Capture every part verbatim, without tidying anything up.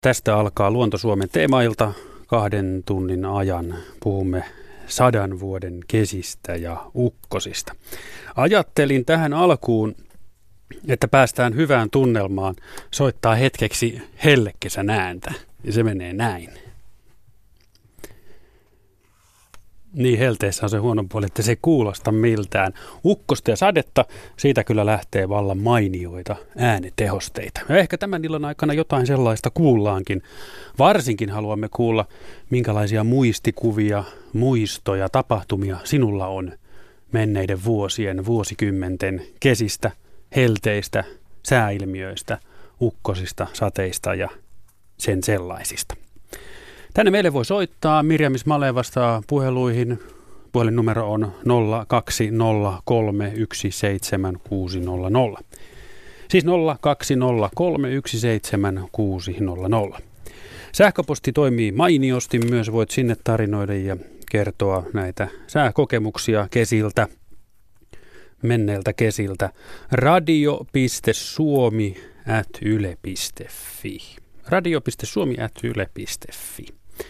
Tästä alkaa Luonto Suomen teemailta. Kahden tunnin ajan puhumme sadan vuoden kesistä ja ukkosista. Ajattelin tähän alkuun, että päästään hyvään tunnelmaan, soittaa hetkeksi hellekesän ääntä. Ja se menee näin. Niin, helteessä on se huono puoli, että se ei kuulosta miltään. Ukkosta ja sadetta, siitä kyllä lähtee vallan mainioita äänetehosteita. Ja ehkä tämän illan aikana jotain sellaista kuullaankin. Varsinkin haluamme kuulla, minkälaisia muistikuvia, muistoja, tapahtumia sinulla on menneiden vuosien, vuosikymmenten kesistä, helteistä, sääilmiöistä, ukkosista, sateista ja sen sellaisista. Tänne meille voi soittaa. Mirjam Ismaileh vastaa puheluihin. Puhelinnumero on nolla kaksi nolla kolme yksi seitsemän kuusi nolla nolla. Siis nolla kaksi nolla kolme yksi seitsemän kuusi nolla nolla. Sähköposti toimii mainiosti. Myös voit sinne tarinoida ja kertoa näitä sääkokemuksia kesiltä, menneiltä kesiltä. radio piste suomi ät yle piste fi. radio piste suomi ät yle piste fi.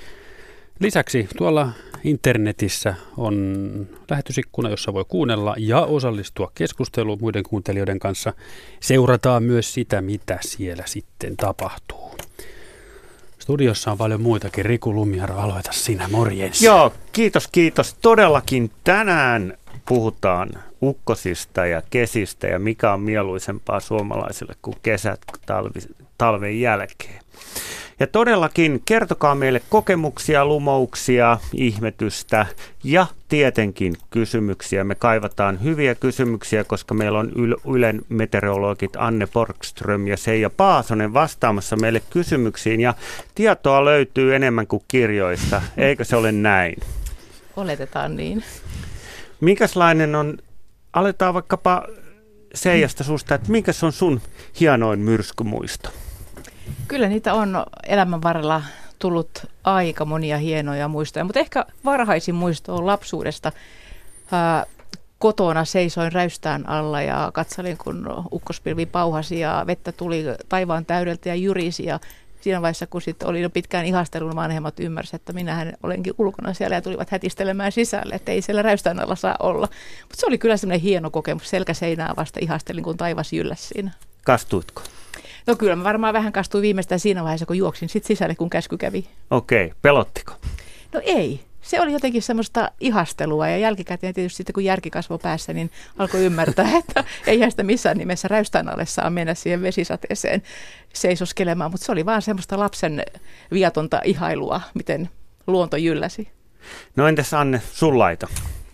Lisäksi tuolla internetissä on lähetysikkuna, jossa voi kuunnella ja osallistua keskusteluun muiden kuuntelijoiden kanssa. Seurataan myös sitä, mitä siellä sitten tapahtuu. Studiossa on paljon muitakin. Riku Lumiaro, aloita sinä, morjens. Joo, kiitos, kiitos. Todellakin tänään puhutaan ukkosista ja kesistä ja mikä on mieluisempaa suomalaisille kuin kesät talvi, talven jälkeen. Ja todellakin kertokaa meille kokemuksia, lumouksia, ihmetystä ja tietenkin kysymyksiä. Me kaivataan hyviä kysymyksiä, koska meillä on Ylen meteorologit Anne Borgström ja Seija Paasonen vastaamassa meille kysymyksiin. Ja tietoa löytyy enemmän kuin kirjoista, eikö se ole näin? Oletetaan niin. Minkälainen on, aletaan vaikkapa Seijasta susta, että mikä on sun hienoin myrskymuisto? Kyllä niitä on elämän varrella tullut aika monia hienoja muistoja, mutta ehkä varhaisin muisto on lapsuudesta. Ää, kotona seisoin räystään alla ja katselin, kun ukkospilvi pauhasi ja vettä tuli taivaan täydeltä ja jyrisi. Ja siinä vaiheessa, kun sitten oli jo pitkään ihastelun, vanhemmat ymmärsivät, että minähän olenkin ulkona siellä ja tulivat hätistelemään sisälle, että ei siellä räystään alla saa olla. Mutta se oli kyllä semmoinen hieno kokemus. Selkäseinää vasta ihastelin, kun taivas jylläsi siinä. Kastuitko? No kyllä, mä varmaan vähän kastuin viimeistään siinä vaiheessa, kun juoksin sit sisälle, kun käsky kävi. Okei, pelottiko? No ei. Se oli jotenkin semmoista ihastelua ja jälkikäteen tietysti sitten, kun järki kasvoi päässä, niin alkoi ymmärtää, että eihän sitä missään nimessä räystään alle saa mennä siihen vesisateeseen seisoskelemaan, mutta se oli vaan semmoista lapsen viatonta ihailua, miten luonto jylläsi. No entäs Anne, sun laita?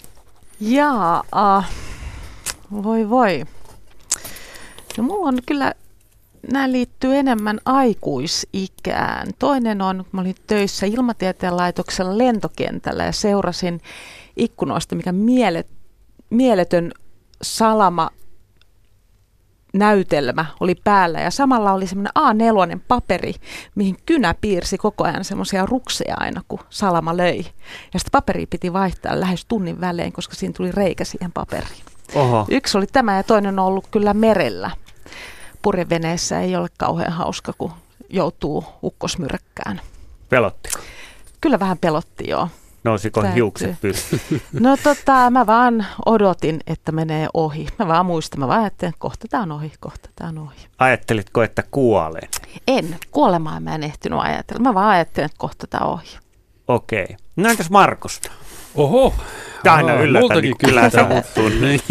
Jaa, uh, voi voi. No mulla on kyllä... Nämä liittyy enemmän aikuisikään. Toinen on, kun mä olin töissä Ilmatieteen laitoksella lentokentällä ja seurasin ikkunoista, mikä mielet, mieletön salama näytelmä oli päällä. Ja samalla oli semmoinen A neljä paperi, mihin kynä piirsi koko ajan semmoisia rukseja aina, kun salama löi. Ja sitä paperia piti vaihtaa lähes tunnin välein, koska siinä tuli reikä siihen paperiin. Oho. Yksi oli tämä ja toinen on ollut kyllä merellä. Purjeveneessä ei ole kauhean hauska, kun joutuu ukkosmyräkkään. Pelottiko? Kyllä vähän pelotti, joo. Nousiko hiukset pystyyn? No tota, mä vaan odotin, että menee ohi. Mä vaan muistan, mä vaan ajattelin, että kohta tää on ohi, kohta tää on ohi. Ajattelitko, että kuolen? En, kuolemaan mä en ehtinyt ajatella. Mä vaan ajattelin, että kohta tää on ohi. Okei. No entäs Markusta? Oho. Aina yllätä, niin kyllä se muuttuu.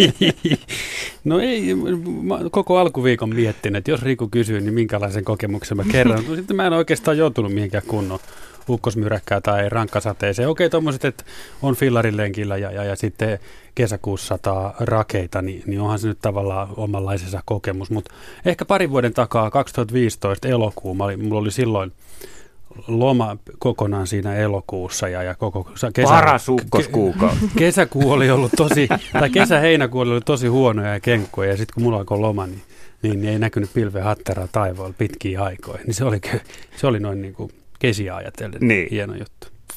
No ei, mä koko alkuviikon miettinyt, että jos Riku kysyy, niin minkälaisen kokemuksen mä kerron. No, sitten mä en oikeastaan joutunut mihinkään kunnon ukkosmyräkkää tai rankkasateeseen. Okei, tommoset, että on fillarilenkillä ja, ja, ja sitten kesäkuussa sataa rakeita, niin, niin onhan se nyt tavallaan omanlaisensa kokemus. Mutta ehkä parin vuoden takaa, kaksituhattaviisitoista elokuu, mä olin, mulla oli silloin loma kokonaan siinä elokuussa ja, ja koko kesä, paras ukkoskuukausi. Ke, kesäkuu oli ollut tosi, tai kesä-heinäkuu oli ollut tosi huonoja ja kenkkoja ja sitten kun mulla alkoi loma, niin, niin, niin ei näkynyt pilven hatteraa taivaalla pitkiä aikoja. Niin se oli, se oli noin niin kuin kesiä ajatellen niin. Hieno juttu.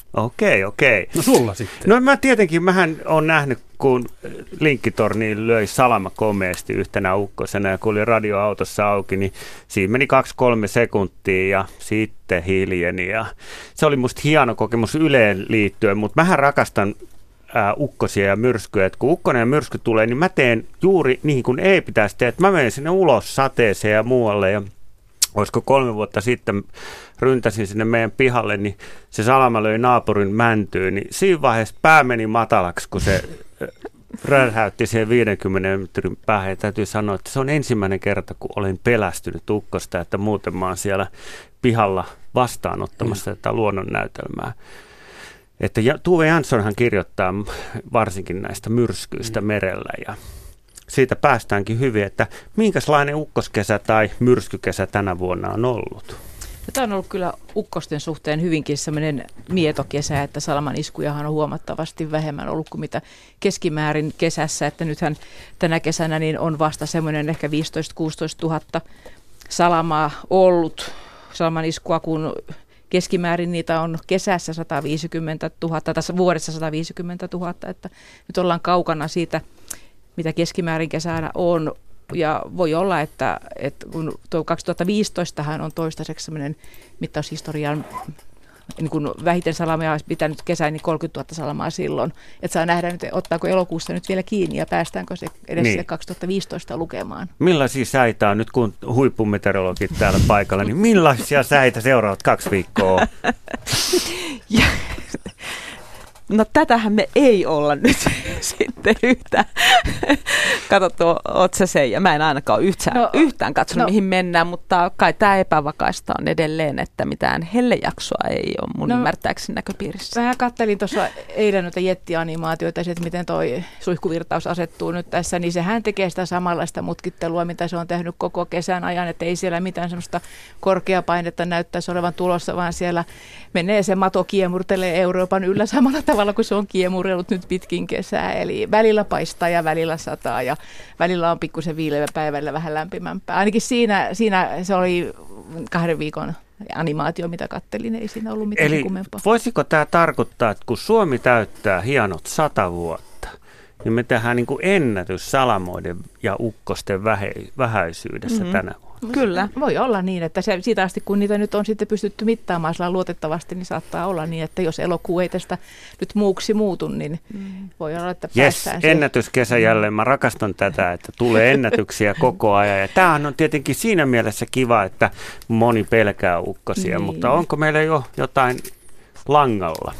Okei, okei. No sulla sitten. No mä tietenkin, mähän on nähnyt, kun Linkkitorniin löi salama komeasti yhtenä ukkosena ja kun oli radioautossa auki, niin siinä meni kaksi kolme sekuntia ja sitten hiljeni. Ja se oli musta hieno kokemus Yleen liittyen, mutta mähän rakastan ää, ukkosia ja myrskyjä. Et kun ukkonen ja myrsky tulee, niin mä teen juuri niin kuin ei pitäisi tehdä. Mä menen sinne ulos sateeseen ja muualle ja olisiko kolme vuotta sitten ryntäsin sinne meidän pihalle, niin se salama löi naapurin mäntyyn, niin siinä vaiheessa pää meni matalaksi, kun se räjähti siihen viidenkymmenen metrin päähän. Ja täytyy sanoa, että se on ensimmäinen kerta, kun olen pelästynyt ukkosta, että muuten mä oon siellä pihalla vastaanottamassa mm. tätä luonnonnäytelmää. Että Tuve Janssonhan kirjoittaa varsinkin näistä myrskyistä mm. merellä ja siitä päästäänkin hyvin, että minkälainen ukkoskesä tai myrskykesä tänä vuonna on ollut? Tämä on ollut kyllä ukkosten suhteen hyvinkin sellainen mietokesä, että salaman iskujahan on huomattavasti vähemmän ollut kuin mitä keskimäärin kesässä, että nythän tänä kesänä niin on vasta semmoinen ehkä viisitoista kuusitoista tuhatta salamaa ollut salaman iskua, kun keskimäärin niitä on kesässä sata viisikymmentä tuhatta, tässä vuodessa sata viisikymmentä tuhatta, että nyt ollaan kaukana siitä, mitä keskimäärin kesänä on, ja voi olla, että, että kun tuo kaksituhattaviisitoista on toistaiseksi sellainen mittaushistorian niin kun vähiten salamia olisi pitänyt kesään, niin kolmekymmentätuhatta salamaa silloin. Että saa nähdä nyt, ottaako elokuussa nyt vielä kiinni ja päästäänkö se edes niin. kaksituhattaviisitoista lukemaan. Millaisia säitä on nyt, kun huippumeteorologit täällä paikalla, niin millaisia säitä seuraavat kaksi viikkoa? ja, no tätähän me ei olla nyt sitten yhtään katsottu otsaseen ja mä en ainakaan ole yhtään, no, yhtään katsonut, no. mihin mennään, mutta kai tämä epävakaista on edelleen, että mitään hellejaksoa ei ole mun no, ymmärtääkseni näköpiirissä. Mä kattelin tuossa eilen noita jettianimaatioita, että miten toi suihkuvirtaus asettuu nyt tässä, niin sehän tekee sitä samanlaista mutkittelua, mitä se on tehnyt koko kesän ajan, että ei siellä mitään semmoista korkeapainetta näyttäisi olevan tulossa, vaan siellä menee se mato kiemurtelee Euroopan yllä samalla tavalla kuin se on kiemurellut nyt pitkin kesää. Eli välillä paistaa ja välillä sataa ja välillä on pikkusen viileä päivällä vähän lämpimämpää. Ainakin siinä, siinä se oli kahden viikon animaatio, mitä kattelin, ei siinä ollut mitään Eli kummempaa. Voisiko tämä tarkoittaa, että kun Suomi täyttää hienot sata vuotta, niin me tehdään niin kuin ennätys salamoiden ja ukkosten vähäisyydessä mm-hmm. tänä vuonna? Kyllä. Voi olla niin, että se, siitä asti kun niitä nyt on sitten pystytty mittaamaan luotettavasti, niin saattaa olla niin, että jos elokuu ei tästä nyt muuksi muutu, niin mm. voi olla, että päästään yes, ennätyskesä jälleen. Mä rakastan tätä, että tulee ennätyksiä koko ajan. Ja tämähän on tietenkin siinä mielessä kiva, että moni pelkää ukkosia, niin. Mutta onko meillä jo jotain langalla?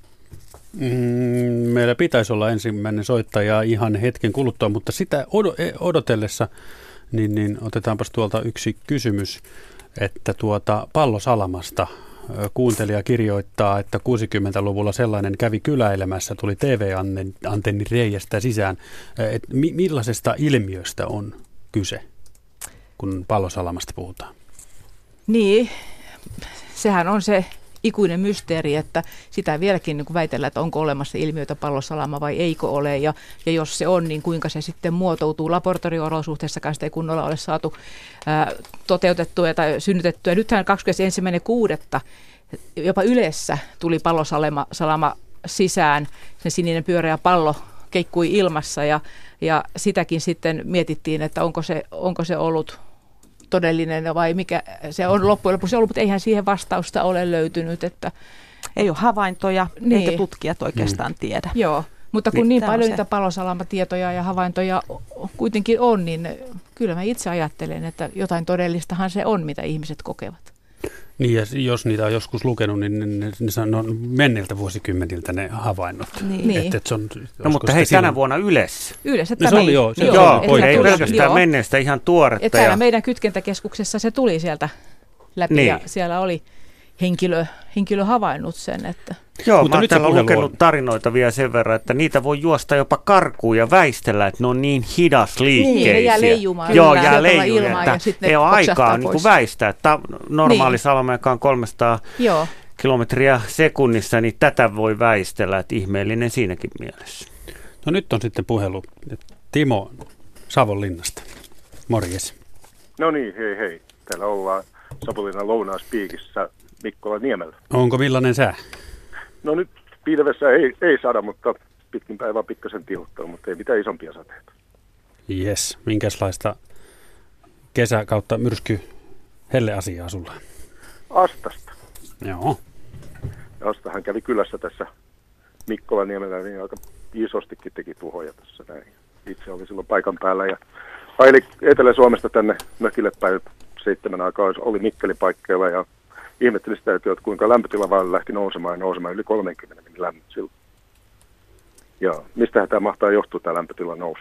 Mm, meillä pitäisi olla ensimmäinen soittaja ihan hetken kuluttua, mutta sitä odotellessa Niin, niin otetaanpas tuolta yksi kysymys, että tuota pallosalamasta kuuntelija kirjoittaa, että kuusikymmentäluvulla sellainen kävi kyläilemässä, tuli T V-antennin reiästä sisään. Et mi- millaisesta ilmiöstä on kyse, kun pallosalamasta puhutaan? Niin, sehän on se ikuinen mysteeri, että sitä vieläkin niin kuin väitellään, että onko olemassa ilmiöitä pallosalama vai eikö ole, ja, ja jos se on, niin kuinka se sitten muotoutuu. Laboratorio-olosuhteissakaan sitä ei kunnolla ole saatu ää, toteutettua tai synnytettyä. Nythän kahdeskymmenesensimmäinen kuudetta jopa Ylessä tuli pallosalama salama sisään, sen sininen pyöreä pallo keikkui ilmassa, ja, ja sitäkin sitten mietittiin, että onko se, onko se ollut todellinen vai mikä se on loppujen lopuksi ollut, mutta eihän siihen vastausta ole löytynyt. Että ei ole havaintoja, niin. Eikä tutkijat oikeastaan mm. tiedä. Joo, mutta kun niin, niin paljon niitä pallosalamatietoja ja havaintoja kuitenkin on, niin kyllä mä itse ajattelen, että jotain todellistahan se on, mitä ihmiset kokevat. Niin, ja jos niitä on joskus lukenut, niin ne, ne, ne on menneiltä vuosikymmeniltä ne havainnot. Niin. Et, et se on, no mutta hei, silloin... tänä vuonna Ylessä. Yleensä no, se oli joo. Se joo, joo ei tuli, pelkästään joo. menneestä ihan tuoretta. Ja täällä ja... meidän kytkentäkeskuksessa se tuli sieltä läpi niin. Ja siellä oli henkilö, henkilö havainnut sen, että... Joo, mutta mä oon täällä lukenut on. tarinoita vielä sen verran, että niitä voi juosta jopa karkuun ja väistellä, että ne on niin hidasliikkeisiä. Niin, jää leijumaan. Joo, jää leijumaan, että ei ole aikaa niin kuin väistää. Tämä normaali niin. salama, joka on kolmesataa Joo. kilometriä sekunnissa, niin tätä voi väistellä, että ihmeellinen siinäkin mielessä. No nyt on sitten puhelu Timo Savonlinnasta. Morjes. No niin, hei hei. Täällä ollaan Savonlinnan lounaaspiikissä Mikkola Niemellä. Onko millainen sää? No nyt pilvessä ei, ei sada, mutta pitkin päivää pikkasen tihottaa, mutta ei mitään isompia sateita. Jes, minkälaista kesä kautta myrsky helleasiaa sulla? Astasta. Joo. Ja Astahan kävi kylässä tässä Mikkolaniemellä, niin aika isostikin teki tuhoja tässä näin. Itse oli silloin paikan päällä ja aili Etelä-Suomesta tänne mökille päin seitsemän aikaa oli Mikkelipaikkeilla ja ihmettelin sitä, että kuinka lämpötila vaan lähti nousemaan ja nousemaan yli kolmekymmentä meni lämmöt silloin. Ja mistähän tämä mahtaa johtua tämä lämpötilan nousu?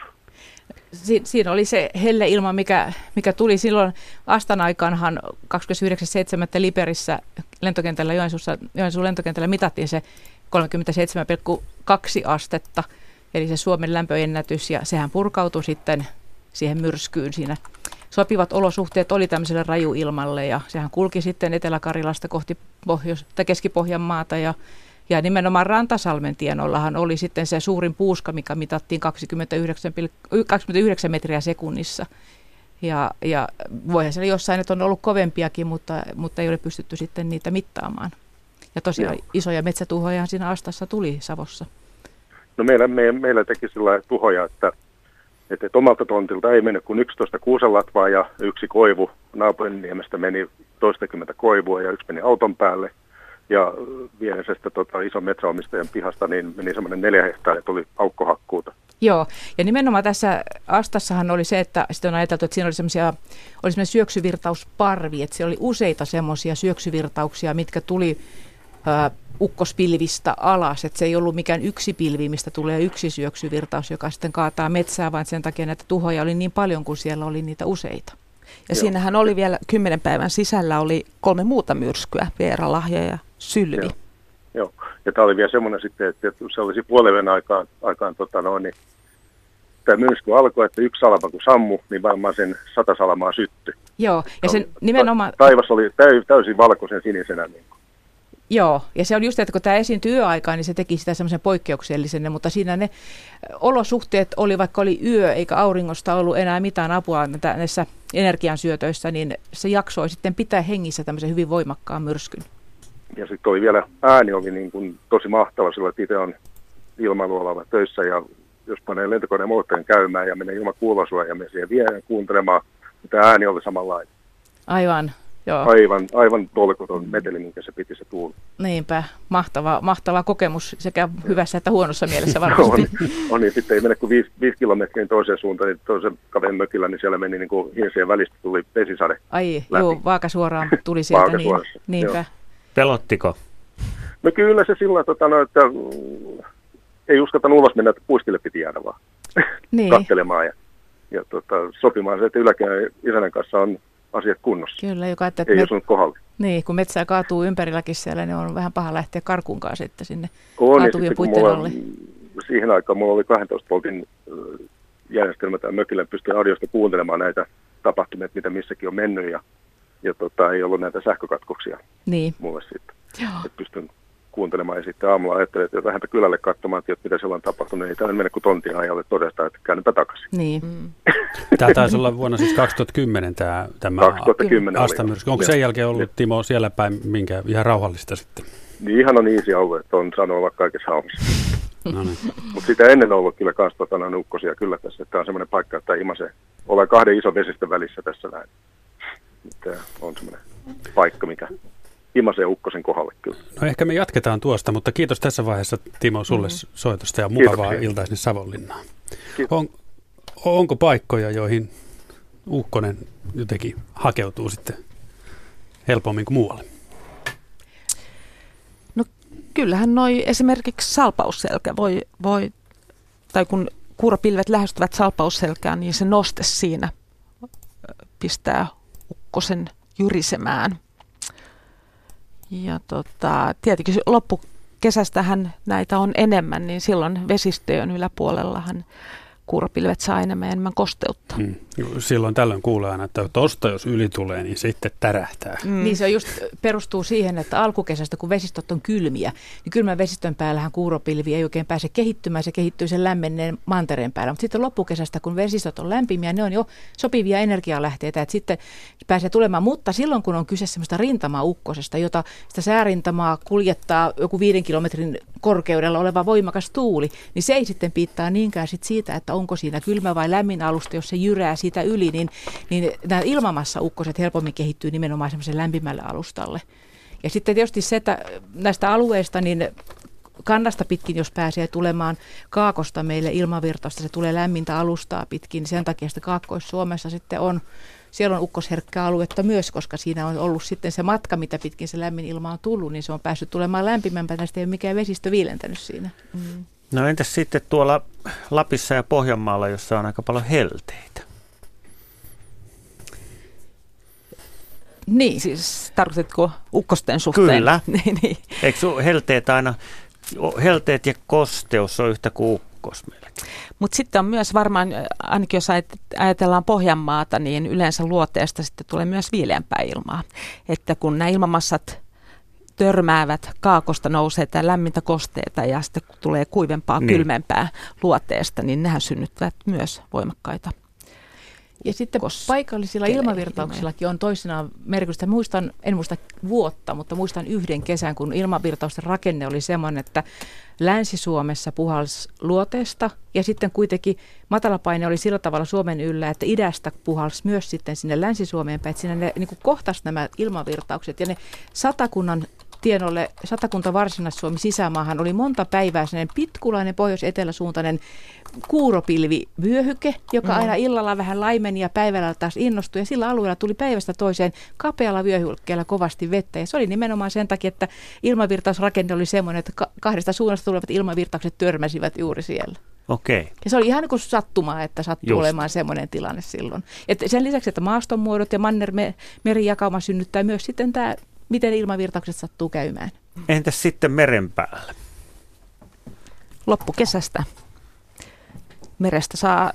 Si- siinä oli se helleilma, mikä, mikä tuli silloin Astan aikaanhan kahdeskymmenesyhdeksäs seitsemättä Liperissä lentokentällä Joensuussa, Joensuun lentokentällä mitattiin se kolmekymmentäseitsemän pilkku kaksi astetta, eli se Suomen lämpöennätys, ja sehän purkautui sitten siihen myrskyyn. Siinä sopivat olosuhteet oli tämmöiselle rajuilmalle, ja sehän kulki sitten Etelä-Karilasta kohti Pohjois- tai Keski-Pohjanmaata, ja Ja nimenomaan Rantasalmen tienollahan oli sitten se suurin puuska, mikä mitattiin kaksikymmentäyhdeksän, kaksikymmentäyhdeksän metriä sekunnissa. Ja, ja voihan siellä jossain, että on ollut kovempiakin, mutta, mutta ei ole pystytty sitten niitä mittaamaan. Ja tosiaan Joo. isoja metsätuhoja siinä Astassa tuli Savossa. No meillä, me, meillä teki sillä tuhoja, että, että omalta tontilta ei mennyt kuin yksitoista kuusenlatvaa ja yksi koivu. Naapuriniemestä meni toistakymmentä koivua ja yksi meni auton päälle. Ja viereisestä tota, ison metsäomistajan pihasta niin meni semmoinen neljä hehtaaria, tuli aukkohakkuuta. Joo, ja nimenomaan tässä Astassahan oli se, että sitten on ajateltu, että siinä oli semmoisia, oli semmoinen syöksyvirtausparvi, että siellä oli useita semmoisia syöksyvirtauksia, mitkä tuli ä, ukkospilvistä alas, että se ei ollut mikään yksi pilvi, mistä tulee yksi syöksyvirtaus, joka sitten kaataa metsää, vaan sen takia näitä tuhoja oli niin paljon, kun siellä oli niitä useita. Ja Joo. siinähän oli vielä kymmenen päivän sisällä oli kolme muuta myrskyä, Veera, Lahja ja Sylvi. Joo, Joo. Ja tämä oli vielä semmoinen sitten, että se olisi puolen aikaan, aikaan tota noin, niin tämä myrsky alkoi, että yksi salama kun sammu, niin varmaan sen sata salamaa syttyi. Joo, ja sen nimenomaan... Taivas oli täysin valkoisen sinisenä. Niin. Joo, ja se on just, että kun tämä esiintyi yöaikaan, niin se teki sitä semmoisen poikkeuksellisen, mutta siinä ne olosuhteet oli, vaikka oli yö eikä auringosta ollut enää mitään apua näissä energiansyötöissä, niin se jaksoi sitten pitää hengissä tämmöisen hyvin voimakkaan myrskyn. Ja sitten oli vielä, ääni oli niin kuin tosi mahtava, sillä itse on ilmailualalla töissä ja jos panee lentokoneen moottorin käymään ja menee ilman kuulosuojaa ja menee siihen viereen kuuntelemaan, niin tämä ääni oli samanlainen. Aivan. Joo. Aivan, aivan tolkuton meteli, minkä se piti se tuuli. Niinpä, mahtava, mahtava kokemus sekä hyvässä että huonossa mielessä varmasti. on, on niin, sitten ei mene kuin viisi, viisi kilometriä toiseen suuntaan, niin toisen kaverin mökillä, niin siellä meni niin kuin hirsien välistä tuli vesisade. Ai, läpi. Joo, vaakasuoraan tuli sieltä. Niin, niinpä. Pelottiko? No kyllä se sillä tota, no, että mm, ei uskaltanut ulos mennä, että puistille piti jäädä vaan niin. katselemaan ja, ja tota, sopimaan se, että yläkään isännän kanssa on asiat kunnossa. Kyllä, joka että ei met... osunut kohdalle. Niin, kun metsää kaatuu ympärilläkin siellä, niin on vähän paha lähteä karkuunkaan sitten sinne on, kaatuvien puitten alle. Siihen aikaan mulla oli kaksitoista voltin järjestelmä tai mökillä, pystyin radiosta kuuntelemaan näitä tapahtumia, mitä missäkin on mennyt ja, ja tota, ei ollut näitä sähkökatkoksia niin. mulle sitten. Että pystyn kuuntelemaan ja sitten aamulla ajattelin, että lähdetä kylälle katsomaan, että mitä siellä on tapahtunut. Ei tämä mennä kuin tontin ajalle todeta, että käännypä takaisin. Niin. Mm. Tämä taisi olla vuonna siis kaksituhattakymmenen tämä, tämä kaksituhattakymmenen Asta-myrsky. Onko sen jälkeen ollut, Timo, siellä päin minkä ihan rauhallista sitten? Niin ihan on easy ollut, että on saanut olla kaikessa haumissa. No niin. Mutta sitä ennen on ollut kyllä kans tota, ukkosia kyllä tässä. Tämä on semmoinen paikka, että imasee. Ollaan kahden ison vesistön välissä tässä näin. Tämä on semmoinen paikka, mikä imasee ukkosen kohdalle kyllä. No ehkä me jatketaan tuosta, mutta kiitos tässä vaiheessa Timo sulle mm-hmm. soitosta ja mukavaa iltaa sinne Savonlinnaan. On, onko paikkoja, joihin ukkonen jotenkin hakeutuu sitten helpommin kuin muualle? No kyllähän noi esimerkiksi salpausselkä voi, voi tai kun kuuropilvet lähestyvät salpausselkään, niin se noste siinä pistää ukkosen jyrisemään. Ja tota, tietenkin loppukesästähän näitä on enemmän, niin silloin vesistöjen yläpuolellahan kuuropilvet saa enemmän ja enemmän kosteutta. Hmm. Silloin tällöin kuulee aina, että tuosta jos yli tulee, niin sitten tärähtää. Mm. Niin se on just, perustuu siihen, että alkukesästä, kun vesistöt on kylmiä, niin kylmän vesistön päällähän kuuropilvi ei oikein pääse kehittymään, se kehittyy sen lämmenneen mantereen päällä. Mutta sitten loppukesästä, kun vesistöt on lämpimiä, ne on jo sopivia energialähteitä, että sitten pääsee tulemaan. Mutta silloin, kun on kyse semmoista rintamaukkosesta, jota sitä säärintamaa kuljettaa joku viiden kilometrin korkeudella oleva voimakas tuuli, niin se ei sitten piittaa niinkään sit siitä, että onko siinä kylmä vai lämmin alusta, jos se jyrää siitä yli, niin, niin nämä ilmamassa-ukkoset helpommin kehittyy nimenomaan semmoisen lämpimälle alustalle. Ja sitten tietysti se, että näistä alueista, niin kannasta pitkin, jos pääsee tulemaan kaakosta meille ilmavirtausta, se tulee lämmintä alustaa pitkin, niin sen takia sitä Kaakkois-Suomessa sitten on, siellä on ukkosherkkää aluetta myös, koska siinä on ollut sitten se matka, mitä pitkin se lämmin ilma on tullut, niin se on päässyt tulemaan lämpimämpänä, sitä ei ole mikään vesistö viilentänyt siinä. Mm. No entäs sitten tuolla Lapissa ja Pohjanmaalla, jossa on aika paljon helteitä? Niin, siis tarkoitatko ukkosten suhteen? Kyllä. niin, niin. Eikö helteet aina, helteet ja kosteus on yhtä kuin ukkos melkein? Mutta sitten on myös varmaan, ainakin jos ajatellaan Pohjanmaata, niin yleensä luoteesta sitten tulee myös viileämpää ilmaa. Että kun nämä ilmamassat törmäävät, kaakosta nousee tämä lämmintä kosteita ja sitten kun tulee kuivempaa, niin. kylmempää luoteesta, niin nehän synnyttävät myös voimakkaita. Ja sitten paikallisilla ilmavirtauksillakin on toisinaan merkitystä. Muistan, en muista vuotta, mutta muistan yhden kesän, kun ilmavirtausten rakenne oli semmoinen, että Länsi-Suomessa puhalsi luoteesta ja sitten kuitenkin matalapaine oli sillä tavalla Suomen yllä, että idästä puhalsi myös sitten sinne Länsi-Suomeen päin, että siinä ne niin kuin kohtasi nämä ilmavirtaukset ja ne Satakunnan tienolle, Satakunta Varsinais-Suomi sisämaahan oli monta päivää sellainen pitkulainen pohjois-eteläsuuntainen kuuropilvivyöhyke, joka mm. aina illalla vähän laimeni ja päivällä taas innostui. Ja sillä alueella tuli päivästä toiseen kapealla vyöhykkeellä kovasti vettä. Ja se oli nimenomaan sen takia, että ilmavirtausrakenne oli semmoinen, että kahdesta suunnasta tulevat ilmavirtaukset törmäsivät juuri siellä. Okei. Ja se oli ihan niin kuin sattumaa, että sattui Just. olemaan semmoinen tilanne silloin. Et sen lisäksi, että maastonmuodot ja manner-merijakauma synnyttää myös sitten tämä, miten ilmavirtaukset sattuu käymään. Entäs sitten meren päällä? Loppukesästä merestä saa,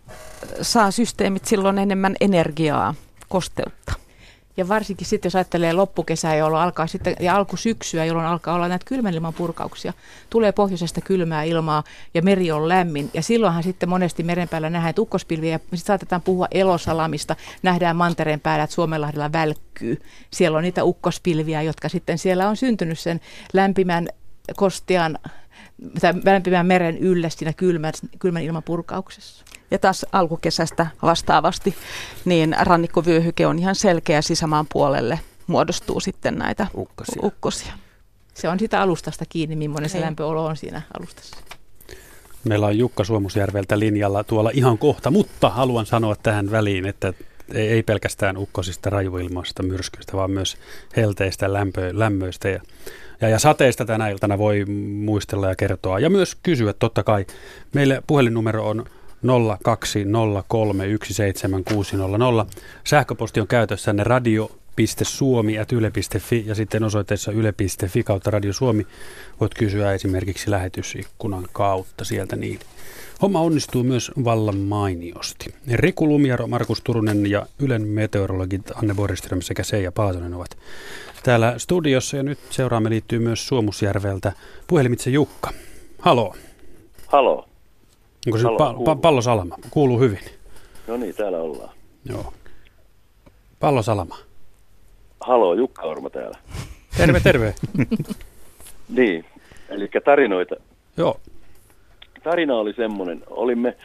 saa systeemit silloin enemmän energiaa, kosteutta. Ja varsinkin sitten, jos ajattelee loppukesää, jolloin alkaa sitten, ja alkusyksyä, jolloin alkaa olla näitä kylmän ilman purkauksia. Tulee pohjoisesta kylmää ilmaa ja meri on lämmin. Ja silloinhan sitten monesti meren päällä nähdään ukkospilviä ja sitten saatetaan puhua elosalamista. Nähdään mantereen päällä, että Suomenlahdella välkkyy. Siellä on niitä ukkospilviä, jotka sitten siellä on syntynyt sen lämpimän kostean, lämpimän meren yllä siinä kylmän, kylmän ilman purkauksessa. Ja taas alkukesästä vastaavasti, niin rannikkovyöhyke on ihan selkeä sisämaan puolelle, muodostuu sitten näitä ukkosia. ukkosia. Se on sitä alustasta kiinni, millainen se lämpöolo on siinä alustassa. Meillä on Jukka Suomusjärveltä linjalla tuolla ihan kohta, mutta haluan sanoa tähän väliin, että ei pelkästään ukkosista, rajuilmaisista, myrskyistä, vaan myös helteistä, lämpö, lämmöistä ja Ja, ja sateista tänä iltana voi muistella ja kertoa ja myös kysyä totta kai. Meille puhelinnumero on nolla kaksi nolla kolme yksi seitsemän kuusi nolla nolla. Sähköposti on käytössänne radio piste suomi ät yle piste fi ja sitten osoitteessa yle piste fi kautta Radio Suomi. Voit kysyä esimerkiksi lähetysikkunan kautta sieltä niin. Homma onnistuu myös vallan mainiosti. Riku Lumiaro, Markus Turunen ja Ylen meteorologit Anne Borgström sekä Seija Paatonen ovat täällä studiossa ja nyt seuraamme liittyy myös Suomusjärveltä puhelimitse Jukka. Haloo. Haloo. Onko se pa- pa- Pallosalama? Kuuluu hyvin. No niin, täällä ollaan. Joo. Pallosalama. Haloo, Jukka Orma täällä. Terve, terve. Niin, eli tarinoita. Joo. Tarina oli semmoinen. Olimme äh,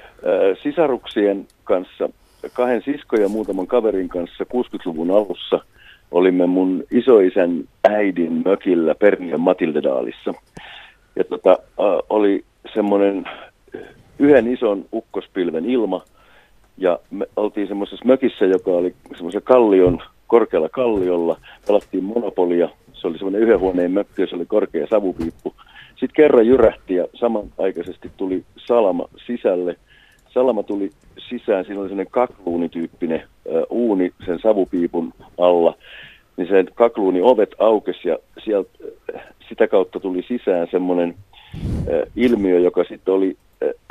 sisaruksien kanssa, kahden siskon ja muutaman kaverin kanssa kuusikymmentäluvun alussa. Olimme mun isoisän äidin mökillä Perniön Matildedaalissa. Ja tota, äh, oli semmoinen yhden ison ukkospilven ilma. Ja me oltiin semmoisessa mökissä, joka oli semmoisen kallion, korkealla kalliolla. Pelattiin Monopolia. Se oli semmoinen yhden huoneen mökki, jossa oli korkea savupiippu. Sitten kerran jyrähti ja samanaikaisesti tuli salama sisälle. Salama tuli sisään, siinä oli sellainen kakluunityyppinen äh, uuni sen savupiipun alla. Niin sen kakluuni ovet aukesi ja sieltä, äh, sitä kautta tuli sisään semmoinen äh, ilmiö, joka sitten oli äh,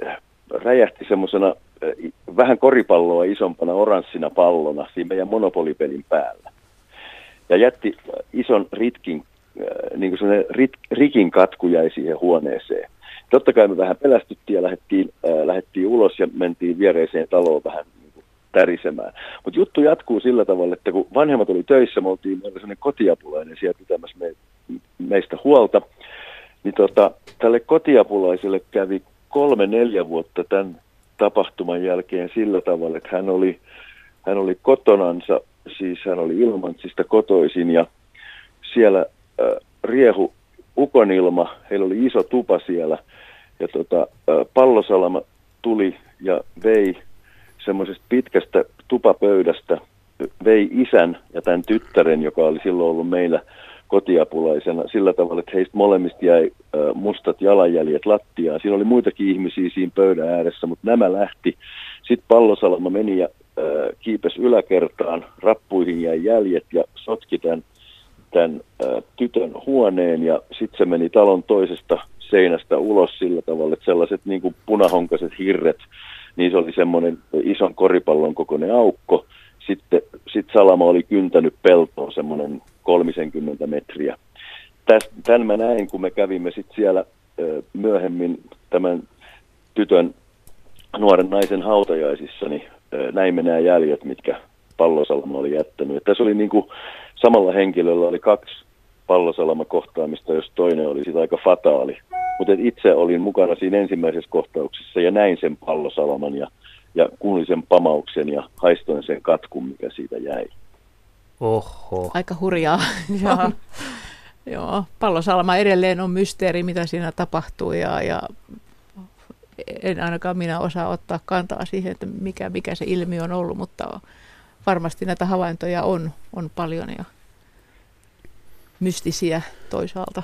räjähti semmoisena vähän koripalloa isompana oranssina pallona siinä meidän monopolipelin päällä. Ja jätti ison ritkin, niin kuin semmoinen rit, rikin katku jäi siihen huoneeseen. Totta kai me vähän pelästyttiin ja lähdettiin, äh, lähdettiin ulos ja mentiin viereiseen taloon vähän niin kuin tärisemään. Mutta juttu jatkuu sillä tavalla, että kun vanhemmat oli töissä, me oltiin meillä sellainen kotiapulainen siellä pitämässä me, meistä huolta, niin tota, tälle kotiapulaiselle kävi kolme, neljä vuotta tämän tapahtuman jälkeen sillä tavalla, että hän oli, hän oli kotonansa, siis hän oli Ilmantsista kotoisin ja siellä äh, riehu ukonilma, heillä oli iso tupa siellä ja tota, äh, Pallosalama tuli ja vei semmoisesta pitkästä tupapöydästä, vei isän ja tämän tyttären, joka oli silloin ollut meillä kotiapulaisena sillä tavalla, että heistä molemmista jäi äh, mustat jalanjäljet lattiaan. Siinä oli muitakin ihmisiä siinä pöydän ääressä, mutta nämä lähti. Sitten Pallosalama meni ja äh, kiipesi yläkertaan, rappuihin jäi jäljet ja sotki tämän, tämän äh, tytön huoneen ja sitten se meni talon toisesta seinästä ulos sillä tavalla, että sellaiset niin kuin punahonkaiset hirret, niin se oli semmoinen ison koripallon kokoinen aukko. Sitten sit Salama oli kyntänyt peltoon semmoinen kolmisenkymmentä metriä. Täst, tämän mä näin, kun me kävimme sitten siellä ö, myöhemmin tämän tytön nuoren naisen hautajaisissa, niin ö, näimme nämä jäljet, mitkä Pallosalama oli jättänyt. Et tässä oli niin kuin samalla henkilöllä oli kaksi Pallosalama-kohtaamista, jos toinen oli sit aika fataali. Mutta itse olin mukana siinä ensimmäisessä kohtauksessa ja näin sen Pallosalaman ja, ja kuulin sen pamauksen ja haistoin sen katkun, mikä siitä jäi. Oho. Aika hurjaa. Joo. Joo. Pallosalama edelleen on mysteeri, mitä siinä tapahtuu ja, ja en ainakaan minä osaa ottaa kantaa siihen, että mikä, mikä se ilmiö on ollut, mutta varmasti näitä havaintoja on, on paljon ja mystisiä toisaalta.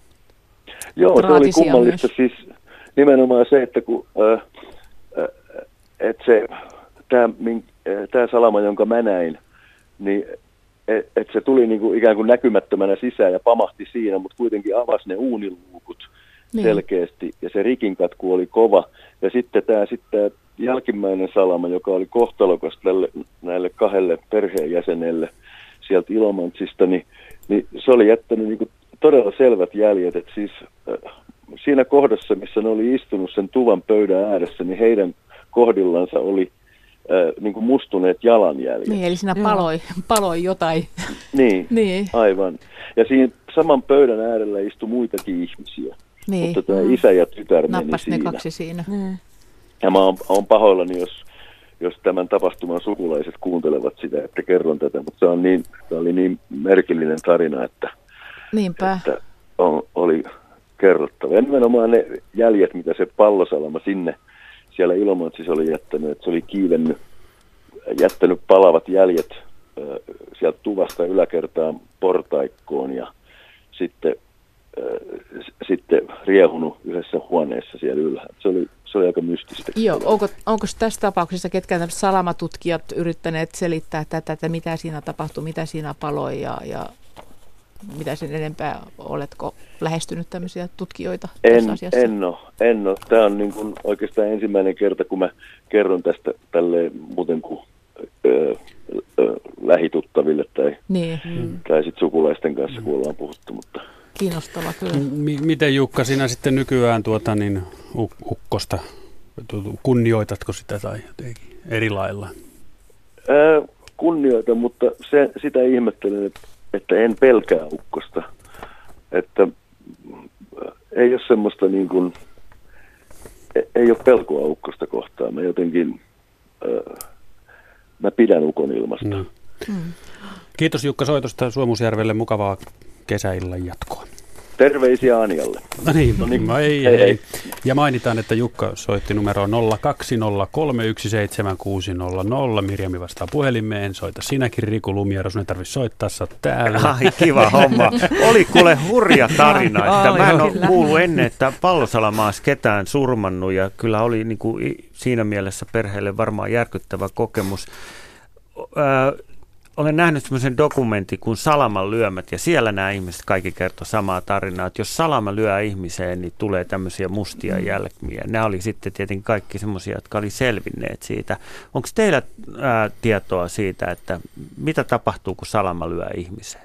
Joo, se oli kummallista myös. Siis nimenomaan se, että kun äh, äh, et se, tämä äh, salama, jonka mä näin, niin et, et se tuli niinku ikään kuin näkymättömänä sisään ja pamahti siinä, mutta kuitenkin avasi ne uuniluukut niin selkeästi ja se rikinkatku oli kova. Ja sitten tämä sitten jälkimmäinen salama, joka oli kohtalokas tälle, näille kahdelle perheenjäsenelle sieltä Ilomantsista, niin, niin se oli jättänyt niinku todella selvät jäljet, että siis äh, siinä kohdassa, missä ne oli istunut sen tuvan pöydän ääressä, niin heidän kohdillansa oli äh, niin kuin mustuneet jalanjäljet. Niin, eli siinä paloi, paloi jotain. Niin, niin, aivan. Ja siinä saman pöydän äärellä istui muitakin ihmisiä, niin, mutta tämä mm. isä ja tytär meni nappas siinä. Ne kaksi siinä. Mm. Ja mä oon, oon pahoillani, jos, jos tämän tapahtuman sukulaiset kuuntelevat sitä, että kerron tätä, mutta se, on niin, se oli niin merkillinen tarina, että Niinpä. Että on, oli kerrottava. Ja nimenomaan ne jäljet, mitä se Pallosalama sinne siellä Ilomantsissa oli jättänyt, että se oli kiivennyt, jättänyt palavat jäljet äh, sieltä tuvasta yläkertaan portaikkoon ja sitten, äh, sitten riehunut yhdessä huoneessa siellä ylhäällä. Se oli, se oli aika mystistä. Joo, onko, onko tässä tapauksessa ketkään tämmöiset salamatutkijat yrittäneet selittää tätä, että mitä siinä tapahtui, mitä siinä paloi ja, ja mitä sen enempää, oletko lähestynyt tämmöisiä tutkijoita en, tässä asiassa? En ole, en ole. Tämä on niin kuin oikeastaan ensimmäinen kerta, kun mä kerron tästä tälleen muuten kuin ö, ö, lähituttaville tai, niin. mm. tai sitten sukulaisten kanssa, kun ollaan puhuttu. Mutta. Kiinnostava kyllä. M- miten Jukka, sinä sitten nykyään tuota, niin, ukkosta, kunnioitatko sitä tai jotenkin eri lailla? Ää, kunnioitan, mutta se, sitä ihmettelen, että että en pelkää ukkosta, että ei ole semmoista niin kuin, ei ole pelkoa ukkosta kohtaan. Mä jotenkin, äh, mä pidän ukon ilmasta. No. Mm. Kiitos Jukka soitosta Suomusjärvelle, mukavaa kesäillan jatkoa. Terveisiä Anjalle. No niin, no niin. Ei, ei, ei. Ja mainitaan, että Jukka soitti numeroon nolla kaksi nolla kolme yksi seitsemän kuusi nolla nolla. Mirjami vastaa puhelimeen. Soita sinäkin, Riku Lumiero, sun ei tarvitse soittaa, sä oot täällä. Ai, kiva homma. Oli kuule hurja tarina. Että mä en ole kuullut ennen, että Pallosalama olisi ketään surmannut ja kyllä oli niin kuin siinä mielessä perheelle varmaan järkyttävä kokemus. Öö, olen nähnyt semmoisen dokumentin kuin Salaman lyömät, ja siellä nämä ihmiset kaikki kertoo samaa tarinaa, että jos salama lyö ihmiseen, niin tulee tämmöisiä mustia jälkmiä. Nämä oli sitten tietenkin kaikki semmoisia, jotka oli selvinneet siitä. Onko teillä ää, tietoa siitä, että mitä tapahtuu, kun salama lyö ihmiseen?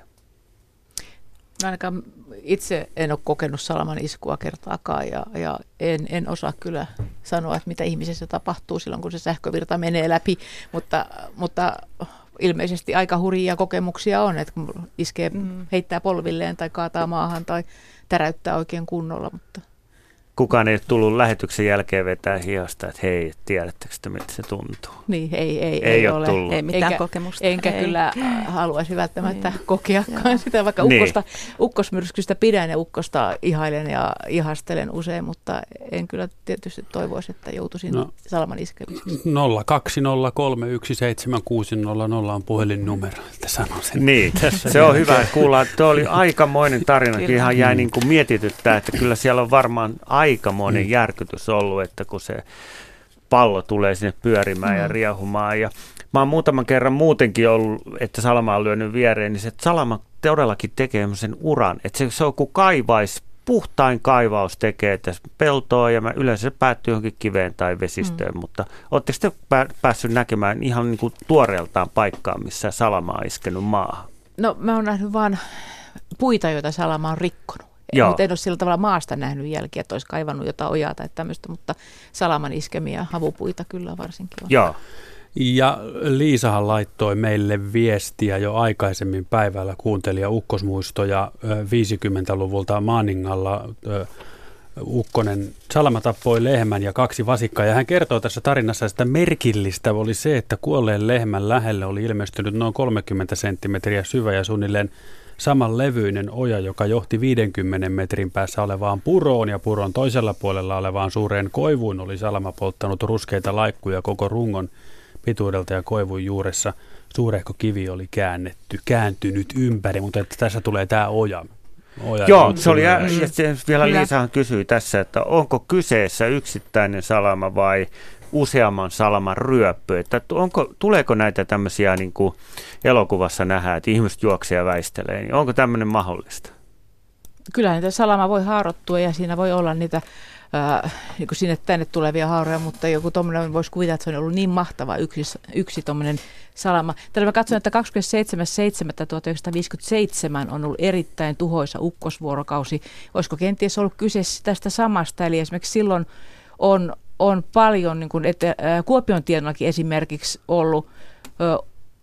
Ainakaan itse en ole kokenut salaman iskua kertaakaan ja, ja en, en osaa kyllä sanoa, että mitä ihmisessä tapahtuu silloin, kun se sähkövirta menee läpi, mutta, mutta ilmeisesti aika hurjia kokemuksia on, että kun iskee, mm. heittää polvilleen tai kaataa maahan tai täräyttää oikein kunnolla. Mutta kukaan ei ole tullut lähetyksen jälkeen vetää hihasta, että hei, tiedättekö te, miltä se tuntuu? Niin, ei, ei, ei, ei ole ole. Tullut. Ei mitään enkä, kokemusta. Enkä ei. kyllä haluaisi välttämättä niin. kokeakaan Joo. sitä, vaikka niin. ukkosta, ukkosmyrskystä pidän ja ukkosta ihailen ja ihastelen usein, mutta en kyllä tietysti toivoisi, että joutuisin no. salaman iskemiseksi. nolla kaksi nolla kolme yksi seitsemän kuusi nolla nolla on puhelinnumero, että sanon sen. Niin, se on hyvä, että kuullaan. Tuo oli aikamoinen tarina, ihan jäi niin kuin mietityttää, että kyllä siellä on varmaan aikamoinen mm. järkytys ollut, että kun se pallo tulee sinne pyörimään mm. ja riehumaan. Ja mä oon muutaman kerran muutenkin ollut, että salama on lyönyt viereen, niin se salama todellakin tekee sen uran, että se, se on kuin kaivais, puhtain kaivaus tekee, että peltoa ja mä yleensä se päättyy johonkin kiveen tai vesistöön, mm. mutta ootteko te päässyt näkemään ihan niin kuin tuoreeltaan paikkaa, missä salama on iskenut maahan? No mä oon nähnyt vaan puita, joita salama on rikkonut. Mutta en ole sillä tavalla maasta nähnyt jälkiä, että olisi kaivannut jotain ojaa tai tämmöistä, mutta salaman iskemiä havupuita kyllä varsinkin on. Joo. Ja Liisahan laittoi meille viestiä jo aikaisemmin päivällä, kuuntelija ukkosmuistoja viisikymmentäluvulta Maaningalla. Ukkonen salama tappoi lehmän ja kaksi vasikkaa, ja hän kertoo tässä tarinassa, että merkillistä oli se, että kuolleen lehmän lähelle oli ilmestynyt noin kolmekymmentä senttimetriä syvä ja suunnilleen saman levyinen oja, joka johti viidenkymmenen metrin päässä olevaan puroon, ja puron toisella puolella olevaan suureen koivuun oli salama polttanut ruskeita laikkuja koko rungon pituudelta, ja koivun juuressa suurehko kivi oli käännetty, kääntynyt ympäri, mutta että tässä tulee tämä oja. oja Joo, se oli, ja vielä Liisahan kysyi tässä, että onko kyseessä yksittäinen salama vai useamman salaman ryöppy, että onko, tuleeko näitä tämmöisiä niin kuin elokuvassa nähdään, että ihmiset juoksee ja väistelee, niin onko tämmöinen mahdollista? Kyllä niitä salama voi haarottua ja siinä voi olla niitä äh, niin kuin sinne tänne tulevia haaroja, mutta joku tuommoinen voisi kuvitella, että se on ollut niin mahtava yksi, yksi tuommoinen salama. Tällä mä katson, että kahdeskymmenesseitsemäs seitsemättä tuhatyhdeksänsataaviisikymmentäseitsemän on ollut erittäin tuhoisa ukkosvuorokausi. Olisiko kenties ollut kyse tästä samasta, eli esimerkiksi silloin on on paljon, niin kuin, että Kuopion tienollakin esimerkiksi ollut ö,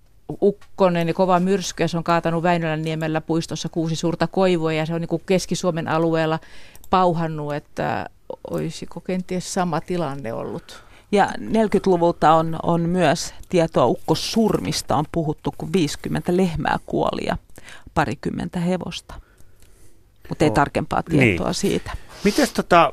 ukkonen ja kova myrsky, ja se on kaatanut Väinölänniemellä puistossa kuusi suurta koivua, ja se on niin kuin Keski-Suomen alueella pauhannut, että olisiko kenties sama tilanne ollut. Ja neljäkymmentäluvulta on, on myös tietoa ukkossurmista, on puhuttu, kun viisikymmentä lehmää kuoli ja parikymmentä hevosta, mutta ei oh. tarkempaa tietoa niin. siitä. Mites tota...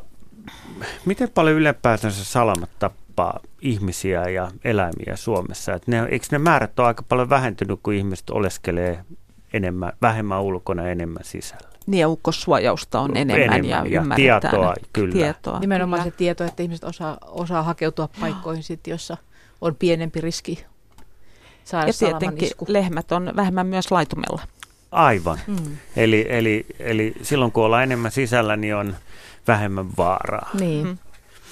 Miten paljon ylipäätänsä salamat tappaa ihmisiä ja eläimiä Suomessa? Et ne, eikö ne määrät ole aika paljon vähentynyt, kun ihmiset oleskelee enemmän, vähemmän ulkona ja enemmän sisällä? Niin ja ukkossuojausta on enemmän, enemmän ja, ja ymmärretään. Tietoa, kyllä. Tietoa. Nimenomaan se tieto, että ihmiset osaa, osaa hakeutua paikkoihin, sit, jossa on pienempi riski saada ja salaman tietenkin isku. Lehmät on vähemmän myös laitumella. Aivan. Mm. Eli, eli, eli silloin kun ollaan enemmän sisällä, niin on vähemmän vaaraa. Niin. Mm.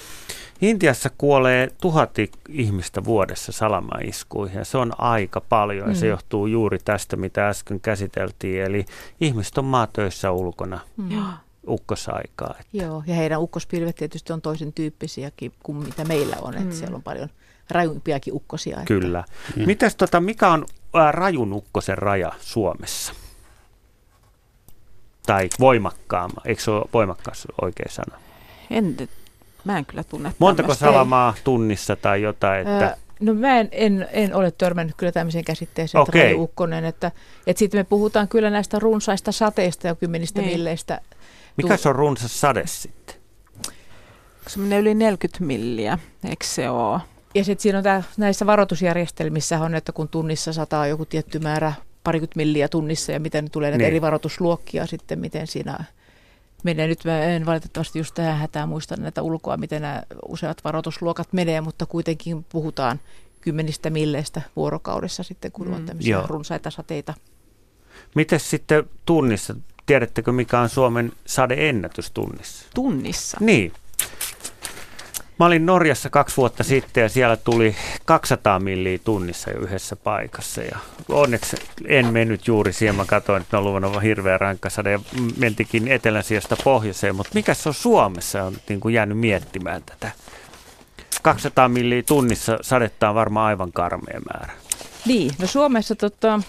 Intiassa kuolee tuhat ihmistä vuodessa salamaiskuihin, ja se on aika paljon, ja mm. se johtuu juuri tästä, mitä äsken käsiteltiin, eli ihmiset on maatöissä ulkona mm. ukkosaikaa. Että. Joo, ja heidän ukkospilvet tietysti on toisen tyyppisiäkin kuin mitä meillä on, että mm. siellä on paljon rajumpiakin ukkosia. Että. Kyllä. Mm. Mites tota, mikä on ää, rajun ukkosen raja Suomessa? Tai voimakkaamma, eikö se ole voimakkaas oikea sana? En, mä en kyllä tunne. Montako salamaa tunnissa tai jotain? Että... Öö, no mä en, en, en ole törmännyt kyllä tämmöiseen käsitteeseen, okay. että raju-ukkonen, että, että sitten me puhutaan kyllä näistä runsaista sateista ja kymmenistä niin. milleistä. Mikä se on runsas sade sitten? Semmoinen yli neljäkymmentä milliä, eikö se ole? Ja sitten siinä on tää, näissä varoitusjärjestelmissä on, että kun tunnissa sataa joku tietty määrä, parikymmentä milliä tunnissa ja miten tulee näitä niin. eri varoitusluokkia sitten, miten siinä menee. Nyt mä en valitettavasti just tähän hätään muista näitä ulkoa, miten nämä useat varoitusluokat menee, mutta kuitenkin puhutaan kymmenistä milleistä vuorokaudessa sitten, kun mm. on tämmöisiä Joo. runsaita sateita. Mites sitten tunnissa? Tiedättekö, mikä on Suomen sadeennätys tunnissa? Tunnissa? Niin. Mä olin Norjassa kaksi vuotta sitten ja siellä tuli kaksisataa milliä tunnissa jo yhdessä paikassa. Ja onneksi en mennyt juuri siihen. Mä katsoin, että on luvannut vaan hirveä rankkasade ja mentikin etelän sijasta pohjoiseen. Mutta mikä se on Suomessa? On niin kuin jäänyt miettimään tätä. kaksisataa milliä tunnissa sadetta on varmaan aivan karmea määrä. Niin, no Suomessa tota,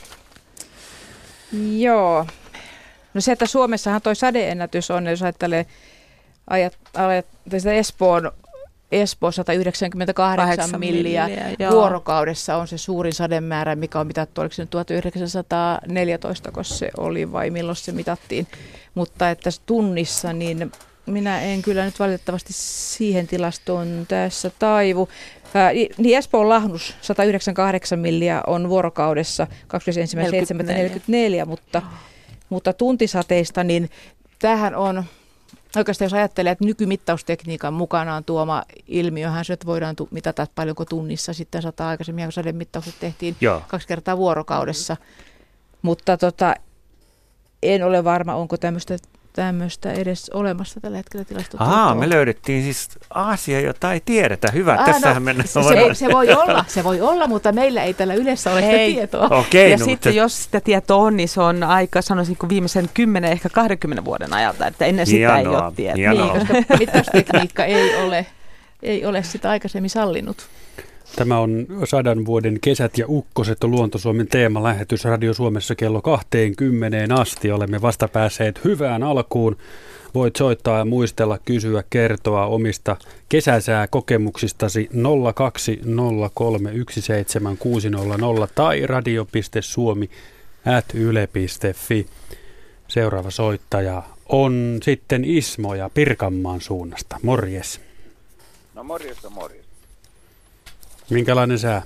joo. No se, että Suomessahan toi sadeennätys on, jos ajattelee, ajat, ajat, Espoon Espoo sata yhdeksänkymmentäkahdeksan milliä vuorokaudessa on se suurin sademäärä, mikä on mitattu, oliko se nyt tuhatyhdeksänsataaneljätoista, kun se oli vai milloin se mitattiin. Mutta että tunnissa, niin minä en kyllä nyt valitettavasti siihen tilastoon tässä taivu. Ää, niin Espoon lahnus sata yhdeksänkymmentäkahdeksan milliä on vuorokaudessa kaksikymmentäensimmäinen seitsemättä neljäkymmentäneljä, mutta, mutta tuntisateista, niin tämähän on... Oikeastaan jos ajattelee, että nykymittaustekniikan mukanaan tuoma ilmiöhän se, että voidaan tu- mitata paljonko tunnissa sitten sataa aikaisemmin, kun sademittaukset tehtiin Joo. kaksi kertaa vuorokaudessa. Mutta tota, en ole varma, onko tämmöistä tämmöistä edes olemassa tällä hetkellä tilastotietoa. Ahaa, me löydettiin siis asia, jota ei tiedetä. Hyvä, ah, tässähän no, mennään. Se, se, se voi olla, se voi olla, mutta meillä ei tällä yleensä ole sitä tietoa. Okay, ja no, sitten mutta... jos sitä tietoa on, niin se on aika, sanoisin, kuin viimeisen kymmenen, ehkä kahdenkymmenen vuoden ajalta, että ennen sitä hienoa, ei ole tietoa. Niin, koska mittaustekniikka ei ole, ei ole sitä aikaisemmin sallinut. Tämä on sadan vuoden kesät ja ukkoset on Luonto-Suomen teemalähetys Radio Suomessa kello kaksikymmentä asti. Olemme vasta päässeet hyvään alkuun. Voit soittaa ja muistella, kysyä, kertoa omista kesäsääkokemuksistasi nolla kaksi nolla kolme yksi seitsemän kuusi nolla nolla tai radio piste suomi ät yle piste fi. Seuraava soittaja on sitten Ismo ja Pirkanmaan suunnasta. Morjes. No morjesta, morjes. Minkälainen sää?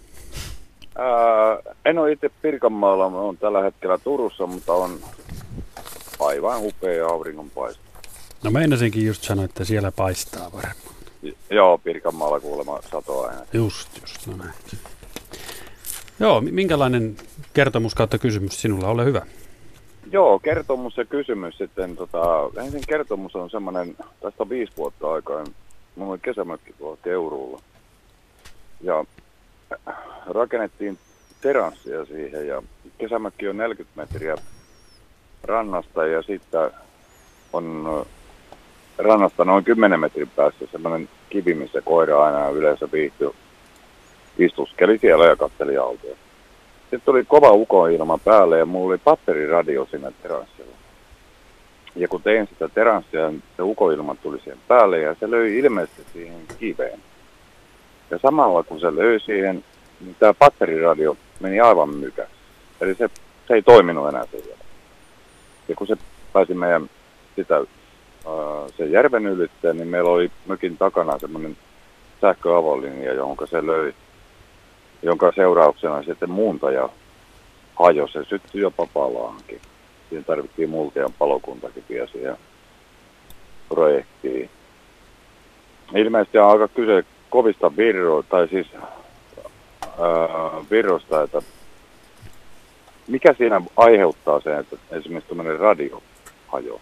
Ää, en ole itse Pirkanmaalla, olen tällä hetkellä Turussa, mutta on aivan upea auringonpaisto. No meinasinkin just sanoa, että siellä paistaa varmaan. J- joo, Pirkanmaalla kuulemma satoa aina. Just, just, no näin. Joo, minkälainen kertomus kautta kysymys sinulla? Ole hyvä. Joo, kertomus ja kysymys sitten. Tota, ensin kertomus on semmoinen, tästä on viisi vuotta aikaa. Mulla oli kesämökki tuolla Keuruulla. Ja rakennettiin teranssia siihen ja kesämökki on neljäkymmentä metriä rannasta ja sitten on rannasta noin kymmenen metrin päässä semmoinen kivi, missä koira aina yleensä viihtyi, istuskeli siellä ja katseli autoja. Sitten tuli kova ukonilma päälle ja mulla oli patteriradio siinä teranssilla. Ja kun tein sitä teranssia, niin se ukonilma tuli siihen päälle ja se löi ilmeisesti siihen kiveen. Ja samalla kun se löi siihen, niin tämä patteriradio meni aivan mykä. Eli se, se ei toiminut enää siellä. Ja kun se pääsi meidän sitä, ää, sen järven ylitteen, niin meillä oli mökin takana semmoinen sähköavolinja, jonka se löi, jonka seurauksena sitten muuntaja hajosi. Se syttyi jopa palaankin. Siinä tarvittiin Multian palokuntakin vielä siihen projektiin. Ilmeisesti on aika kyse kovista virroista, tai siis ää, virrosta, että mikä siinä aiheuttaa sen, että esimerkiksi tämmöinen radio hajoaa?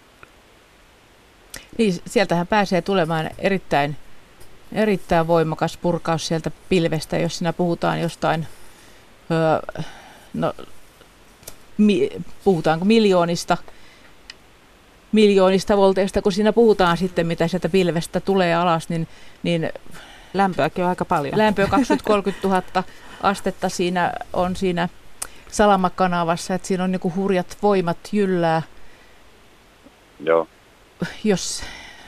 Niin, sieltähän pääsee tulemaan erittäin, erittäin voimakas purkaus sieltä pilvestä, jos siinä puhutaan jostain, öö, no, mi, puhutaanko miljoonista, miljoonista volteista, kun siinä puhutaan sitten, mitä sieltä pilvestä tulee alas, niin, niin lämpöäkin on aika paljon. Lämpöä kaksikymmentä kolmekymmentä tuhatta astetta siinä on siinä Salama-kanavassa, että siinä on niinku hurjat voimat jyllää. Joo. Jos,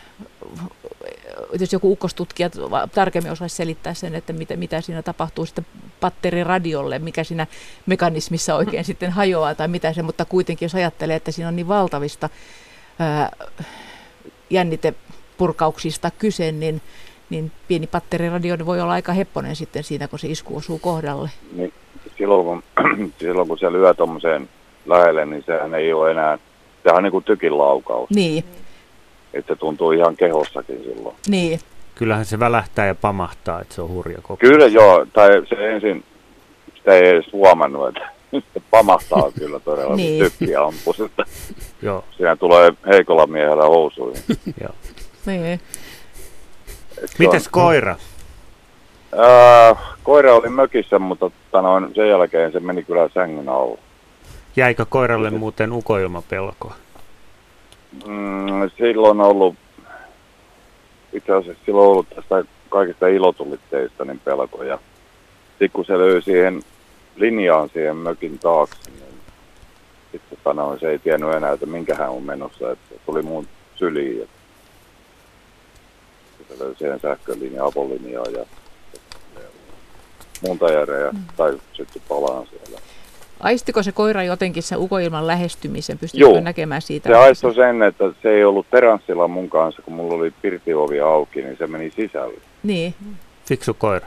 jos joku ukkostutkija tarkemmin osaisi selittää sen, että mitä, mitä siinä tapahtuu sitten patteriradiolle, mikä siinä mekanismissa oikein sitten hajoaa tai mitä se, mutta kuitenkin jos ajattelee, että siinä on niin valtavista ää, jännitepurkauksista kyse, niin, niin pieni patteriradio voi olla aika hepponen sitten siinä, kun se isku osuu kohdalle. Niin, silloin, kun, silloin kun se lyö tuommoiseen lähelle, niin sehän ei ole enää, sehän on niin kuin tykin laukaus. Niin. Että se tuntuu ihan kehossakin silloin. Niin. Kyllähän se välähtää ja pamahtaa, että se on hurja koko. Kyllä joo, tai se ensin, sitä ei edes huomannut, että se pamahtaa kyllä todella, Niin. niin tykkiä ampuu sitä. Joo, Siinä tulee heikolla miehellä housuihin. joo. Niin. Et se Mites on- koira? Ää, koira oli mökissä, mutta tota noin, sen jälkeen se meni kyllä sängyn alla. Jäikö koiralle muuten ukoilmapelkoa? Mm, silloin on ollut, itse asiassa silloin on ollut tästä kaikista ilotulitteista niin pelkoja. Sitten kun se löi siihen linjaan siihen mökin taakse, niin sitten tota noin, se ei tiennyt enää, että minkähän on menossa. Että se tuli mun syliin ja se löi siihen sähkölinjaan, avolinjaan ja muun tajäreen mm. tai sitten palaan siellä. Aistiko se koira jotenkin sen ukoilman lähestymisen? Pystytkö Joo. näkemään siitä? Se aistoi sen, että se ei ollut teranssilla mun kanssa, kun mulla oli pirtiovi auki, niin se meni sisälle. Niin. Fiksu koira.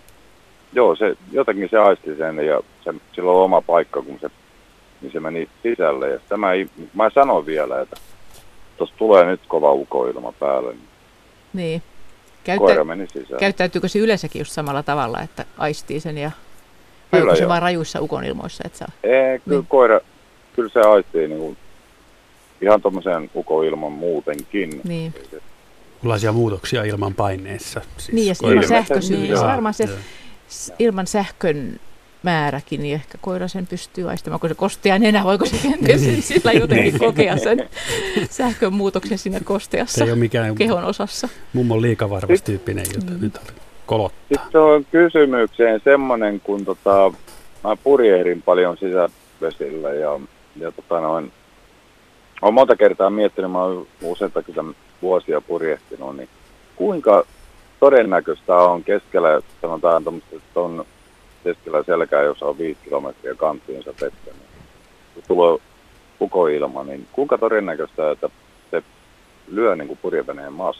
Joo, se, jotenkin se aisti sen ja se, sillä on oma paikka, kun se, niin se meni sisälle. Ja sitä mä, ei, mä sanoin vielä, että tuossa tulee nyt kova ukoilma päälle. Niin Niin. koira Käyttä, meni sisään. käyttäytyykö se yleensäkin just samalla tavalla, että aistii sen ja vai Kyllä, onko se joo. vaan rajuissa ukonilmoissa, että saa? Ei, kyllä Niin. koira, kyllä se aistii niin kuin, ihan tuommoisen ukoilman muutenkin. Niin. Ei se- Millaisia muutoksia ilman paineessa? Siis Niin, ja koira- ilman Ilmeisesti sähkösyys. joo. Varmaan se Joo. s- ilman sähkön määräkin, niin ehkä koira sen pystyy aistamaan, kun se kostea nenä, voiko se kenties sen sillä jotenkin kokea sen sähkön muutoksen siinä Se kosteassa ei ole mikään kehon osassa. mummon liikavarvas tyyppinen, jota Mm. nyt kolottaa. Sitten on kysymykseen semmoinen, kun tota, mä purjehdin paljon sisävesillä ja, ja tota noin, olen monta kertaa miettinyt, mä oon useita kyllä vuosia purjehtinut, niin kuinka todennäköistä on keskellä, sanotaan tämmöistä, että on keskellä selkää, jos on viisi kilometriä kanttiinsa vettä, niin kun tulee ukoilma, niin kuinka todennäköistä, että se lyö niin kuin purjeveneen masta?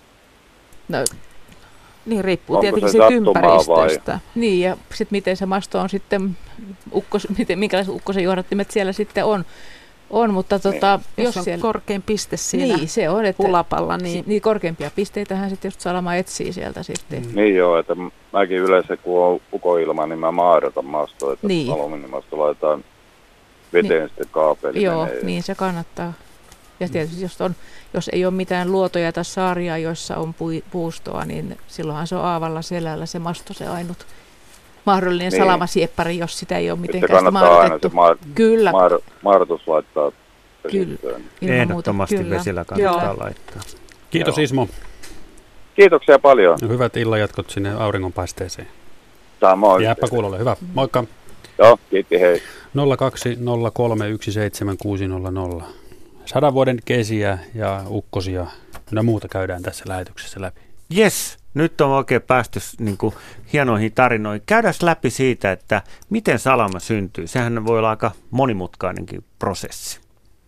No, Niin riippuu Onko tietenkin se siitä sattumaa vai? ympäristöstä. niin, ja sitten miten se masto on sitten, ukkos, miten, minkälaiset ukkosen johdattimet siellä sitten on, on mutta tota, Jos jos on siellä... korkein piste siinä Niin, se on, että pulapalla, niin. niin niin korkeampia pisteitähän sitten just Salama etsii sieltä sitten. Mm. Niin joo, että mäkin yleensä kun on ukoilma, niin mä maadatan mastoa, että Niin. alumiinimasto laitetaan veteen sitten kaapeli Joo, menee. niin se kannattaa. Ja tietysti jos, on, jos ei ole mitään luotoja tai saaria, joissa on pui, puustoa, niin silloinhan se on aavalla selällä se masto se ainut mahdollinen Niin. salamasieppari, jos sitä ei ole Että mitenkään sitä kannattaa aina se maadotettu. ma- Kyllä, maar- maartus laittaa Kyllä. vesistöön. ilman muuta. Ehdottomasti Kyllä. vesillä kannattaa Joo. laittaa. Kiitos Joo. Ismo. Kiitoksia paljon. Ja hyvät illanjatkot sinne auringonpaisteeseen. Samoin. Jääpä kuulolle. Hyvä. Moikka. Joo, kiitti, hei. nolla kaksi nolla kolme yksi seitsemän kuusi nolla nolla. Sadan vuoden kesiä ja ukkosia ja muuta käydään tässä lähetyksessä läpi. Jes, nyt on oikein päästy niin kuin, hienoihin tarinoihin. Käydään läpi siitä, että miten salama syntyy. Sehän voi olla aika monimutkainenkin prosessi.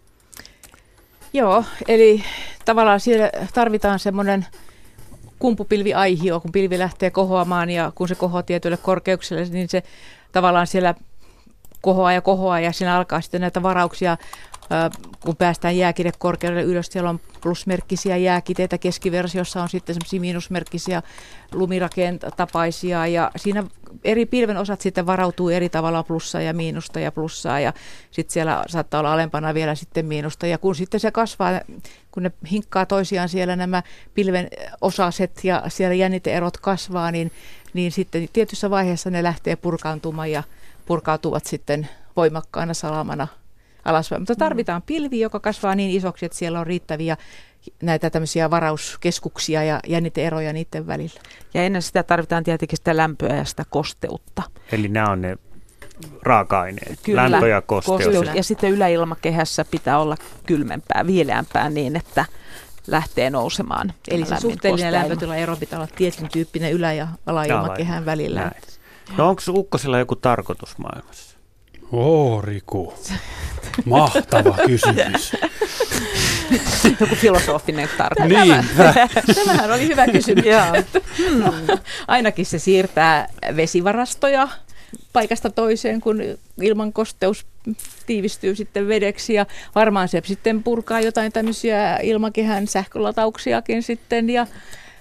Joo, eli tavallaan siellä tarvitaan semmoinen kumpupilviaihio, kun pilvi lähtee kohoamaan ja kun se kohoaa tietyille korkeuksille, niin se tavallaan siellä kohoaa ja kohoaa ja siinä alkaa sitten näitä varauksia, kun päästään jääkidekorkeudelle ylös, siellä on plusmerkkisiä jääkiteitä, keskiversiossa on sitten semmoisia miinusmerkkisiä lumirakentapaisia ja siinä eri pilven osat sitten varautuu eri tavalla plussaa ja miinusta ja plussaa ja sitten siellä saattaa olla alempana vielä sitten miinusta ja kun sitten se kasvaa, kun ne hinkkaa toisiaan siellä nämä pilven osaset ja siellä jänniteerot kasvaa, niin, niin sitten tietyssä vaiheessa ne lähtee purkaantumaan ja purkautuvat sitten voimakkaana salamana alaspäin. Mutta tarvitaan pilvi, joka kasvaa niin isoksi, että siellä on riittäviä näitä tämmöisiä varauskeskuksia ja jänniteeroja niiden välillä. ja ennen sitä tarvitaan tietenkin sitä lämpöä ja sitä kosteutta. Eli nämä on ne raaka-aineet, Kyllä. lämpö ja kosteus. Kosteus. Ja sitten yläilmakehässä pitää olla kylmempää, viileämpää niin, että lähtee nousemaan. Eli tämä se lämmin suhteellinen kosteilma. lämpötilaero pitää olla tietyn tyyppinen ylä- ja alailmakehän välillä. Näin. No onko ukkosilla joku tarkoitus maailmassa? Oo, Riku. Mahtava kysymys. Joku filosofinen tarkoitus. Niin. Tämähän oli hyvä kysymys. Joo. Ainakin se siirtää vesivarastoja paikasta toiseen, kun ilman kosteus tiivistyy sitten vedeksi ja varmaan se sitten purkaa jotain tämmöisiä ilmakehän sähkölatauksiakin sitten ja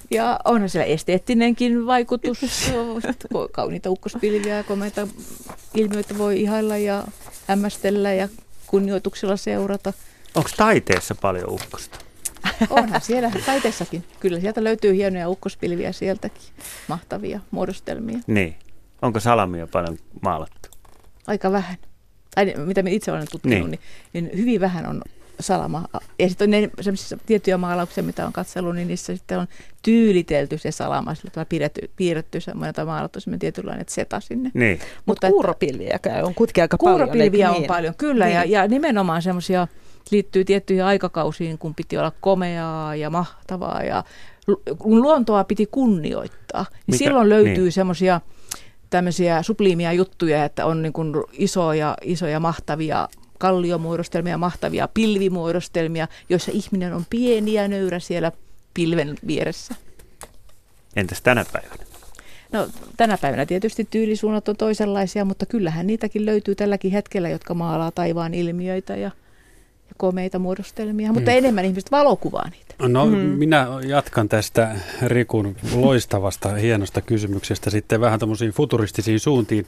Ja onhan siellä esteettinenkin vaikutus. Kauniita ukkospilviä ja komeita ilmiöitä voi ihailla ja hämmästellä ja kunnioituksella seurata. Onko taiteessa paljon ukkosta? Onhan siellä taiteessakin. Kyllä sieltä löytyy hienoja ukkospilviä sieltäkin. Mahtavia muodostelmia. Niin. Onko salamia paljon maalattu? Aika vähän. Tai mitä itse olen tutkinut, niin. Niin, niin hyvin vähän on salama. Ja sitten on ne sellaisia tiettyjä maalauksia, mitä on katsellut, niin niissä sitten on tyylitelty se salama, sillä piirretty, piirretty semmoinen tai maalattu semmoinen tietynlainen seta sinne. Niin. Mutta Mut kuuropilviäkään on kuitenkin aika kuuropilviä paljon. on niin? paljon, kyllä. Niin. Ja, ja nimenomaan semmoisia liittyy tiettyihin aikakausiin, kun piti olla komeaa ja mahtavaa. Ja kun luontoa piti kunnioittaa, niin Mikä? silloin löytyy niin. semmoisia tämmöisiä subliimia juttuja, että on niin kuin isoja, isoja mahtavia kalliomuodostelmia, mahtavia pilvimuodostelmia, joissa ihminen on pieni ja nöyrä siellä pilven vieressä. Entäs tänä päivänä? No tänä päivänä tietysti tyylisuunnat on toisenlaisia, mutta kyllähän niitäkin löytyy tälläkin hetkellä, jotka maalaa taivaan ilmiöitä ja, ja komeita muodostelmia, hmm. mutta enemmän ihmiset valokuvaa niitä. No hmm. minä jatkan tästä Rikun loistavasta, hienosta kysymyksestä sitten vähän tämmöisiin futuristisiin suuntiin.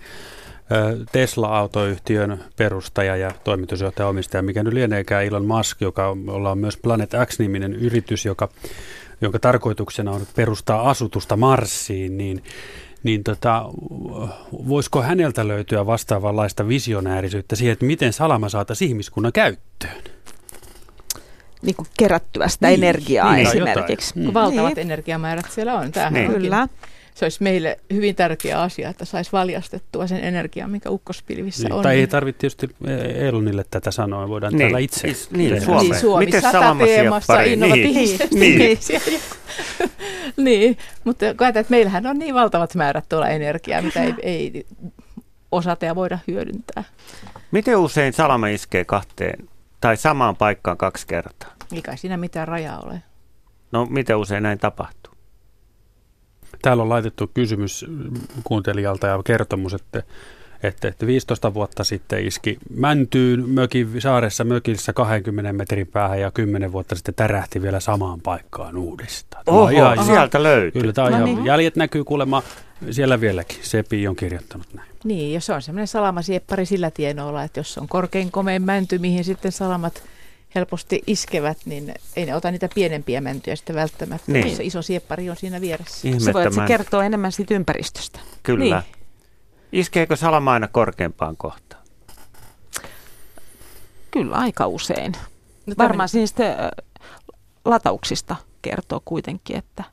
Tesla-autoyhtiön perustaja ja toimitusjohtaja omistaja, mikä nyt lieneekään Elon Musk, joka on myös Planet X-niminen yritys, joka, jonka tarkoituksena on perustaa asutusta Marsiin, niin, niin tota, voisiko häneltä löytyä vastaavanlaista visionäärisyyttä siihen, että miten salama saataisiin ihmiskunnan käyttöön? Niin kuin kerättyä sitä niin, energiaa niin, esimerkiksi. Mm. Valtavat niin. energiamäärät siellä on. Tämähän niin. Kyllä. Se olisi meille hyvin tärkeä asia, että saisi valjastettua sen energian, mikä ukkospilvissä niin, on. Tai ei tarvitse tietysti Elonille tätä sanoa, voidaan niin, täällä itse. Is, niin, Suomi. Niin, Suomi sata teemassa innovatiivisesti. Niin, niin. niin, mutta ajatellaan, että meillähän on niin valtavat määrät tuolla energiaa, mitä ei, ei osata ja voida hyödyntää. Miten usein salama iskee kahteen tai samaan paikkaan kaksi kertaa? Eikä siinä mitään rajaa ole. No miten usein näin tapahtuu? Täällä on laitettu kysymys kuuntelijalta ja kertomus, että, että, että viisitoista vuotta sitten iski Mäntyyn mökin, saaressa mökissä kaksikymmentä metrin päähän ja kymmenen vuotta sitten tärähti vielä samaan paikkaan uudestaan. Oho, ihan, sieltä löytyy. Kyllä, tämä on no ihan, niin. jäljet näkyy kuulemma siellä vieläkin. Sepi on kirjoittanut näin. Niin, jos on semmoinen salamasieppari sillä tienoilla, että jos on korkein komein mänty, mihin sitten salamat helposti iskevät, niin ei ne ota niitä pienempiä mäntyjä sitten välttämättä, niin. Se iso sieppari on siinä vieressä. Se voi, että se kertoo enemmän siitä ympäristöstä. Kyllä. Niin. Iskeekö salama aina korkeampaan kohtaan? Kyllä, aika usein. No, varmaan tämän... niistä latauksista kertoo kuitenkin, että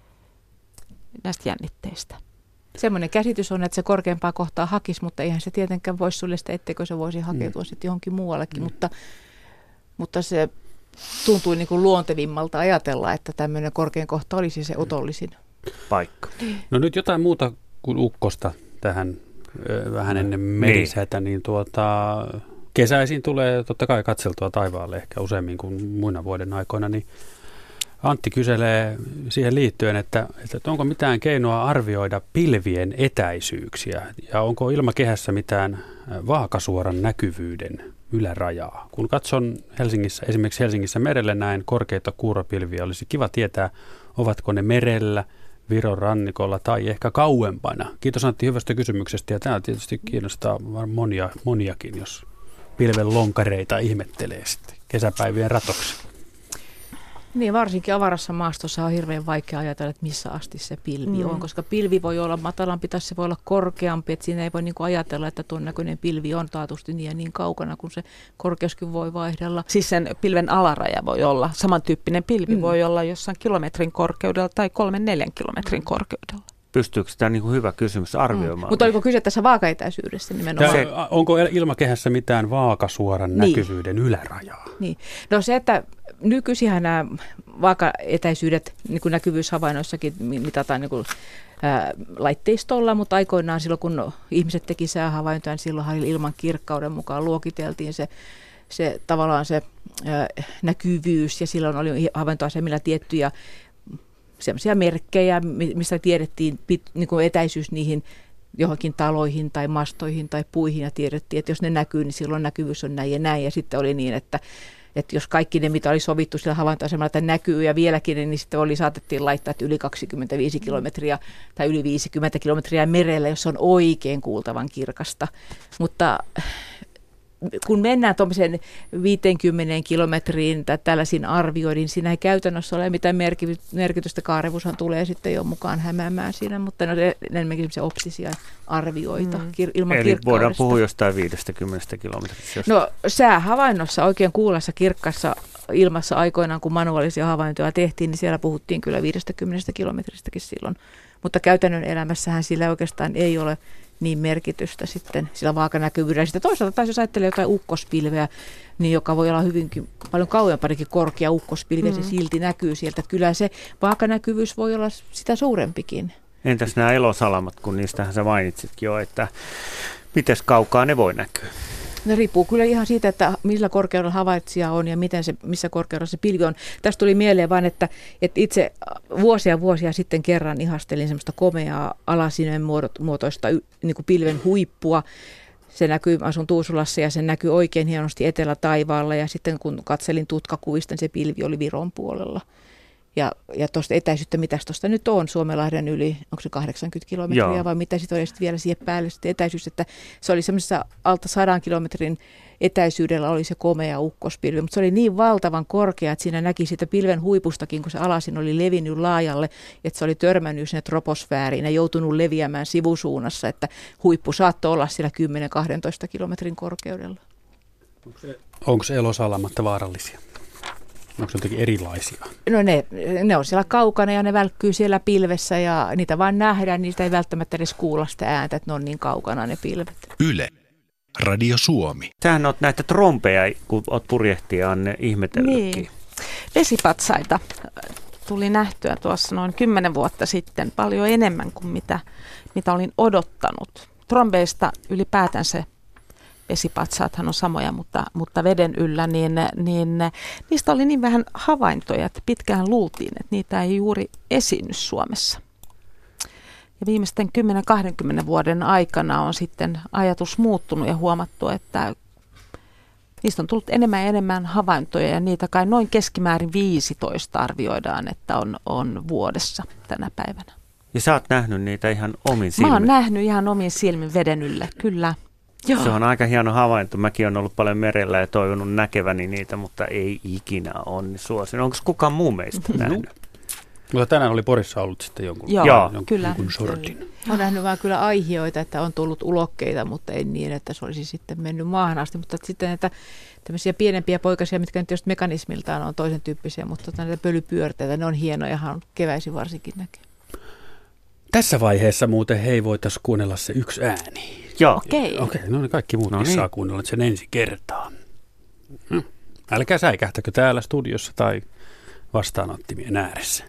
näistä jännitteistä. Semmoinen käsitys on, että se korkeampaa kohtaa hakisi, mutta eihän se tietenkään voisi sulle sitä, etteikö se voisi hakeutua mm. sitten johonkin muuallekin, mm. mutta Mutta se tuntuu niin kuin luontevimmalta ajatella, että tämmöinen korkein kohta olisi se otollisin paikka. No nyt jotain muuta kuin ukkosta tähän vähän ennen merisätä, niin, niin tuota, kesäisin tulee totta kai katseltua taivaalle ehkä useammin kuin muina vuoden aikoina, niin Antti kyselee siihen liittyen, että, että onko mitään keinoa arvioida pilvien etäisyyksiä ja onko ilmakehässä mitään vaakasuoran näkyvyyden ylärajaa. Kun katson Helsingissä, esimerkiksi Helsingissä merelle näin korkeita kuuropilviä, olisi kiva tietää, ovatko ne merellä, Viron rannikolla tai ehkä kauempana. Kiitos Antti hyvästä kysymyksestä ja tämä tietysti kiinnostaa monia, moniakin, jos pilven lonkareita ihmettelee sitten kesäpäivien ratoksi. Niin, varsinkin avarassa maastossa on hirveän vaikea ajatella, että missä asti se pilvi mm. on, koska pilvi voi olla matalampi tai se voi olla korkeampi, että siinä ei voi niin kuin ajatella, että tuon näköinen pilvi on taatusti niin ja niin kaukana, kun se korkeuskin voi vaihdella. Siis sen pilven alaraja voi olla, samantyyppinen pilvi mm. voi olla jossain kilometrin korkeudella tai kolmen neljän kilometrin korkeudella. Pystyykö tämä niin kuin hyvä kysymys arvioimaan? Mm. Mutta oliko kyse tässä vaakaetäisyydessä nimenomaan? Se, onko ilmakehässä mitään vaakasuoran niin. näkyvyyden ylärajaa? Niin. No se, että nykyisinhän nämä vaakaetäisyydet, niin kuin näkyvyyshavainnoissakin mitataan niin kuin, ää, laitteistolla, mutta aikoinaan silloin, kun ihmiset teki säähavaintoja, niin silloinhan ilman kirkkauden mukaan luokiteltiin se, se tavallaan se ää, näkyvyys, ja silloin oli havaintoasemilla tiettyjä sellaisia merkkejä, mistä tiedettiin pit, niin kuin etäisyys niihin johonkin taloihin tai mastoihin tai puihin, ja tiedettiin, että jos ne näkyy, niin silloin näkyvyys on näin ja näin, ja sitten oli niin, että että jos kaikki ne, mitä oli sovittu sillä havaintoasemalla, että näkyy ja vieläkin, niin sitten oli, saatettiin laittaa, että yli kaksikymmentäviisi kilometriä tai yli viisikymmentä kilometriä merellä, jos on oikein kuultavan kirkasta. Mutta kun mennään tuommoiseen viisikymmentä kilometriin tai tällaisiin arvioihin, siinä ei käytännössä ole mitään merkitystä. Kaarevushan tulee sitten jo mukaan hämäämään siinä, mutta ne on enemmänkin optisia arvioita mm. kir- ilman Eli kirkkaudesta. Voidaan puhua jostain viisikymmentä kilometristä. Jos... No säähavainnossa oikein kuulassa kirkkassa ilmassa aikoinaan, kun manuaalisia havaintoja tehtiin, niin siellä puhuttiin kyllä viisikymmentä kilometristäkin silloin. Mutta käytännön elämässähän sillä oikeastaan ei ole niin merkitystä sitten sillä vaakanäkyvyydellä. Sitten toisaalta taas jos ajattelee jotain ukkospilveä, niin joka voi olla hyvinkin paljon kauempanakin korkea ukkospilvi, mm. se silti näkyy sieltä. Kyllä se vaakanäkyvyys voi olla sitä suurempikin. Entäs nämä elosalamat, kun niistähän sä mainitsitkin jo, että miten kaukaa ne voi näkyä? Ne riippuu kyllä ihan siitä, että millä korkeudella havaitsija on ja miten se, missä korkeudella se pilvi on. Tästä tuli mieleen vain, että, että itse vuosia vuosia sitten kerran ihastelin semmoista komeaa alasineen muotoista niin kuin pilven huippua. Se näkyy, asun Tuusulassa ja se näkyy oikein hienosti etelätaivaalla ja sitten kun katselin tutkakuvista, niin se pilvi oli Viron puolella. Ja, ja tuosta etäisyyttä, mitä tuosta nyt on, Suomenlahden yli, onko se kahdeksankymmentä kilometriä Joo. vai mitä sitten oli sitten vielä siihen päälle sitten etäisyys, että se oli semmoisessa alta sadan kilometrin etäisyydellä oli se komea ukkospilvi, mutta se oli niin valtavan korkea, että siinä näki siitä pilven huipustakin, kun se alasin oli levinnyt laajalle, että se oli törmännyt sinne troposfääriin ja joutunut leviämään sivusuunnassa, että huippu saattoi olla siellä kymmenen kaksitoista kilometrin korkeudella. Onko elosalamat vaarallisia? Onko se jotenkin erilaisia? No ne, ne on siellä kaukana ja ne välkkyy siellä pilvessä ja niitä vaan nähdään, niistä ei välttämättä edes kuulla sitä ääntä, että ne on niin kaukana ne pilvet. Yle, Radio Suomi. Sähän oot näitä trompeja, kun oot purjehtijaan ihmetellytkin. Niin. Vesipatsaita tuli nähtyä tuossa noin kymmenen vuotta sitten paljon enemmän kuin mitä, mitä olin odottanut. Trombeista ylipäätään se vesipatsaathan on samoja, mutta, mutta veden yllä, niin, niin niistä oli niin vähän havaintoja, että pitkään luultiin, että niitä ei juuri esiinny Suomessa. Ja viimeisten kymmenen kaksikymmentä vuoden aikana on sitten ajatus muuttunut ja huomattu, että niistä on tullut enemmän ja enemmän havaintoja ja niitä kai noin keskimäärin viisitoista arvioidaan, että on, on vuodessa tänä päivänä. Ja sä oot nähnyt niitä ihan omin silmin? Mä oon nähnyt ihan omin silmin veden yllä, kyllä. Joo. Se on aika hieno havainto. Mäkin olen ollut paljon merellä ja toivonut näkeväni niitä, mutta ei ikinä on suosinut. Onko kukaan muu meistä nähnyt? Mutta tänään oli Porissa ollut sitten jonkun, Joo, jonkun, kyllä. jonkun sortin. Olen nähnyt vaan kyllä aihioita, että on tullut ulokkeita, mutta ei niin, että se olisi sitten mennyt maahan asti. Mutta sitten näitä tämmöisiä pienempiä poikasia, mitkä nyt just mekanismiltaan on toisen tyyppisiä, mutta tota, näitä pölypyörteitä, ne on hienoja, keväisin varsinkin näkee. Tässä vaiheessa muuten hei voitaisiin kuunnella se yksi ääni. Joo. Okei. Okei, no niin kaikki muutkin no niin. saa kuunnella sen ensi kertaa. Hmm. Älkää säikähtäkö täällä studiossa tai vastaanottimien ääressä.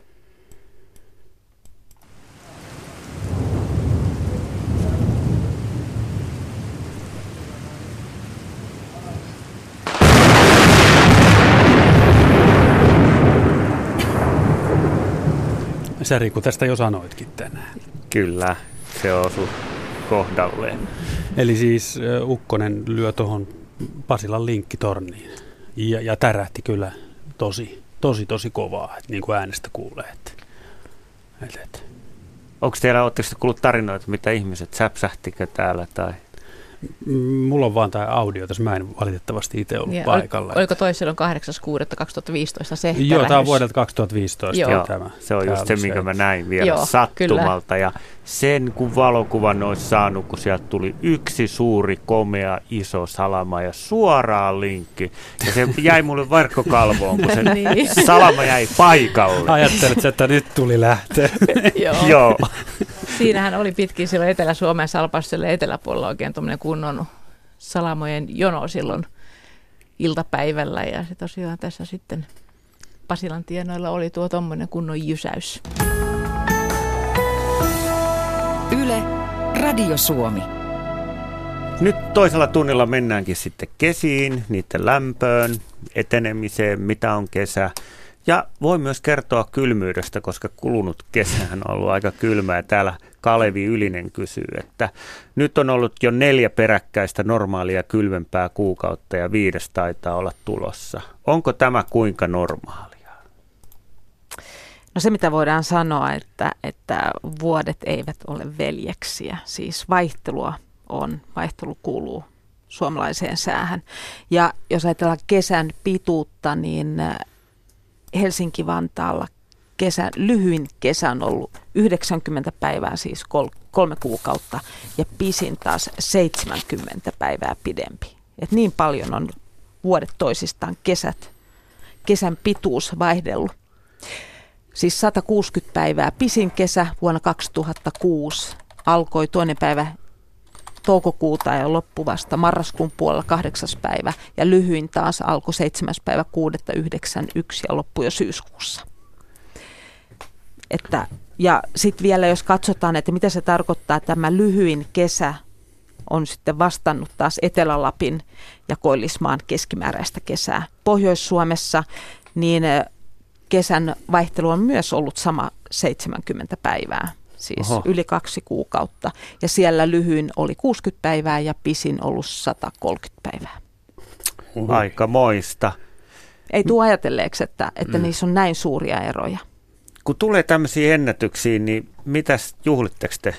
Sä Riku tästä jo sanoitkin tänään. Kyllä, se osui kohdalleen. Eli siis uh, ukkonen lyö tuohon Pasilan linkkitorniin ja, ja tärähti kyllä tosi, tosi, tosi kovaa, että niin kuin äänestä kuulee. Että, että, että. Onko teillä, ootteko te kuullut tarinoita, mitä ihmiset säpsähtikö täällä tai... Mulla on vaan tämä audio, tässä mä en valitettavasti itse ollut ja paikalla. Ol, oliko toi silloin kahdeksas kuudetta kaksituhattaviisitoista se Joo, tärähdys? tämä on vuodelta kaksituhattaviisitoista. Joo, tämä, se on tämä just se, minkä se. mä näin vielä Joo, sattumalta. kyllä. Ja sen, kun valokuvan olisi saanut, kun sieltä tuli yksi suuri, komea, iso salama ja suoraan linkki. Ja se jäi mulle verkkokalvoon, kun se niin. salama jäi paikalle. Ajattelet, että nyt tuli lähteä. Joo. Joo. Siinähän oli pitkin silloin Etelä-Suomen Salpausselän eteläpuolella oikein tuommoinen kunnon salamojen jono silloin iltapäivällä. Ja se tosiaan tässä sitten Pasilan tienoilla oli tuo tuommoinen kunnon jysäys. Yle, Radio Suomi. Nyt toisella tunnilla mennäänkin sitten kesiin, niiden lämpöön, etenemiseen, mitä on kesä. Ja voi myös kertoa kylmyydestä, koska kulunut kesähän on ollut aika kylmä. Ja täällä Kalevi Ylinen kysyy, että nyt on ollut jo neljä peräkkäistä normaalia kylmempää kuukautta ja viides taitaa olla tulossa. Onko tämä kuinka normaalia? No se, mitä voidaan sanoa, että, että vuodet eivät ole veljeksiä. Siis vaihtelua on, vaihtelu kuuluu suomalaiseen säähän. Ja jos ajatellaan kesän pituutta, niin Helsinki-Vantaalla kesä, lyhyin kesä on ollut yhdeksänkymmentä päivää, siis kol, kolme kuukautta, ja pisin taas seitsemänkymmentä päivää pidempi. Et niin paljon on vuodet toisistaan kesät, kesän pituus vaihdellut. Siis sata kuusikymmentä päivää pisin kesä vuonna kaksituhattakuusi alkoi toinen päivä toukokuuta ja loppu vasta marraskuun puolella kahdeksas päivä, ja lyhyin taas alkoi seitsemäs päivä kuudetta yhdeksänkymmentäyksi ja loppui jo syyskuussa. Että, ja sitten vielä jos katsotaan, että mitä se tarkoittaa, tämä lyhyin kesä on sitten vastannut taas Etelä-Lapin ja Koillismaan keskimääräistä kesää. Pohjois-Suomessa niin kesän vaihtelu on myös ollut sama seitsemänkymmentä päivää. Siis Oho. yli kaksi kuukautta. Ja siellä lyhyin oli kuusikymmentä päivää ja pisin ollut sata kolmekymmentä päivää. Aika moista. Ei tule ajatelleeksi, että, että mm. niissä on näin suuria eroja. Kun tulee tämmöisiä ennätyksiä, niin mitäs juhlitteko te?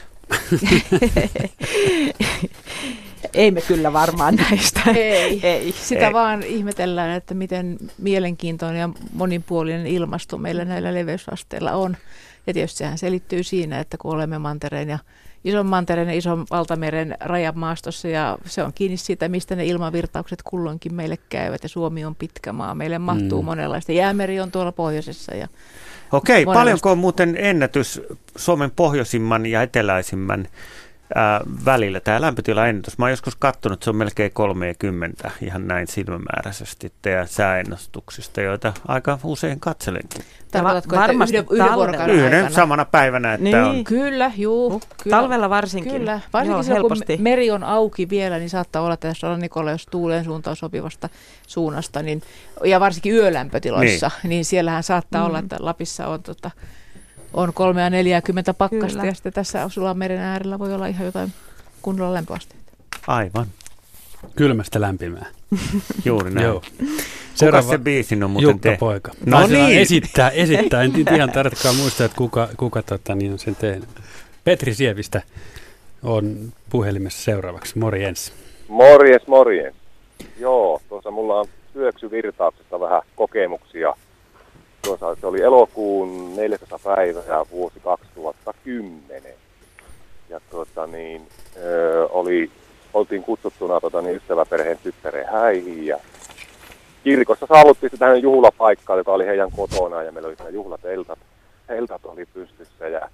Ei me kyllä varmaan näistä. Ei, Ei. sitä Ei. vaan ihmetellään, että miten mielenkiintoinen ja monipuolinen ilmasto meillä näillä leveysasteilla on. Ja tietysti sehän selittyy siinä, että kun olemme mantereen ja ison mantereen ja ison valtameren rajamaastossa, ja se on kiinni siitä, mistä ne ilmavirtaukset kulloinkin meille käyvät, ja Suomi on pitkä maa. Meille mahtuu mm. monenlaista. Jäämeri on tuolla pohjoisessa. Ja Okei, paljonko on muuten ennätys Suomen pohjoisimman ja eteläisimmän ää, välillä, tämä lämpötilaennätys? Mä oon joskus katsonut, että se on melkein kolmekymmentä ihan näin silmämääräisesti teidän sääennustuksista, joita aika usein katselenkin. Tarkoitatko, varmasti että yhden, yhden vuorokauden Yhden aikana? samana päivänä, että niin. on. Kyllä, juu. Kyllä. Talvella varsinkin. Kyllä, varsinkin Joo, silloin, helposti. kun meri on auki vielä, niin saattaa olla, että jos Nikola, jos tuuleen suuntaan sopivasta suunnasta, niin, ja varsinkin yölämpötiloissa, niin, niin siellähän saattaa mm. olla, että Lapissa on, tota, on kolme ja neljäkymmentä pakkasta, Kyllä. ja sitten tässä Osulan meren äärellä voi olla ihan jotain kunnolla lämpöasteita. Aivan. Kylmästä lämpimään. Juuri näin. Joo. Kuka se biisin on muuten te? Jukka Poika. No No niin. Esittää, esittää. En ihan tarkkaan muista, että kuka, kuka tota, niin on sen tehnyt. Petri Sievistä on puhelimessa seuraavaksi. Morjens. Morjens, morjens. Joo, tuossa mulla on syöksyvirtauksesta vähän kokemuksia. Tuossa se oli elokuun neljästoista päivä vuosi kaksituhattakymmenen. Ja tuota niin, ö, oli, oltiin kutsuttuna tuota, niin ystäväperheen tyttären häihin ja kirkossa saavuttiin se tähän juhlapaikkaan, joka oli heidän kotonaan, ja meillä oli siinä juhlateltat. Teltat oli pystyssä ja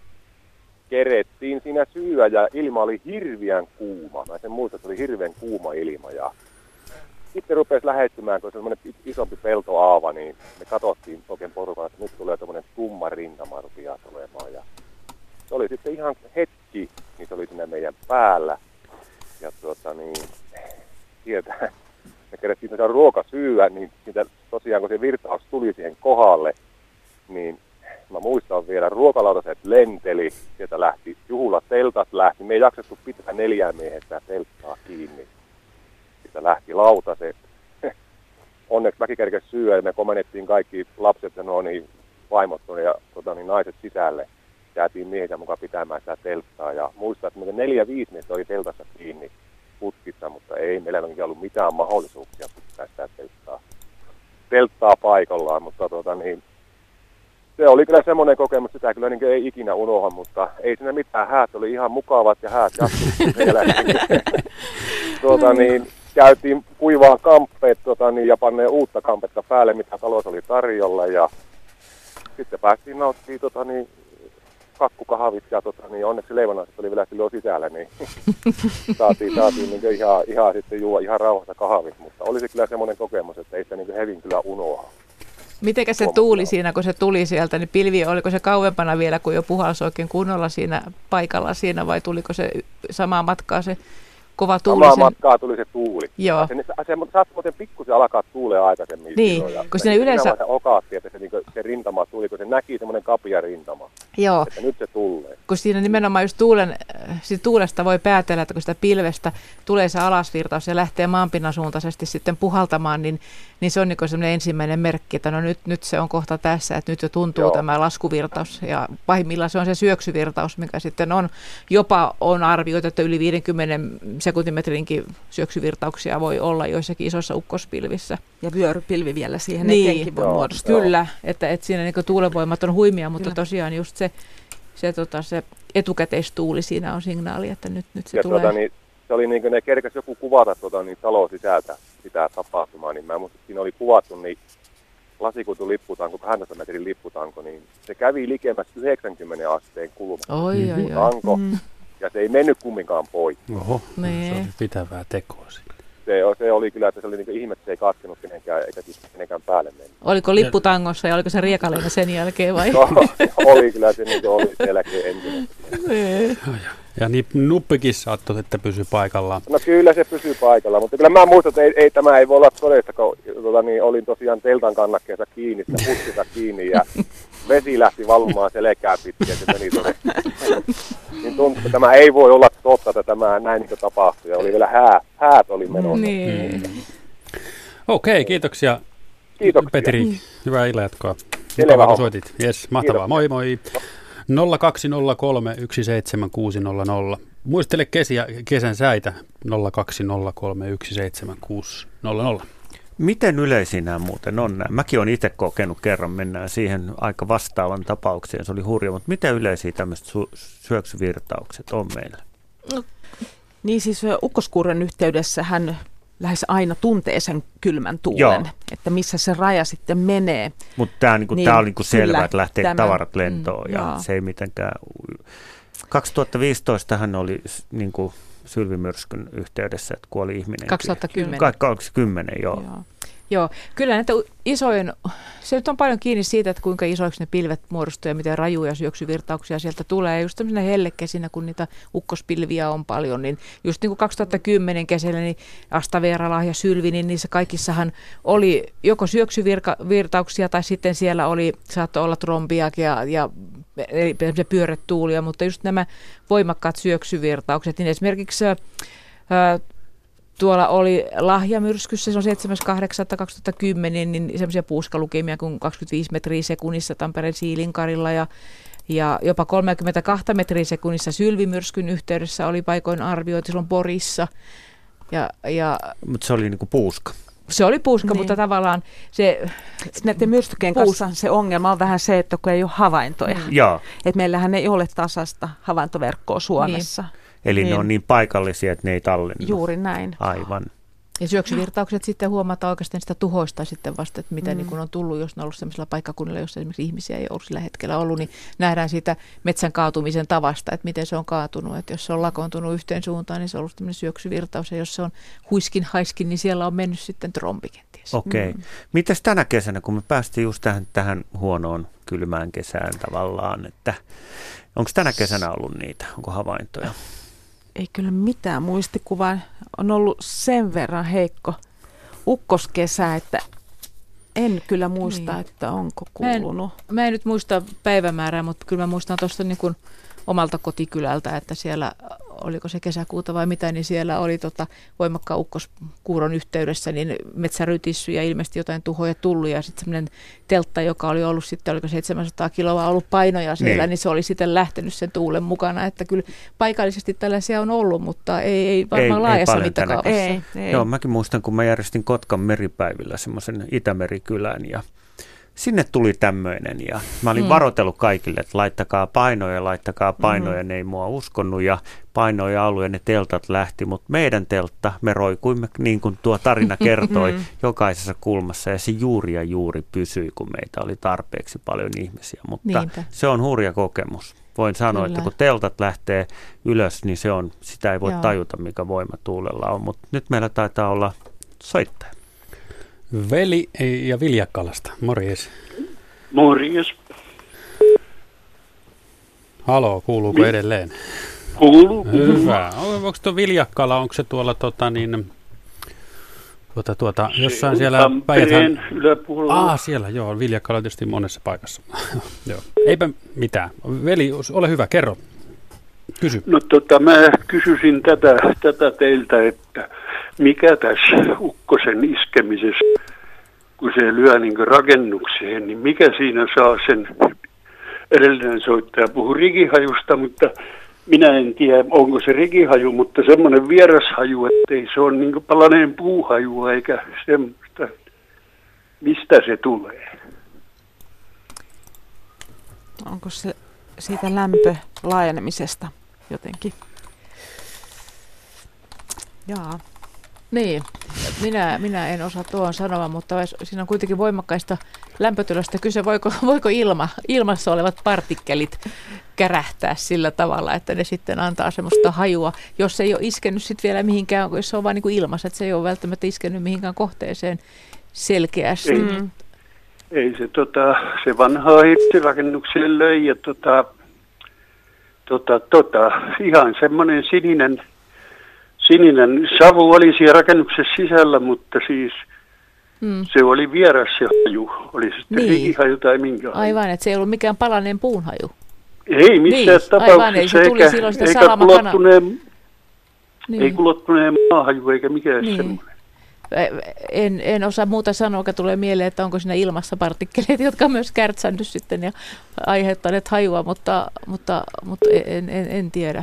kerettiin siinä syödä ja ilma oli hirveän kuuma. Mä sen muistan, että oli hirveän kuuma ilma ja sitten rupesi lähestymään, kun se semmoinen isompi peltoaava, niin me katsottiin oikein porukalla, että nyt tulee tämmöinen tumma rintama rupeaa tulemaan. Ja se oli sitten ihan hetki, niin se oli siinä meidän päällä. Ja tuota niin, sieltä me kerettiin tätä ruokasyyä, niin siitä, tosiaan kun se virtaus tuli siihen kohdalle, niin mä muistan vielä, ruokalautaset lenteli, sieltä lähti juhlateltat lähti. Me ei jaksettu pitää neljää miehen sitä telttaa kiinni. Siitä lähti lautaset. Onneksi mäkin kerkesi syödä ja me komennettiin kaikki lapset ja no niin, vaimot ja tota, niin, naiset sisälle. Jäätiin miehiä mukaan pitämään sitä telttaa ja muistan, että meitä neljä viisi miestä oli teltassa kiinni putkissa, mutta ei meillä ei ollut mitään mahdollisuuksia pitää sitä telttaa, telttaa paikallaan, mutta tota, niin, se oli kyllä semmoinen kokemus, sitä kyllä niin ei ikinä unoha, mutta ei siinä mitään, häät oli ihan mukavat ja häät jatkuivat vielä. tuota, niin, käytiin kuivaa kamppeet tuota, niin, ja panneen uutta kampetta päälle, mitä talossa oli tarjolla ja sitten päästiin nauttimaan tota, niin, kakkukahvit ja tota, niin, onneksi leivonaiset oli vielä silloin sisällä, niin saatiin, saatiin niin ihan, ihan sitten juo ihan rauhassa kahvit, mutta oli se kyllä semmoinen kokemus, että ei sitä niin hevin kyllä unoha. Mitenkä se tuuli siinä, kun se tuli sieltä, niin pilvi, oliko se kauempana vielä, kun jo puhalsi oikein kunnolla siinä paikalla siinä, vai tuliko se samaa matkaa se kova tuuli. Samaa sen... matkaa tuli se tuuli. Joo. Se, se, se saattoi muuten pikkusen alkaa tuuleen aikaisemmin. Niin, kun siinä yleensä... Se okaatti, että se, niin kuin, se rintama tuli, kun se näki semmoinen kapia rintama. Joo. Että nyt se tulee. Kun siinä nimenomaan just tuulen, siitä tuulesta voi päätellä, että kun sitä pilvestä tulee se alasvirtaus ja lähtee maanpinnan suuntaisesti sitten puhaltamaan, niin, niin se on niin semmoinen ensimmäinen merkki, että no nyt, nyt se on kohta tässä, että nyt jo tuntuu Joo. tämä laskuvirtaus. Ja pahimmillaan se on se syöksyvirtaus, mikä sitten on, jopa on arvioitu, että yli viidenkymmenen sekuntimetrinkin syöksyvirtauksia voi olla joissakin isoissa ukkospilvissä. Ja vyörypilvi vielä siihen niin, eteenkin voi muodostua. Kyllä, että, että siinä niin tuulenvoimat on huimia, mutta Kyllä. tosiaan just se, se, tota, se etukäteistuuli siinä on signaali, että nyt, nyt se ja tulee. Tuota, niin, se oli niin kuin ne kerkäs joku kuvata tuota, niin talon sisältä sitä tapahtumaa, niin mä muistin, että siinä oli kuvattu niin lasikuitu lipputanko, kahdentoista metrin lipputanko, niin se kävi likemmässä yhdeksänkymmentä asteen kulma. Oi, oi, tanko, mm. ja se ei mennyt kumminkaan pois. Oho, nee. Se oli pitävää tekoa sitten. Se, se oli kyllä, että se oli niin ihme, että se ei kaskenut kenenkään, eikä kenenkään päälle mennyt. Oliko lipputangossa ja oliko se riekaleena sen jälkeen vai? No, oli kyllä se niin oli selkeä entinen. Ja niin nuppikin saattoi, että pysyi paikallaan. No kyllä se pysyy paikallaan, mutta kyllä mä muistan, että ei, ei, tämä ei voi olla todesta, kun tuota, niin, olin tosiaan teltan kannakkeessa kiinni, sitä pussissa kiinni ja vesi lähti valumaan selkää pitkin ja se meni todesta. Niin tuntui, että tämä ei voi olla totta, että tämä näin niin tapahtui ja oli vielä hää, häät oli menossa. Niin. Mm. Okei, okay, kiitoksia, kiitoksia Petri. Hyvää illanjatkoa. Selvä kun soitit. Yes, mahtavaa. Kiitoksia. Moi moi. nolla kaksi nolla kolme yksi seitsemän kuusi nolla nolla. Muistele kesiä, kesän säitä nolla kaksi nolla kolme yksi seitsemän kuusi nolla nolla. Miten yleisiä nämä muuten on nämä? Mäkin olen itse kokenut kerran, mennään siihen aika vastaavan tapaukseen, se oli hurja, mutta miten yleisiä tämmöiset su- syöksyvirtaukset on meillä? No, niin siis ukkoskuuron yhteydessä hän lähes aina tuntee sen kylmän tuulen, Joo. että missä se raja sitten menee. Mutta tämä niinku, niin, on niinku selvä, kyllä, että lähtee tämä, tavarat lentoon mm, ja joo. se ei mitenkään... kaksituhattaviisitoista hän oli niinku sylvimyrskyn yhteydessä, että kuoli ihminen. kaksituhattakymmenen. kaksituhattakymmenen, joo. joo. Joo, kyllä näitä isojen, se nyt on paljon kiinni siitä, että kuinka isoiksi ne pilvet muodostuu ja miten rajuja syöksyvirtauksia sieltä tulee. Ja just tämmöisenä hellekesinä, kun niitä ukkospilviä on paljon, niin just niin kuin kaksituhattakymmenen kesällä, niin Astaverala ja Sylvi, niin niissä kaikissahan oli joko syöksyvirtauksia tai sitten siellä oli, saattoi olla trombiakin ja, ja pyörretuulia, mutta just nämä voimakkaat syöksyvirtaukset, niin esimerkiksi ää, tuolla oli Lahjamyrskyssä, se on seitsemäs kahdeksatta kaksituhattakymmenen, niin semmoisia puuskalukemia kuin kaksikymmentäviisi metriä sekunnissa Tampereen Siilinkarilla ja, ja jopa kolmekymmentäkaksi metriä sekunnissa Sylvimyrskyn yhteydessä oli paikoin arvioitu silloin Porissa. Ja, ja mutta se oli niinku puuska. Se oli puuska, niin. Mutta tavallaan se... Näiden myrskyjen kanssa se ongelma on vähän se, että kun ei ole havaintoja. Mm. Joo. Että meillähän ei ole tasasta havaintoverkkoa Suomessa. Niin. Eli niin. ne on niin paikallisia, että ne ei tallennu. Juuri näin. Aivan. Ja syöksyvirtaukset sitten huomataan oikeastaan sitä tuhoista sitten vasta, että mitä mm. niin on tullut, jos on ollut sellaisella paikkakunnilla, jossa esimerkiksi ihmisiä ei ole sillä hetkellä ollut, niin nähdään siitä metsän kaatumisen tavasta, että miten se on kaatunut. Että jos se on lakoontunut yhteen suuntaan, niin se on ollut tämmöinen syöksyvirtaus, ja jos se on huiskin haiskin, niin siellä on mennyt sitten trombi kenties. Okei. Okay. Mm. Mites tänä kesänä, kun me päästiin just tähän, tähän huonoon kylmään kesään tavallaan, että onko tänä kesänä ollut niitä, onko havaintoja? Ei kyllä mitään muistikuvaa. On ollut sen verran heikko ukkoskesä, että en kyllä muista, niin. Että onko kuulunut. Mä en, mä en nyt muista päivämäärää, mutta kyllä mä muistan tuosta niin kuin omalta kotikylältä, että siellä, oliko se kesäkuuta vai mitä, niin siellä oli tota voimakkaan ukkoskuuron yhteydessä niin metsä rytissy ja ilmeisesti jotain tuhoja tullut ja sitten semmoinen teltta, joka oli ollut sitten, oliko seitsemänsataa kiloa ollut painoja siellä, niin. niin se oli sitten lähtenyt sen tuulen mukana, että kyllä paikallisesti tällaisia on ollut, mutta ei, ei varmaan ei, laajassa ei mittakaavassa. Ei, ei. Joo, mäkin muistan, kun mä järjestin Kotkan meripäivillä semmoisen Itämerikylän ja sinne tuli tämmöinen ja mä olin mm. varoitellut kaikille, että laittakaa painoja, laittakaa painoja, mm. ne ei mua uskonut ja painoja ollut ja ne teltat lähti, mutta meidän teltta, me roikuimme niin kuin tuo tarina kertoi mm. jokaisessa kulmassa ja se juuri ja juuri pysyi, kun meitä oli tarpeeksi paljon ihmisiä, mutta Niinpä. Se on hurja kokemus. Voin sanoa, Kyllä. että kun teltat lähtee ylös, niin se on, sitä ei voi Joo. tajuta, mikä voima tuulella on, mutta nyt meillä taitaa olla soittaja. Veli ja Viljakkalasta. Morjes. Morjes. Haloo, kuuluuko Mi- edelleen? Kuuluu. Hyvä. Onko tuo Viljakkala, onko se tuolla tota niin, tuota, tuota, jossain siellä Päijät-Hämeen yläpuolella? Ah, siellä, joo. Viljakkala on tietysti monessa paikassa. Joo. Eipä mitään. Veli, ole hyvä, kerro. Kysy. No tota, mä kysyisin tätä, tätä teiltä, että mikä tässä ukkosen iskemisessä, kun se lyö niin kuin rakennukseen, niin mikä siinä saa sen, edellinen soittaja puhui rikihajusta, mutta minä en tiedä, onko se rikihaju, mutta semmoinen vierashaju, ettei se ole niin kuin palaneen puuhajua eikä semmoista, mistä se tulee. Onko se siitä lämpö laajenemisesta jotenkin? Jaa. Niin, minä, minä en osaa tuohon sanoa, mutta siinä on kuitenkin voimakkaista lämpötilasta kyse. Voiko, voiko ilma, ilmassa olevat partikkelit kärähtää sillä tavalla, että ne sitten antaa semmoista hajua, jos se ei ole iskenyt sitten vielä mihinkään, jos se on vain niin kuin ilmassa, että se ei ole välttämättä iskenyt mihinkään kohteeseen selkeästi. Ei, mm. ei se, tota, se vanhaa hirsirakennukseen löi ja tota, tota, tota, ihan semmoinen sininen, sininen savu oli siellä rakennuksessa sisällä, mutta siis mm. se oli vieras se haju. Oli se sitten niin. Rikihaju tai minkä haju. Aivan, että se ei ollut mikään palaneen puunhaju. Ei missään niin. tapauksessa. Aivan, ei se tuli eikä, silloin sitä eikä kulottuneen, niin. ei kulottuneen maahaju eikä mikään niin. semmoinen. En, en osaa muuta sanoa, joka tulee mieleen, että onko siinä ilmassa partikkeleita, jotka on myös kärtsännyt sitten ja aiheuttaneet hajua, mutta, mutta, mutta en, en, en tiedä.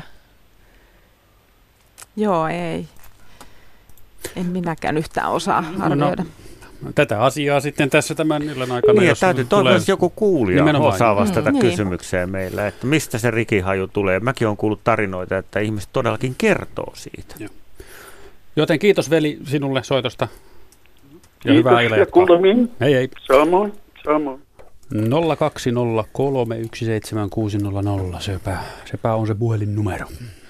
Joo, ei. En minäkään yhtään osaa arvioida. No, tätä asiaa sitten tässä tämän illan aikana. Niin, jos täytyy toivon, että joku kuulija nimenomaan osaa vastata mm, kysymykseen niin. meillä, että mistä se rikihaju tulee. Mäkin olen kuullut tarinoita, että ihmiset todellakin kertoo siitä. Joo. Joten kiitos veli sinulle soitosta. Ja kiitos hyvää iltaa. Ja kuulemiin. Hei hei. Samoin, samoin. nolla kaksi nolla kolme yksi seitsemän kuusi nolla nolla, sepä, sepä on se puhelinnumero.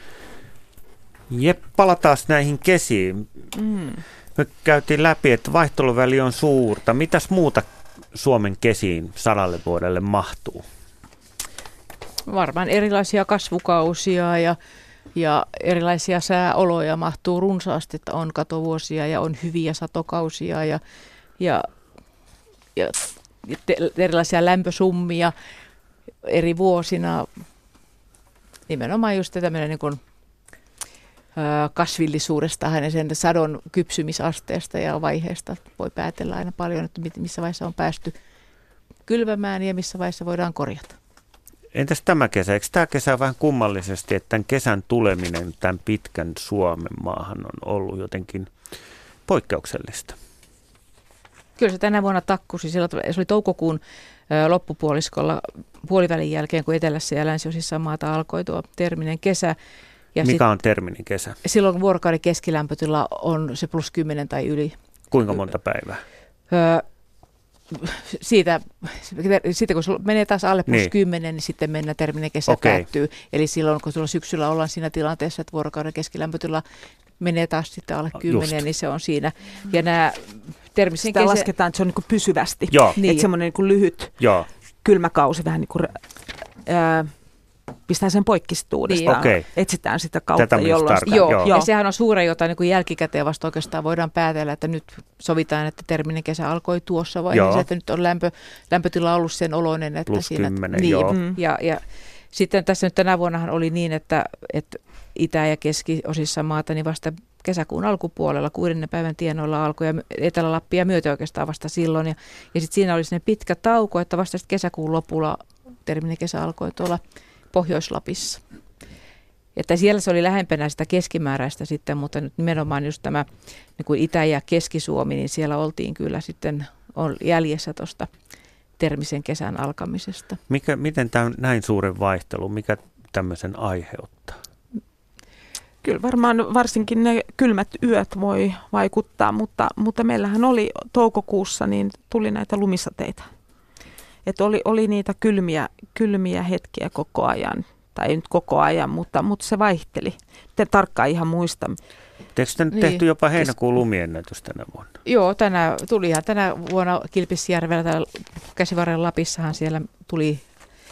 Jep, palataan näihin kesiin. Mm. Me käytiin läpi, että vaihteluväli on suurta. Mitäs muuta Suomen kesiin sadalle vuodelle mahtuu? Varmaan erilaisia kasvukausia ja, ja erilaisia sääoloja mahtuu runsaasti, että on katovuosia ja on hyviä satokausia ja, ja, ja te, erilaisia lämpösummia eri vuosina. Nimenomaan just tämmöinen niin kuin kasvillisuudesta, hänen sen sadon kypsymisasteesta ja vaiheesta voi päätellä aina paljon, että missä vaiheessa on päästy kylvämään ja missä vaiheessa voidaan korjata. Entäs tämä kesä? Eikö tämä kesä vähän kummallisesti, että tämän kesän tuleminen tämän pitkän Suomen maahan on ollut jotenkin poikkeuksellista? Kyllä se tänä vuonna takkusi. Se oli toukokuun loppupuoliskolla puolivälin jälkeen, kun etelässä ja länsiosissa maata alkoi tuo terminen kesä. Ja mikä sit, on terminen kesä? Silloin vuorokauden keskilämpötila on se plus kymmenen tai yli. Kuinka monta päivää? Öö, siitä, siitä kun menee taas alle plus niin. kymmenen, niin sitten mennään terminen kesä okay. päättyy. Eli silloin kun tuolla syksyllä ollaan siinä tilanteessa, että vuorokauden keskilämpötila menee taas sitten alle kymmenen, niin se on siinä. Ja nämä termisen sitä kesä... lasketaan, että se on niin kuin pysyvästi. Niin. Että semmoinen niin kuin lyhyt Joo. kylmäkausi vähän niin kuin... Öö, pistää sen poikkisuudesta, niin. okay. etsitään sitä kautta, jolloin... Joo, joo. Ja sehän on suure, jota niin kuin jälkikäteen vasta oikeastaan voidaan päätellä, että nyt sovitaan, että terminen kesä alkoi tuossa vaiheessa, joo. että nyt on lämpö, lämpötila ollut sen oloinen, että plus siinä... kymmenen, niin, joo. Mm. Ja, ja sitten tässä nyt tänä vuonnahan oli niin, että, että itä- ja keskiosissa maata niin vasta kesäkuun alkupuolella, kuudennen päivän tienoilla alkoi, ja Etelä-Lappia myötä oikeastaan vasta silloin. Ja, ja sitten siinä oli sinne pitkä tauko, että vasta sitten kesäkuun lopulla terminen kesä alkoi tuolla Pohjois-Lapissa. Että siellä se oli lähempänä sitä keskimääräistä sitten, mutta nyt nimenomaan just tämä niin kuin Itä- ja Keski-Suomi, niin siellä oltiin kyllä sitten jäljessä tuosta termisen kesän alkamisesta. Mikä, miten tämä näin suuren vaihtelu, mikä tämmöisen aiheuttaa? Kyllä varmaan varsinkin ne kylmät yöt voi vaikuttaa, mutta, mutta meillähän oli toukokuussa, niin tuli näitä lumisateita. Että oli, oli niitä kylmiä, kylmiä hetkiä koko ajan, tai ei nyt koko ajan, mutta, mutta se vaihteli. En tarkkaan ihan muista. Eikö sitä niin. tehty jopa heinäkuun lumiennätys tänä vuonna? Joo, tänä, tuli ihan tänä vuonna Kilpisjärvellä tai Käsivarren Lapissahan siellä tuli,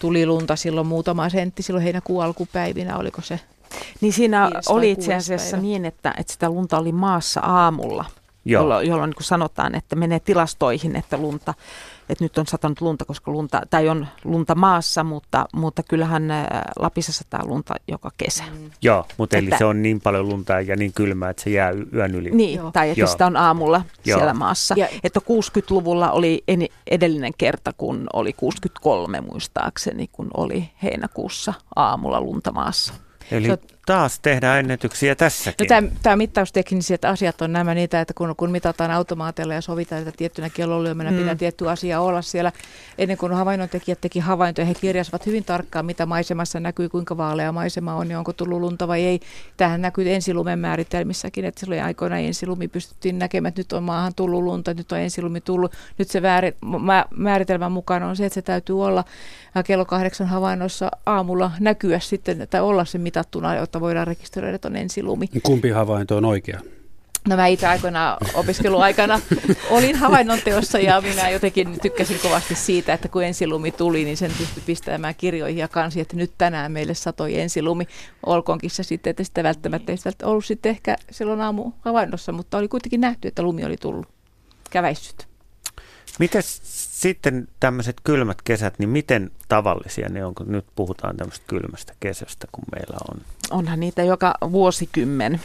tuli lunta silloin muutama sentti silloin heinäkuun alkupäivinä, oliko se? Niin siinä viides oli vai itse kuudes asiassa päivä? niin, että, että sitä lunta oli maassa aamulla, Joo. jolloin, jolloin niin kuin sanotaan, että menee tilastoihin, että lunta, että nyt on satanut lunta, koska lunta, tai on lunta maassa, mutta, mutta kyllähän ä, Lapissa sataa lunta joka kesä. Mm. Joo, mutta eli Että- se on niin paljon lunta ja niin kylmää, että se jää y- yön yli. Niin, Joo. tai että Joo. sitä on aamulla Joo. siellä maassa. Ja- Että kuusikymmentäluvulla oli eni- edellinen kerta, kun oli kuusikymmentäkolme muistaakseni, kun oli heinäkuussa aamulla lunta maassa. Eli Se- taas tehdään ennätyksiä No, tässäkin. tämä, tämä mittaustekniset asiat on nämä niitä, että kun, kun mitataan automaatilla ja sovitaan, että tiettynä kellolyömänä Mm. mm. pitää tietty asia olla siellä. Ennen kuin havainnointekijät teki havaintoja, he kirjasivat hyvin tarkkaan, mitä maisemassa näkyy, kuinka vaalea maisema on ja onko tullut lunta vai ei. Tämähän näkyy ensilumen määritelmissäkin, että silloin aikoina ensilumi pystyttiin näkemään, että nyt on maahan tullut lunta, nyt on ensilumi tullut. Nyt se vääri, mä, määritelmän mukaan on se, että se täytyy olla kello kahdeksan havainnossa aamulla näkyä sitten, tai olla se mitattuna, jotta voidaan rekisteröidä, että on ensilumi. Kumpi havainto on oikea? No mä itse aikoinaan opiskeluaikana olin havainnonteossa ja minä jotenkin tykkäsin kovasti siitä, että kun ensilumi tuli, niin sen pystyi pistämään kirjoihin ja kansiin, että nyt tänään meille satoi ensilumi. Olkoonkin se sitten, että sitä välttämättä ei sitä ollut sitten ehkä silloin aamu havainnossa, mutta oli kuitenkin nähty, että lumi oli tullut käväissyt. Miten sitten tämmöiset kylmät kesät, niin miten tavallisia ne on, kun nyt puhutaan tämmöistä kylmästä kesästä, kun meillä on? Onhan niitä joka vuosikymmen.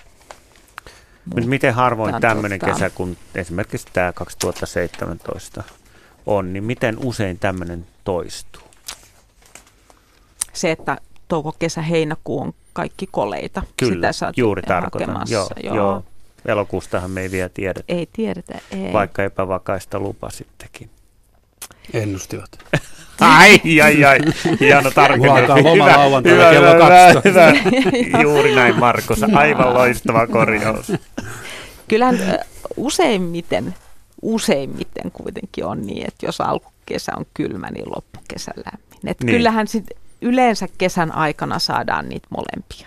Mutta miten harvoin Tämä on tämmöinen totta. kesä, kun esimerkiksi tämä kaksituhattaseitsemäntoista on, niin miten usein tämmöinen toistuu? Se, että touko, kesä, heinäkuu on kaikki koleita. Kyllä, Sitä sä oot juuri tarkoitan. hakemassa, Joo, joo. joo. Elokuustahan me ei vielä tiedetä, Ei tiedetä, ei. vaikka epävakaista lupasittekin. Ennustivat. Ai, ai, ai. Hieno tarkennus. Mulla alkaa loma Hyvä, lauantaina hyvä, kello hyvä, kaksitoista. hyvä. Juuri näin, Markus. Aivan loistava korjaus. Kyllähän ö, useimmiten, useimmiten kuitenkin on niin, että jos alkukesä on kylmä, niin loppukesä lämmin. Et Niin. Kyllähän sit yleensä kesän aikana saadaan niitä molempia.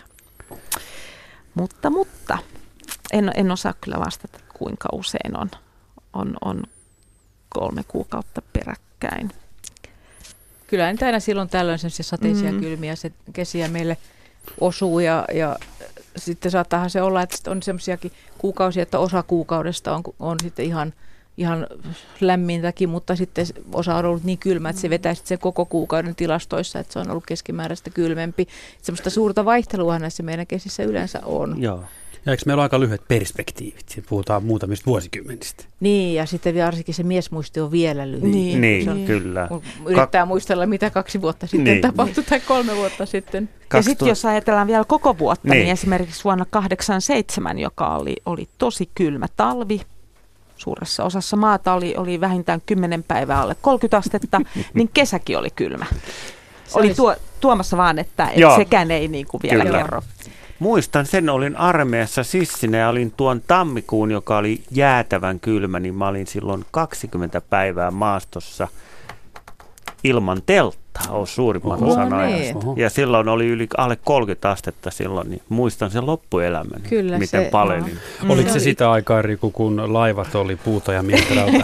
Mutta, mutta en, en osaa kyllä vastata, kuinka usein on, on, on kolme kuukautta peräkkäin. Kyllä nyt aina silloin tällöin semmoisia sateisia Mm. mm. kylmiä se kesiä meille osuu ja, ja sitten saattaahan se olla, että on semmoisiakin kuukausia, että osa kuukaudesta on, on sitten ihan, ihan lämmintäkin, mutta sitten osa on ollut niin kylmä, että se vetää sitten sen koko kuukauden tilastoissa, että se on ollut keskimääräistä kylmempi. Semmoista suurta vaihtelua näissä meidän kesissä yleensä on. Joo. Ja eikö meillä ole aika lyhyet perspektiivit? Siitä puhutaan muutamista vuosikymmenistä. Niin, ja sitten varsinkin se miesmuisti on vielä lyhyempi. Niin. Niin, Se on- kyllä. kun yrittää muistella, mitä kaksi vuotta sitten Niin. tapahtui tai kolme vuotta sitten. Ja sitten jos ajatellaan vielä koko vuotta, niin, Niin. niin esimerkiksi vuonna kahdeksankymmentäseitsemän, joka oli, oli tosi kylmä talvi, suuressa osassa maata oli, oli vähintään kymmenen päivää alle kolmekymmentä astetta, niin kesäkin oli kylmä. Se Oli olisi- tuo, tuomassa vaan, että et Joo. sekään ei niin kuin vielä Kyllä. kerro. Muistan sen, olin armeijassa sissinä ja olin tuon tammikuun, joka oli jäätävän kylmä, niin mä olin silloin kaksikymmentä päivää maastossa ilman telttaa, on suurimman Oho. osan No niin. ajasta. Oho. Ja silloin oli yli alle kolmekymmentä astetta silloin, niin muistan sen loppuelämän, Kyllä miten se- palenin. Mm. Oliko se Se oli- sitä aikaa, Riku, kun laivat oli puuta ja mietrauta?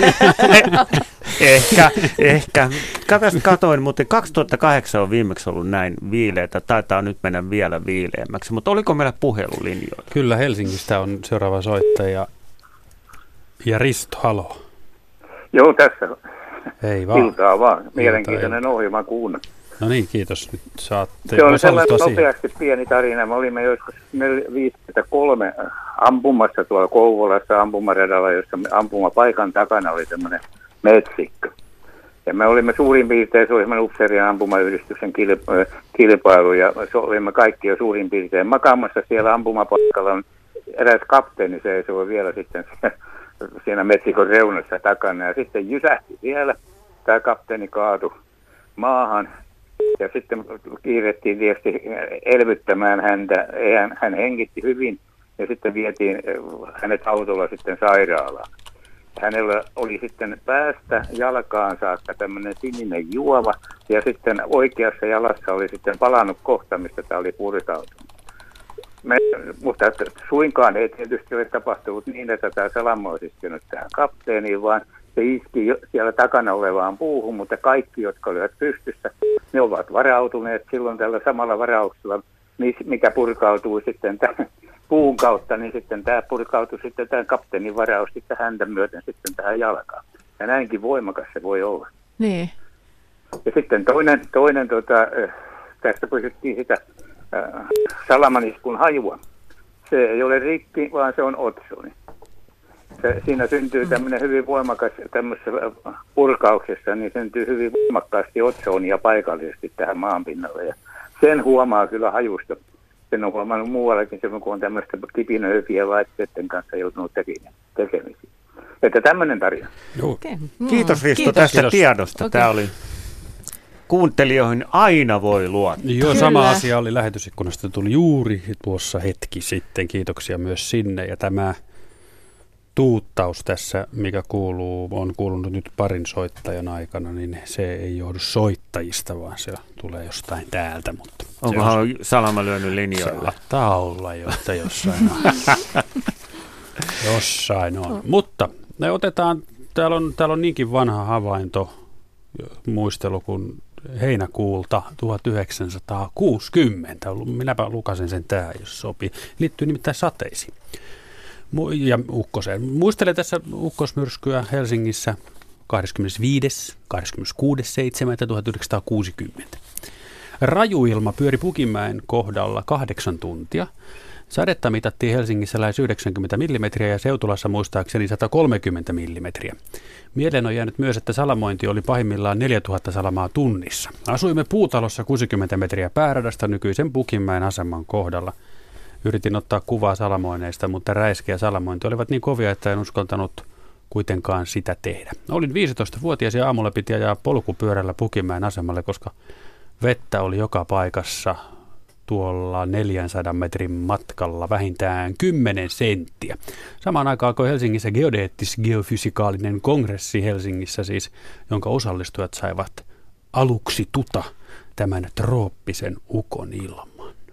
ehkä, ehkä. Katos, katoin, mutta kaksituhattakahdeksan on viimeksi ollut näin viileitä. Taitaa nyt mennä vielä viileämmäksi, mutta oliko meillä puhelulinjoilla? Kyllä, Helsingistä on seuraava soittaja. Ja Risto, halo. Joo, tässä Hei vaan. iltaa vaan. Iltaa, Mielenkiintoinen iltaa. ohjelma kuunnella. No niin, kiitos. Nyt saatte Se on osallistua sellainen siihen. nopeasti pieni tarina. Me olimme joskus viisikymmentäkolme ampumassa tuolla Kouvolassa ampumaradalla, jossa ampumapaikan takana oli tämmöinen metsikkö. Ja me olimme suurin piirtein, se oli semmoinen upseerien ampumayhdistyksen kilp- kilpailu, ja se olimme kaikki jo suurin piirtein makaamassa siellä ampumapaikalla. Eräs kapteeni seisoi vielä sitten siinä metsikon reunassa takana, ja sitten jysähti siellä. Tämä kapteeni kaatui maahan, ja sitten kiirettiin tietysti elvyttämään häntä. Hän, hän hengitti hyvin, ja sitten vietiin hänet autolla sitten sairaalaan. Hänellä oli sitten päästä jalkaan saakka tämmöinen sininen juova, ja sitten oikeassa jalassa oli sitten palannut kohta, mistä tämä oli purkautunut. Me, mutta suinkaan ei tietysti ole tapahtunut niin, että tämä salama olisi iskenut tähän kapteeniin, vaan se iski jo siellä takana olevaan puuhun, mutta kaikki, jotka olivat pystyssä, ne ovat varautuneet silloin tällä samalla varauksella, mikä purkautuu sitten tämän puun kautta, niin sitten tämä purkautui sitten tämän kapteenin varaus sitten häntä myöten sitten tähän jalkaan. Ja näinkin voimakas se voi olla. Niin. Ja sitten toinen, toinen tota, tästä pysyttiin sitä äh, salamaniskun hajua. Se ei ole rikki, vaan se on otsoni. Se, siinä syntyy tämmöinen hyvin voimakas, tämmöisessä purkauksessa, niin syntyy hyvin voimakkaasti otsonia paikallisesti tähän maanpinnalle. Ja sen huomaa kyllä hajusta. Sen on huomannut muuallakin, kun on tämmöistä kipinöipiä laitteiden kanssa joutunut tekemisiin. Että tämmöinen tarina. Okay. Kiitos Risto Kiitos. tästä Kiitos. tiedosta. Okay. Tämä oli kuuntelijoihin aina voi luottaa. Joo, Kyllä. sama asia oli lähetysikkunasta, tuli juuri tuossa hetki sitten. Kiitoksia myös sinne. Ja tämä tuuttaus tässä, mikä kuuluu, on kuulunut nyt parin soittajan aikana, niin se ei johdu soittajista, vaan se tulee jostain täältä. Mutta onkohan on, Salama lyönyt linjoilla? Saattaa olla jo, että jossain on. jossain on. Mutta ne otetaan, täällä on, täällä on niinkin vanha havainto, muistelu kuin heinäkuulta tuhatyhdeksänsataakuusikymmentä. Minäpä lukasin sen tähän, jos sopii. Liittyy nimittäin sateisiin ja ukkoseen. Muistelen tässä ukkosmyrskyä Helsingissä kahdeskymmenesviides kahdeskymmeneskuudes seitsemättä tuhatyhdeksänsataakuusikymmentä. Rajuilma pyöri Pukinmäen kohdalla kahdeksan tuntia. Sadetta mitattiin Helsingissä lähes yhdeksänkymmentä millimetriä ja Seutulassa muistaakseni sata kolmekymmentä millimetriä. Mieleen on jäänyt myös, että salamointi oli pahimmillaan neljätuhatta salamaa tunnissa. Asuimme puutalossa kuusikymmentä metriä pääradasta nykyisen Pukinmäen aseman kohdalla. Yritin ottaa kuvaa salamoineista, mutta räiski ja salamointi olivat niin kovia, että en uskaltanut kuitenkaan sitä tehdä. Olin viisitoistavuotias ja aamulla piti ajaa polkupyörällä Pukinmäen asemalle, koska vettä oli joka paikassa tuolla neljänsadan metrin matkalla vähintään kymmenen senttiä. Samaan aikaan alkoi Helsingissä geodeettis-geofysikaalinen kongressi Helsingissä siis, jonka osallistujat saivat aluksi tuta tämän trooppisen ukon ilman.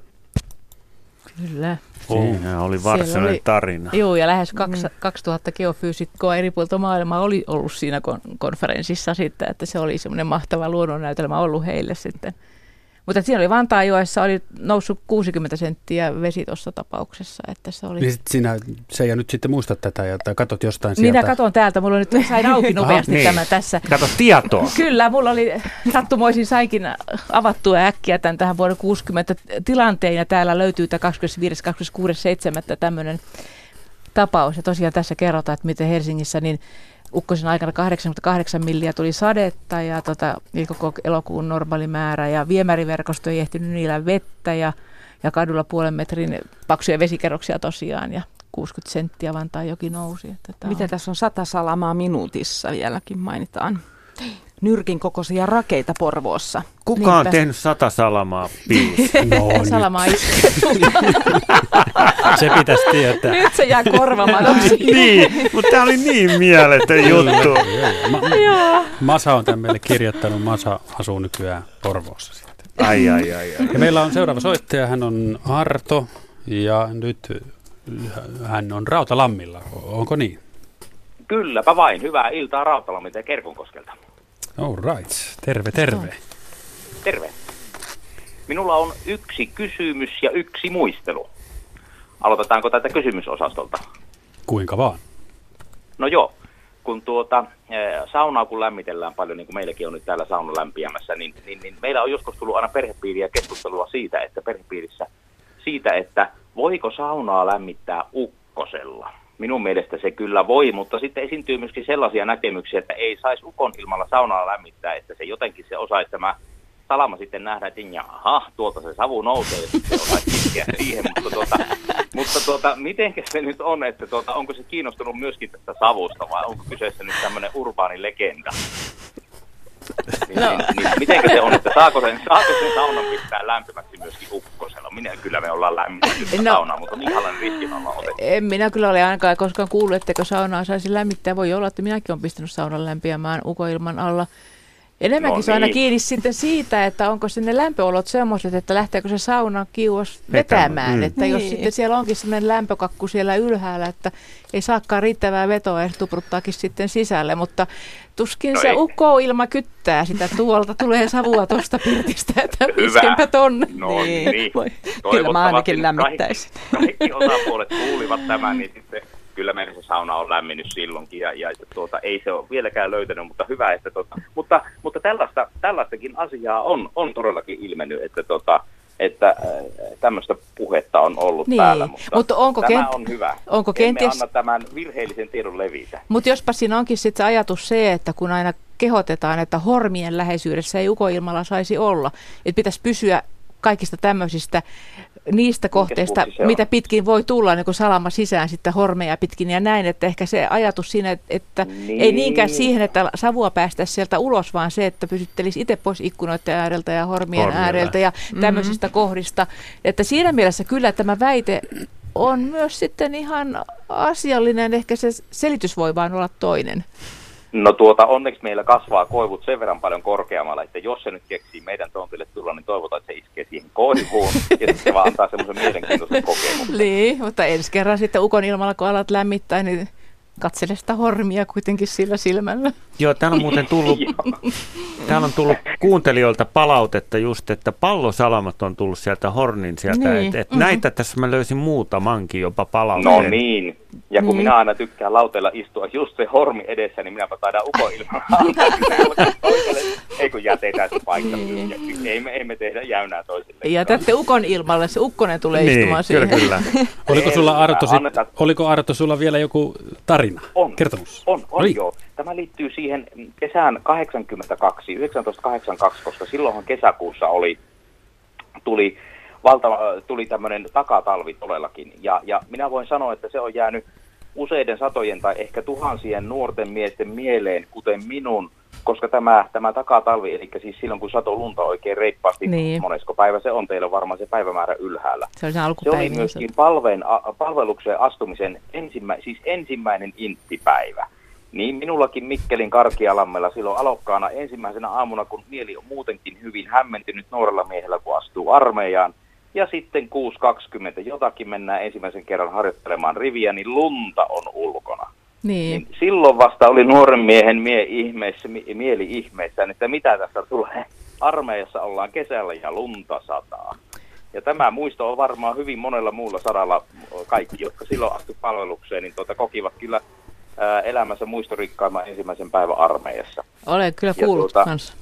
Kyllä. Siinä oli varsinainen oli, tarina. Joo, ja lähes kaksi, kaksituhatta geofyysikkoa eri puolilta maailmaa oli ollut siinä kon- konferenssissa sitten, että se oli semmoinen mahtava luonnonnäytelmä ollut heille sitten. Mutta siinä oli Vantaajoessa oli noussut kuusikymmentä senttiä vesi tuossa tapauksessa. Että se oli... Niin sinä, se ja nyt sitten muistat tätä ja katot jostain sieltä. Minä katon täältä, mulla nyt sain auki nopeasti Aha, niin. tämän tässä. Kato tietoa. Kyllä, mulla oli sattumoisin saikin avattua äkkiä tämän tähän vuoden kuusikymmentä tilanteen ja täällä löytyy tämä kahdeskymmenesviides kahdeskymmeneskuudes seitsemättä tämmöinen tapaus. Ja tosiaan tässä kerrotaan, että miten Helsingissä niin ukkosen aikana kahdeksankymmentäkahdeksan milliä tuli sadetta ja tota, koko elokuun normaali määrä ja viemäriverkosto ei ehtinyt niillä vettä ja, ja kadulla puolen metrin paksuja vesikerroksia tosiaan ja kuusikymmentä senttiä Vantaajoki nousi. Että Mitä on... tässä on sata salamaa minuutissa vieläkin mainitaan? Nyrkin kokoisia rakeita Porvoossa. Kuka Niinpä. on tehnyt sata salamaa biisi? No, salamaa iskee. Se pitäisi tietää. Nyt se jää korvamadoksi. Niin, mutta tämä oli niin mieletön juttu. Ma- Masa on tämän meille kirjoittanut. Masa asuu nykyään Porvoossa sitten. Ai, ai, ai, ai. Ja meillä on seuraava soittaja. Hän on Arto ja nyt hän on Rautalammilla. Onko niin? Kylläpä vain. Hyvää iltaa Rautalammilta ja Kerkonkoskelta. All right. Terve, terve. Terve. Minulla on yksi kysymys ja yksi muistelu. Aloitetaanko tätä kysymysosastolta? Kuinka vaan? No joo. Kun tuota, saunaa kun lämmitellään paljon, niin kuin meilläkin on nyt täällä sauna lämpiämässä, niin, niin, niin meillä on joskus tullut aina perhepiiriä keskustelua siitä, että perhepiirissä siitä, että voiko saunaa lämmittää ukkosella. Minun mielestä se kyllä voi, mutta sitten esiintyy myöskin sellaisia näkemyksiä, että ei saisi ukon ilmalla saunaa lämmittää, että se jotenkin se osaisi tämä salama sitten nähdä, että jaha, tuolta se savu nousee ja sitten se osaisi iskeä siihen, mutta, tuota, mutta tuota, miten se nyt on, että tuota, onko se kiinnostunut myöskin tästä savusta vai onko kyseessä nyt tämmöinen urbaani legenda? Niin, no. niin, niin, mitenkä se on, että saako sen, saako sen saunan pistää lämpimäksi myöskin ukkosella? Minä kyllä me ollaan lämmitetty no, saunaa, mutta minkälainen riskin ollaan otettu? En minä kyllä ole ainakaan koskaan kuullut, etteikö saunaa saisi lämmittää. Voi olla, että minäkin olen pistänyt saunan lämpiämään ukoilman alla. Enemmänkin No se on aina niin. kiinni sitten siitä, että onko sinne lämpöolot semmoiset, että lähteekö se sauna kiuas vetämään. Mm. Että jos Niin. sitten siellä onkin semmoinen lämpökakku siellä ylhäällä, että ei saakaan riittävää vetoa ja se tupruttaakin sitten sisälle. Mutta tuskin No se ei. ukko-ilma kyttää sitä tuolta. Tulee savua tuosta pirtistä, että Hyvä. iskenpä tonne. No Niin. niin. Voi. Kyllä mä Toivottavasti ainakin nyt lämmittäisin. Kaikki, kaikki osapuolet kuulivat tämän, niin sitten kyllä meidän se sauna on lämmennyt silloinkin ja, ja tuota, ei se ole vieläkään löytänyt, mutta hyvä, että tuota, mutta, mutta tällaista, tällaistakin asiaa on, on todellakin ilmennyt, että, tuota, että äh, tämmöistä puhetta on ollut Niin, päällä, mutta, mutta onko tämä kent- on hyvä. onko Emme kenties- anna tämän virheellisen tiedon levitä. Mutta jospa siinä onkin sitten se ajatus se, että kun aina kehotetaan, että hormien läheisyydessä ei ukoilmalla saisi olla, että pitäisi pysyä kaikista tämmöisistä niistä kohteista, suksi se on? mitä pitkin voi tulla, niin kun salama sisään sitten hormeja pitkin ja näin, että ehkä se ajatus siinä, että Niin. ei niinkään siihen, että savua päästäisiin sieltä ulos, vaan se, että pysyttelisi itse pois ikkunoiden ääreltä ja hormien Hormien ääreltä ja tämmöisistä kohdista. Että siinä mielessä kyllä tämä väite on myös sitten ihan asiallinen, ehkä se selitys voi vaan olla toinen. No tuota, onneksi meillä kasvaa koivut sen verran paljon korkeammalla, että jos se nyt keksii meidän tontille tulla, niin toivotaan, että se iskee siihen koivuun ja sitten se vaan antaa semmoisen mielenkiintoisen kokemuksen. Niin, mutta ensi kerran sitten ukon ilmalla, kun alat lämmittää, niin katsele sitä hormia kuitenkin sillä silmällä. Joo, täällä on muuten tullut, täällä on tullut kuuntelijoilta palautetta just, että pallosalamat on tullut sieltä Hornin sieltä. Niin. Et, et Mhm. näitä tässä mä löysin muutamankin jopa palautteen. No niin, ja kun Niin. minä aina tykkään lauteella istua just se hormi edessä, niin minäpä taidan ukon ilman antaa sitä toiselle. Ei kun jätetään se paikka. Niin. Ei me, ei me tehdä jäynää toisille. Ja tätte ukon ilmalle, se ukkonen tulee Niin, istumaan kyllä, siihen. kyllä. Oliko sulla Arto, sit, Annetaan- oliko Arto sulla vielä joku tarina? On. Kertomus. On, on Oi. joo. Tämä liittyy siihen kesään kahdeksankymmentäkaksi, tuhatyhdeksänsataakahdeksankymmentäkaksi, koska silloinhan kesäkuussa oli, tuli, valtava, tuli tämmöinen takatalvi todellakin. Ja, ja minä voin sanoa, että se on jäänyt useiden satojen tai ehkä tuhansien nuorten miesten mieleen, kuten minun, koska tämä, tämä takatalvi, eli siis silloin kun sato lunta oikein reippaasti, Niin. monesko päivä se on teillä varmaan se päivämäärä ylhäällä. Se oli se Se oli alkupäivä. myöskin palveen, a, palvelukseen astumisen ensimmä, siis ensimmäinen inttipäivä. Niin minullakin Mikkelin Karkialammella silloin alokkaana ensimmäisenä aamuna, kun mieli on muutenkin hyvin hämmentynyt nuorella miehellä, kun astuu armeijaan. Ja sitten kuusi kaksikymmentä jotakin mennään ensimmäisen kerran harjoittelemaan riviä, niin lunta on ulkona. Niin. Niin silloin vasta oli nuoren miehen mie ihmeissä, mi mieli ihmeissään, että mitä tässä tulee. Armeijassa ollaan kesällä ja lunta sataa. Ja tämä muisto on varmaan hyvin monella muulla saralla kaikki, jotka silloin astu palvelukseen, niin tuota, kokivat kyllä ää, elämänsä muistorikkaimman ensimmäisen päivän armeijassa. Olen kyllä Ja kuullut tuota- kanssa.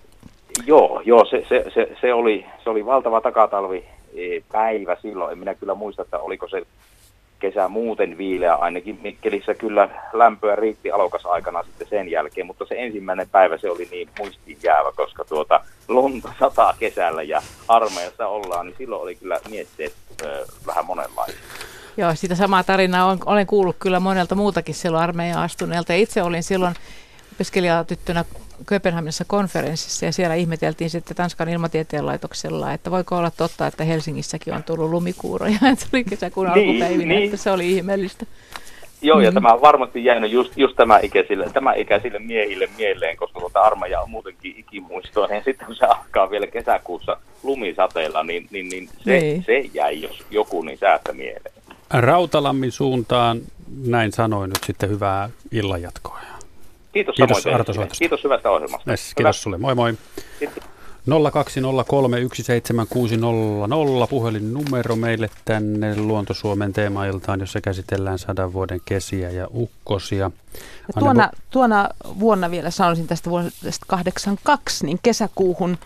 Joo, joo se, se, se, se, oli, se oli valtava takatalvi e, päivä silloin. En minä kyllä muista, että oliko se kesä muuten viileä. Ainakin Mikkelissä kyllä lämpöä riitti alokas aikana sitten sen jälkeen, mutta se ensimmäinen päivä se oli niin muistiin jäävä, koska tuota lunta sataa kesällä ja armeijassa ollaan, niin silloin oli kyllä mietteet ö, vähän monenlaisia. Joo, sitä samaa tarinaa on, olen kuullut kyllä monelta muutakin silloin armeijaan astuneelta. Ja itse olin silloin opiskelijatyttönä Kööpenhaminassa konferenssissa ja siellä ihmeteltiin sitten Tanskan ilmatieteen laitoksella, että voiko olla totta, että Helsingissäkin on tullut lumikuuroja. Se oli kesäkuun Niin, alkupäivinä, niin. että se oli ihmeellistä. Joo, ja Mhm. tämä on varmasti jäänyt just, just tämä ikäisille, tämä ikäisille miehille mieleen, koska tuota armeija on muutenkin ikimuistoinen. Ja sitten kun se alkaa vielä kesäkuussa lumisateella, niin, niin, niin, se, Niin. se jäi, jos joku, niin säästä mieleen. Rautalammin suuntaan, näin sanoin nyt sitten hyvää illanjatkoa. Kiitos, Kiitos, samoin Arto teille. soitosta. Kiitos hyvästä ohjelmasta. Yes, kiitos sulle, moi moi. Kiitos. nolla kaksi nolla kolme yksi seitsemän kuusi nolla nolla puhelinnumero meille tänne Luontosuomen teemailtaan, jossa käsitellään sadan vuoden kesiä ja ukkosia. Ja Anne tuona, Bo- tuona vuonna vielä sanoisin tästä vuodesta kahdeksankymmentäkaksi, niin kesäkuuhun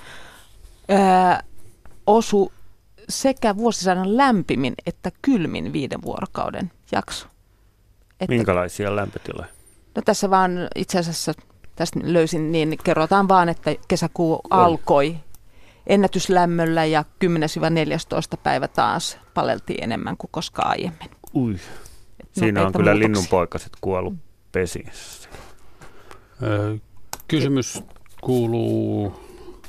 ää, osui sekä vuosisadan lämpimin että kylmin viiden vuorokauden jakso. Että, Minkälaisia lämpötiloja? no tässä vaan itse asiassa, tästä löysin, niin kerrotaan vaan, että kesäkuu alkoi ennätyslämmöllä ja kymmenes neljästoista päivä taas paleltiin enemmän kuin koskaan aiemmin. Ui. Siinä on Nopeita kyllä muutoksia. linnunpoikaset kuollut pesissä. Ö, Kysymys kuuluu,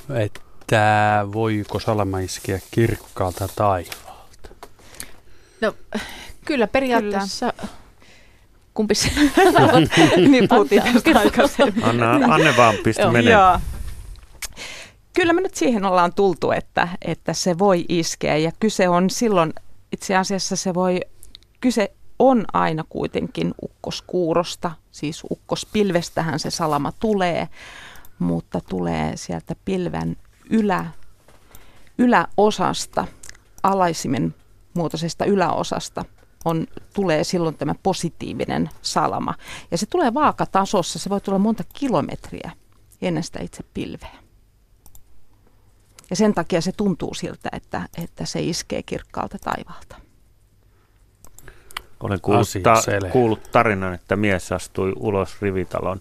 että voiko salama iskeä kirkkaalta taivaalta? No kyllä periaatteessa, kumpi se? Niin puhuttiin tästä aikaisemmin. Anna, Anne vaan pistä Joo. menee. Joo. kyllä me nyt siihen ollaan tultu, että, että se voi iskeä ja kyse on silloin, itse asiassa se voi, kyse on aina kuitenkin ukkoskuurosta, siis ukkospilvestähän se salama tulee, mutta tulee sieltä pilven ylä, yläosasta, alaisimen muotoisesta yläosasta on, tulee silloin tämä positiivinen salama. Ja se tulee vaakatasossa, se voi tulla monta kilometriä ennen sitä itse pilveä. Ja sen takia se tuntuu siltä, että, että se iskee kirkkaalta taivaalta. Olen kuullut, ta- kuullut tarinan, että mies astui ulos rivitalon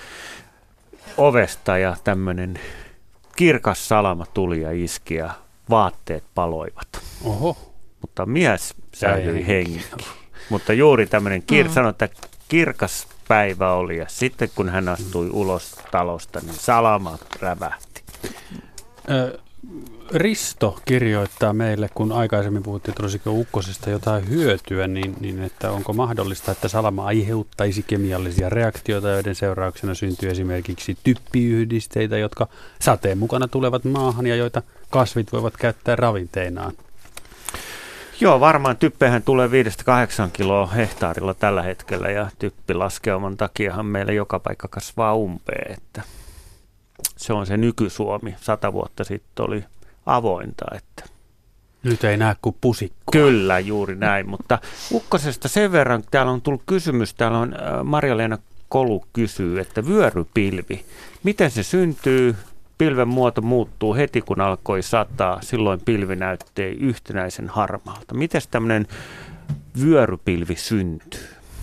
ovesta ja tämmöinen kirkas salama tuli ja iski ja vaatteet paloivat. Oho. Mutta mies säilyi henki. Mutta juuri tämmöinen, kir- mm. sanoi, että kirkas päivä oli ja sitten kun hän astui ulos talosta, niin salama rävähti. Ö, Risto kirjoittaa meille, kun aikaisemmin puhuttiin, että olisiko ukkosesta jotain hyötyä, niin, niin että onko mahdollista, että salama aiheuttaisi kemiallisia reaktioita, joiden seurauksena syntyy esimerkiksi typpiyhdisteitä, jotka sateen mukana tulevat maahan ja joita kasvit voivat käyttää ravinteinaan. Joo, varmaan typpehän tulee viidestä kahdeksaan kiloa hehtaarilla tällä hetkellä ja typpilaskeuman takiahan meillä joka paikka kasvaa umpeen, että se on se nyky-Suomi. Sata vuotta sitten oli avointa. Että nyt ei näe kuin pusikkoa. Kyllä, juuri näin. Mutta ukkosesta sen verran, täällä on tullut kysymys, täällä on Marja-Leena Kolu kysyy, että vyörypilvi, miten se syntyy? Pilven muoto muuttuu heti, kun alkoi sataa. Silloin pilvi näyttää yhtenäisen harmaalta. Miten tämmöinen vyörypilvi syntyy?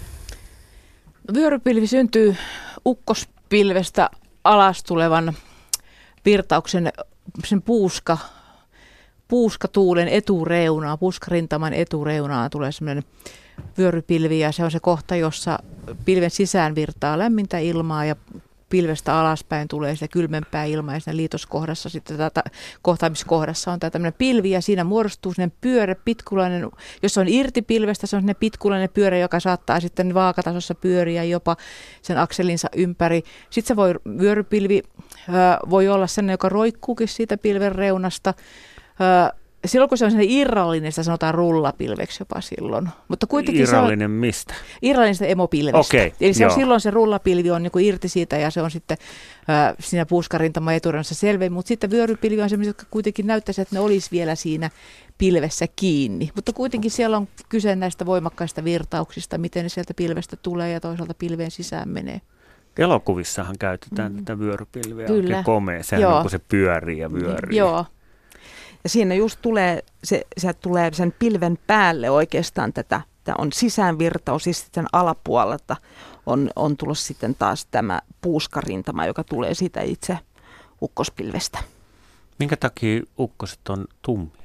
Vyörypilvi syntyy ukkospilvestä alas tulevan virtauksen sen puuska, puuskatuulen etureunaa, puuskarintaman etureunaa tulee semmoinen vyörypilvi ja se on se kohta, jossa pilven sisään virtaa lämmintä ilmaa ja pilvestä alaspäin tulee sitä kylmempää ilmaa ja siinä liitoskohdassa, sitten tätä kohtaamiskohdassa on tämä tämmöinen pilvi ja siinä muodostuu sellainen pyörä, pitkulainen, jos se on irti pilvestä, se on sellainen pitkulainen pyörä, joka saattaa sitten vaakatasossa pyöriä jopa sen akselinsa ympäri. Sitten se voi, vyörypilvi voi olla sellainen, joka roikkuukin siitä pilven reunasta. Silloin kun se on sellainen irrallinen, sitä sanotaan rullapilveksi jopa silloin. Mutta kuitenkin irrallinen se on, mistä? Irrallinen emopilvestä. Okay, eli se on, joo. silloin se rullapilvi on niin kuin irti siitä ja se on sitten äh, siinä puuskarintaman etureunassa selveä. Mutta sitten vyörypilvi on sellaisia, jotka kuitenkin näyttäisi, että ne olisi vielä siinä pilvessä kiinni. Mutta kuitenkin siellä on kyse näistä voimakkaista virtauksista, miten ne sieltä pilvestä tulee ja toisaalta pilveen sisään menee. Elokuvissahan käytetään mm. tätä vyörypilveä. Kyllä. Oikein komea. Sehän on, kun se pyörii ja vyörii. Joo. Ja siinä just tulee, se, se tulee sen pilven päälle oikeastaan tätä, tämä on sisäänvirtaus, siis sitten alapuolelta on, on tullut sitten taas tämä puuskarintama, joka tulee siitä itse ukkospilvestä. Minkä takia ukkoset on tummia?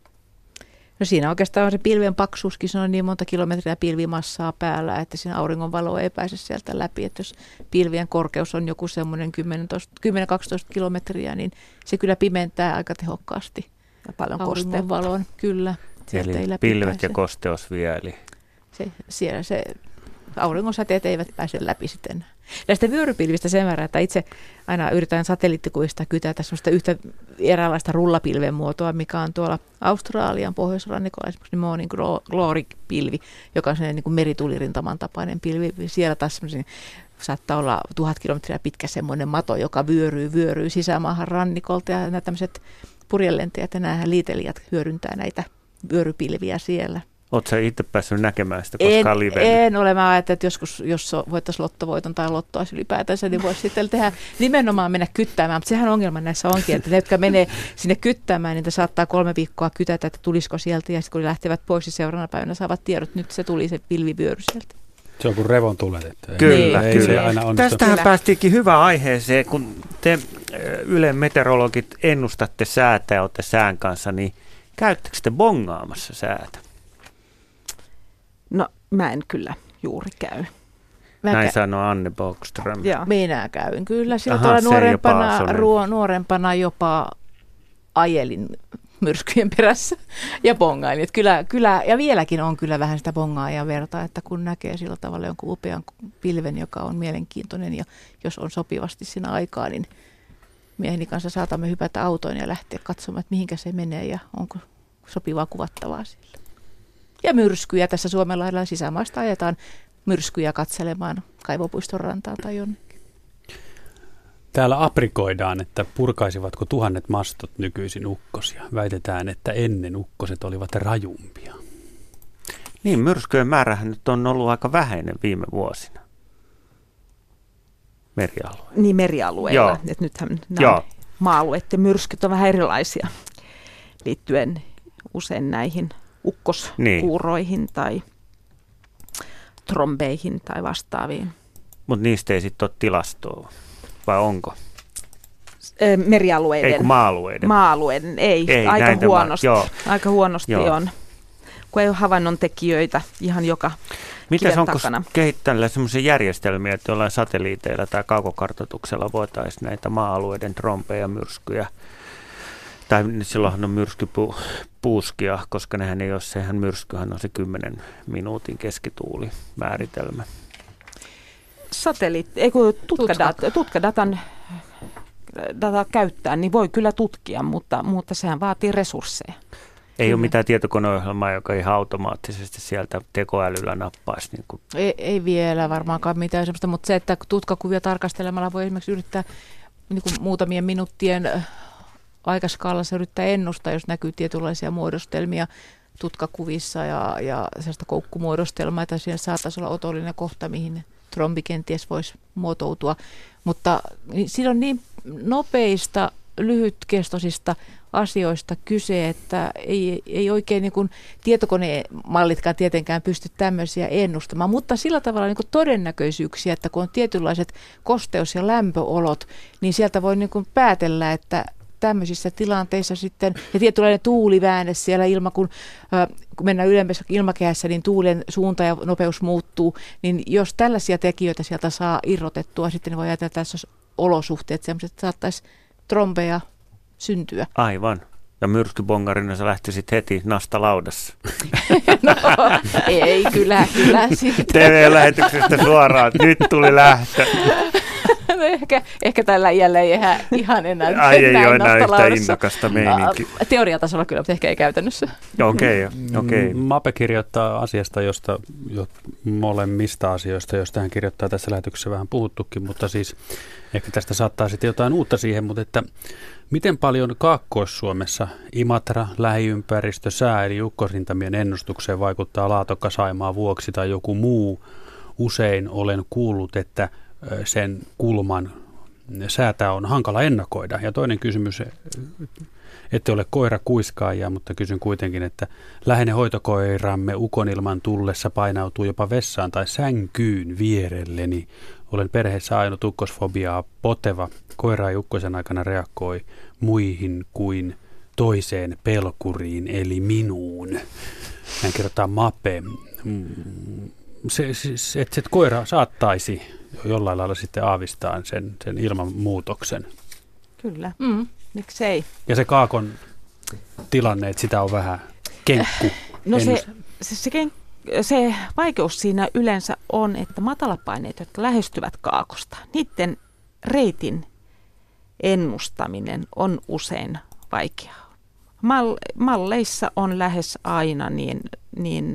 No siinä oikeastaan on se pilven paksuuskin, se on niin monta kilometriä pilvimassaa päällä, että siinä auringonvalo ei pääse sieltä läpi. Että jos pilvien korkeus on joku semmoinen kymmenen kaksitoista kilometriä, niin se kyllä pimentää aika tehokkaasti. Ja paljon auringonvaloon, kyllä. Eli ei läpi pilvet pääse. Ja kosteus vie, eli se, siellä se auringonsäteet eivät pääse läpi sitten. Näistä vyörypilvistä sen verran, että itse aina yritän satelliittikuvista kytätä sellaista yhtä eräänlaista rullapilven muotoa, mikä on tuolla Australian pohjoisrannikolla, esimerkiksi Morning Glory-pilvi, joka on sellainen niin kuin meritulirintaman tapainen pilvi. Siellä taas saattaa olla tuhat kilometriä pitkä semmoinen mato, joka vyöryy, vyöryy sisämaahan rannikolta ja nämä tämmöiset purjelentäjät ja nämä liitelijät hyödyntää näitä vyörypilviä siellä. Oletko sä itse päässyt näkemään sitä koskaan livellä? En ole. Mä ajattelin, että joskus, jos voittaisiin lottovoiton tai lottoa ylipäätänsä, niin voisi sitten tehdä nimenomaan mennä kyttäämään. Mutta sehän ongelma näissä onkin, että ne, jotka menee sinne kyttäämään, niin saattaa kolme viikkoa kytätä, että tulisiko sieltä. Ja sitten kun lähtevät pois, niin seuraavana päivänä saavat tiedot, nyt se tuli se pilvivyöry sieltä. Se on kuin revon tulet. Kyllä, ei, kyllä. Ei aina Tästähän kyllä. päästiinkin hyvään aiheeseen, kun te Ylen meteorologit ennustatte säätä ja olette sään kanssa, niin käyttekö te bongaamassa säätä? No mä en kyllä juuri käy. Mä Näin kä- sanoo Anne Bogström. Minä käyn kyllä. Sillä Aha, tuolla se nuorempana, jopa ruo, nuorempana jopa ajelin myrskyjen perässä ja bongailin. Että kyllä, kyllä, ja vieläkin on kyllä vähän sitä bongaajan verta, että kun näkee sillä tavalla jonkun upean pilven, joka on mielenkiintoinen ja jos on sopivasti siinä aikaa, niin mieheni kanssa saatamme hypätä autoon ja lähteä katsomaan, että mihinkä se menee ja onko sopivaa kuvattavaa sillä. Ja myrskyjä tässä Suomenlahdella sisämaasta ajetaan myrskyjä katselemaan Kaivopuiston rantaan tai jonnekin. Täällä aprikoidaan, että purkaisivatko tuhannet mastot nykyisin ukkosia. Väitetään, että ennen ukkoset olivat rajumpia. Niin, myrskyjen määrähän nyt on ollut aika vähäinen viime vuosina. Merialueilla. Niin, merialueilla. Et nythän nämä maa-alueiden myrskyt on vähän erilaisia liittyen usein näihin ukkoskuuroihin niin. tai trombeihin tai vastaaviin. Mutta niistä ei sitten ole tilastoa, vai onko? Merialueiden. Ei kun maa-alueiden. Maa-alueiden, ei. ei aika huonosti, ma- aika huonosti on, kun ei ole havainnon tekijöitä ihan joka Mitäs onko kehittänyt sellaisia järjestelmiä, että jollain satelliiteilla tai kaukokartoituksella voitaisiin näitä maa-alueiden trompeja, myrskyjä, tai silloinhan on myrskypuuskia, koska nehän ei ole, sehän myrskyhän on se kymmenen minuutin keskituulimääritelmä. Satelliitti, ei kun tutkadat, tutkadatan data käyttää, niin voi kyllä tutkia, mutta, mutta sehän vaatii resursseja. Ei kyllä. Ole mitään tietokoneohjelmaa, joka ihan automaattisesti sieltä tekoälyllä nappaisi. Niin kuin. Ei, ei vielä varmaankaan mitään sellaista, mutta se, että tutkakuvia tarkastelemalla voi esimerkiksi yrittää niin kuin muutamien minuuttien aikaskaalassa yrittää ennustaa, jos näkyy tietynlaisia muodostelmia tutkakuvissa ja, ja sellaista koukkumuodostelmaa, että siinä saattaisi olla otollinen kohta, mihin trombi kenties voisi muotoutua. Mutta siinä on niin nopeista, lyhytkestoisista asioista kyse, että ei, ei oikein niin kuin tietokonemallitkaan tietenkään pysty tämmöisiä ennustamaan, mutta sillä tavalla niin kuin todennäköisyyksiä, että kun on tietynlaiset kosteus- ja lämpöolot, niin sieltä voi niin kuin päätellä, että tämmöisissä tilanteissa sitten, ja tietynlainen tuuliväänne siellä ilma, kun, äh, kun mennään ylemmässä ilmakehässä, niin tuulen suunta ja nopeus muuttuu, niin jos tällaisia tekijöitä sieltä saa irrotettua, sitten ne voi ajatella, että tässä olosuhteet sellaiset, että saattaisi trombeja syntyä. Aivan. Ja myrskybongarina sä lähtisit heti nastalaudassa. No, ei, kyllä, kyllä. T V-lähetyksestä suoraan, nyt tuli lähtö. No ehkä, ehkä tällä iällä ei ihan, ihan enää. Ai ei ole enää yhtä innokasta meininki. Teoriatasolla kyllä, mutta ehkä ei käytännössä. Okei, okay, okei. Okay. Mape kirjoittaa asiasta, josta jo molemmista asioista, joista hän kirjoittaa tässä lähetyksessä vähän puhuttukin, mutta siis ehkä tästä saattaa sitten jotain uutta siihen, mutta että miten paljon Kaakkois-Suomessa Imatra, lähiympäristö, sää eli ukkosrintamien ennustukseen vaikuttaa Laatokka, Saimaa, Vuoksi tai joku muu? Usein olen kuullut, että sen kulman säätä on hankala ennakoida. Ja toinen kysymys, ette ole koira kuiskaajia, mutta kysyn kuitenkin, että läheinen hoitokoiramme ukonilman tullessa painautuu jopa vessaan tai sänkyyn vierelleni. Olen perheessä ainut ukkosfobiaa poteva. Koira ei ukkosen aikana reagoi muihin kuin toiseen pelkuriin, eli minuun. Hän kirjoittaa Mape. Se, se, että se koira saattaisi jollain lailla sitten aavistaa sen, sen ilmanmuutoksen. Kyllä, mm. miksei. Ja se kaakon tilanne, että sitä on vähän kenkku. No se, se, se, ken, se vaikeus siinä yleensä on, että matalapaineet, jotka lähestyvät kaakosta, niiden reitin ennustaminen on usein vaikeaa. Mal, malleissa on lähes aina niin, niin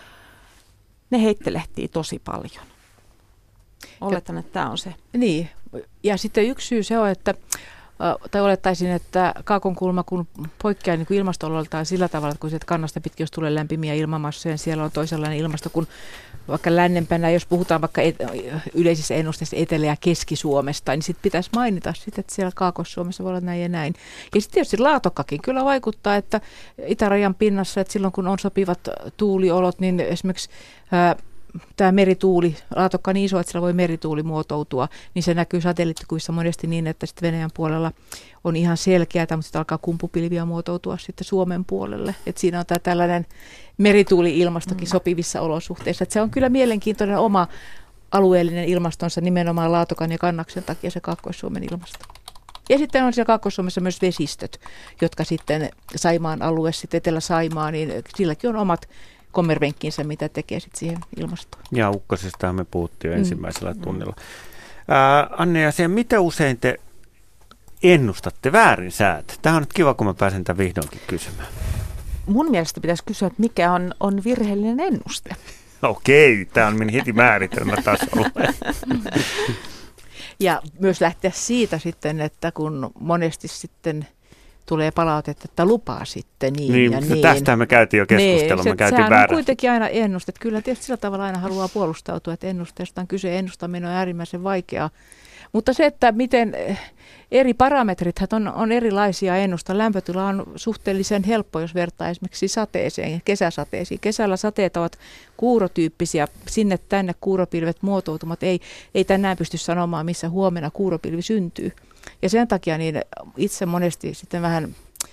ne heittelehtii tosi paljon. Oletan, että tämä on se. Niin, ja sitten yksi syy se on, että, tai olettaisin, että kaakonkulma kun poikkeaa niin kuin ilmasto-ololtaan sillä tavalla, että kun sieltä kannasta pitkin, jos tulee lämpimiä ilmamassoja, niin siellä on toisenlainen ilmasto kuin vaikka lännempänä, jos puhutaan vaikka et, yleisissä ennusteissa Etelä- ja Keski-Suomesta, niin sitten pitäisi mainita sit, että siellä Kaakkois-Suomessa voi olla näin ja näin. Ja sitten tietysti Laatokkakin kyllä vaikuttaa, että itärajan pinnassa, että silloin kun on sopivat tuuliolot, niin esimerkiksi ää, tämä merituuli, Laatokka on niin iso, että sillä voi merituuli muotoutua, niin se näkyy satelliittikuvissa monesti niin, että sitten Venäjän puolella on ihan selkeää, mutta sitten alkaa kumpupilviä muotoutua sitten Suomen puolelle. Et siinä on tämä tällainen merituuli-ilmastokin sopivissa olosuhteissa. Et se on kyllä mielenkiintoinen oma alueellinen ilmastonsa nimenomaan Laatokan ja Kannaksen takia se Kaakkois-Suomen ilmasto. Ja sitten on siellä Kaakkois-Suomessa myös vesistöt, jotka sitten Saimaan alue, sitten Etelä-Saimaa, niin silläkin on omat kommervenkkinsä, mitä tekee sitten siihen ilmastoon. Ja ukkosestahan me puhuttiin jo mm. ensimmäisellä tunnilla. Ää, Anne ja se, mitä usein te ennustatte väärin säät? Tämä on nyt kiva, kun mä pääsen tämän vihdoinkin kysymään. Mun mielestä pitäisi kysyä, että mikä on, on virheellinen ennuste. Okei, tämä on minun heti määritelmätasolla. Ja myös lähteä siitä sitten, että kun monesti sitten tulee palautetta, että lupaa sitten niin, niin ja niin. Tästähän me käytiin jo keskustelua, niin, me käytiin sehän väärä. on kuitenkin aina ennuste. Kyllä tietysti sillä tavalla aina haluaa puolustautua, että ennusteesta on kyse. Ennustaminen on äärimmäisen vaikeaa. Mutta se, että miten eri parametrit on, on erilaisia ennusta. Lämpötila on suhteellisen helppo, jos vertaa esimerkiksi sateeseen, kesäsateisiin. Kesällä sateet ovat kuurotyyppisiä, sinne tänne kuuropilvet muotoutumat. Ei, ei tänään pysty sanomaan, missä huomenna kuuropilvi syntyy. Ja sen takia niin itse monesti sitten vähän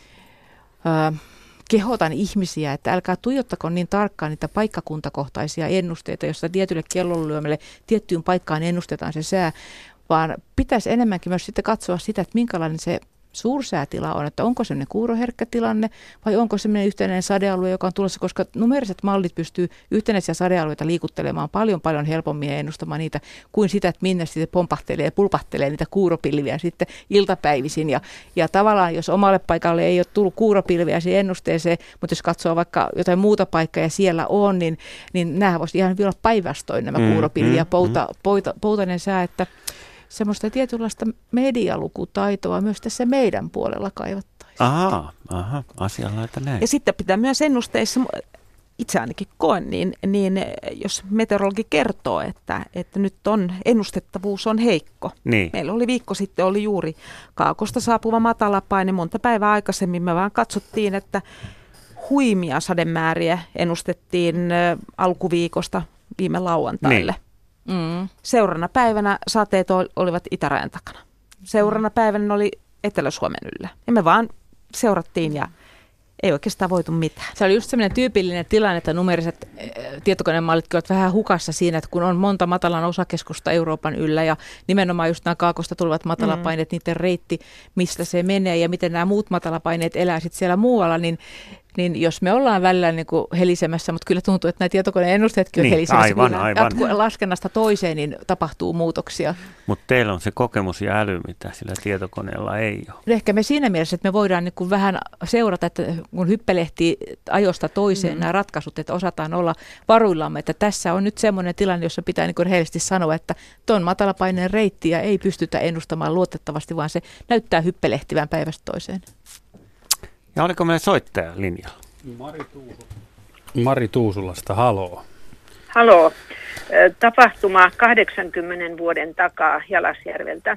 ää, kehotan ihmisiä, että älkää tuijottako niin tarkkaan niitä paikkakuntakohtaisia ennusteita, jossa tietylle kellonlyömälle tiettyyn paikkaan ennustetaan se sää, vaan pitäisi enemmänkin myös sitten katsoa sitä, että minkälainen se suursäätila on, että onko semmoinen kuuroherkkä tilanne vai onko semmoinen yhtenäinen sadealue, joka on tulossa, koska numeriset mallit pystyy yhtenäisiä sadealueita liikuttelemaan paljon paljon helpommin ja ennustamaan niitä kuin sitä, että minne sitten pompahtelee ja pulpahtelee niitä kuuropilviä sitten iltapäivisin. Ja, ja tavallaan, jos omalle paikalle ei ole tullut kuuropilviä siihen ennusteeseen, mutta jos katsoo vaikka jotain muuta paikkaa ja siellä on, niin, niin nämä voisi ihan vielä päinvastoin nämä mm, kuuropilvi ja pouta, pouta, poutainen sää, että semmoista tietynlaista medialukutaitoa myös tässä meidän puolella kaivattaisiin. Aha, aha, asianlaita näin. Ja sitten pitää myös ennusteissa, itse ainakin koen, niin, niin jos meteorologi kertoo, että, että nyt on ennustettavuus on heikko. Niin. Meillä oli viikko sitten oli juuri Kaakosta saapuva matalapaine. Monta päivää aikaisemmin me vaan katsottiin, että huimia sademääriä ennustettiin alkuviikosta viime lauantaille. Niin. Mm. Seuraavana päivänä sateet olivat itärajan takana. Seuraavana mm. päivänä ne oli Etelä-Suomen yllä. Ja me vaan seurattiin ja ei oikeastaan voitu mitään. Se oli just sellainen tyypillinen tilanne, että numeriset tietokonemallit ovat vähän hukassa siinä, että kun on monta matalan osakeskusta Euroopan yllä ja nimenomaan just nämä Kaakosta tulevat matalapaineet, mm. niiden reitti, mistä se menee ja miten nämä muut matalapaineet elää sitten siellä muualla, niin niin jos me ollaan välillä niin kuin helisemässä, mutta kyllä tuntuu, että nämä tietokoneen ennusteetkin on niin, helisemässä, aivan, aivan. Kun laskennasta toiseen, niin tapahtuu muutoksia. Mutta teillä on se kokemus ja äly, mitä sillä tietokoneella ei ole. Ehkä me siinä mielessä, että me voidaan niin kuin vähän seurata, että kun hyppelehtii ajosta toiseen mm. nämä ratkaisut, että osataan olla varuillamme, että tässä on nyt semmoinen tilanne, jossa pitää niin kuin rehellisesti sanoa, että tuon matalapaineen reittiä ei pystytä ennustamaan luotettavasti, vaan se näyttää hyppelehtivän päivästä toiseen. Ja oliko meillä soittaja linjalla? Mari, Tuusu. Mari Tuusulasta, haloo. Haloo. Tapahtuma kahdeksankymmenen vuoden takaa Jalasjärveltä.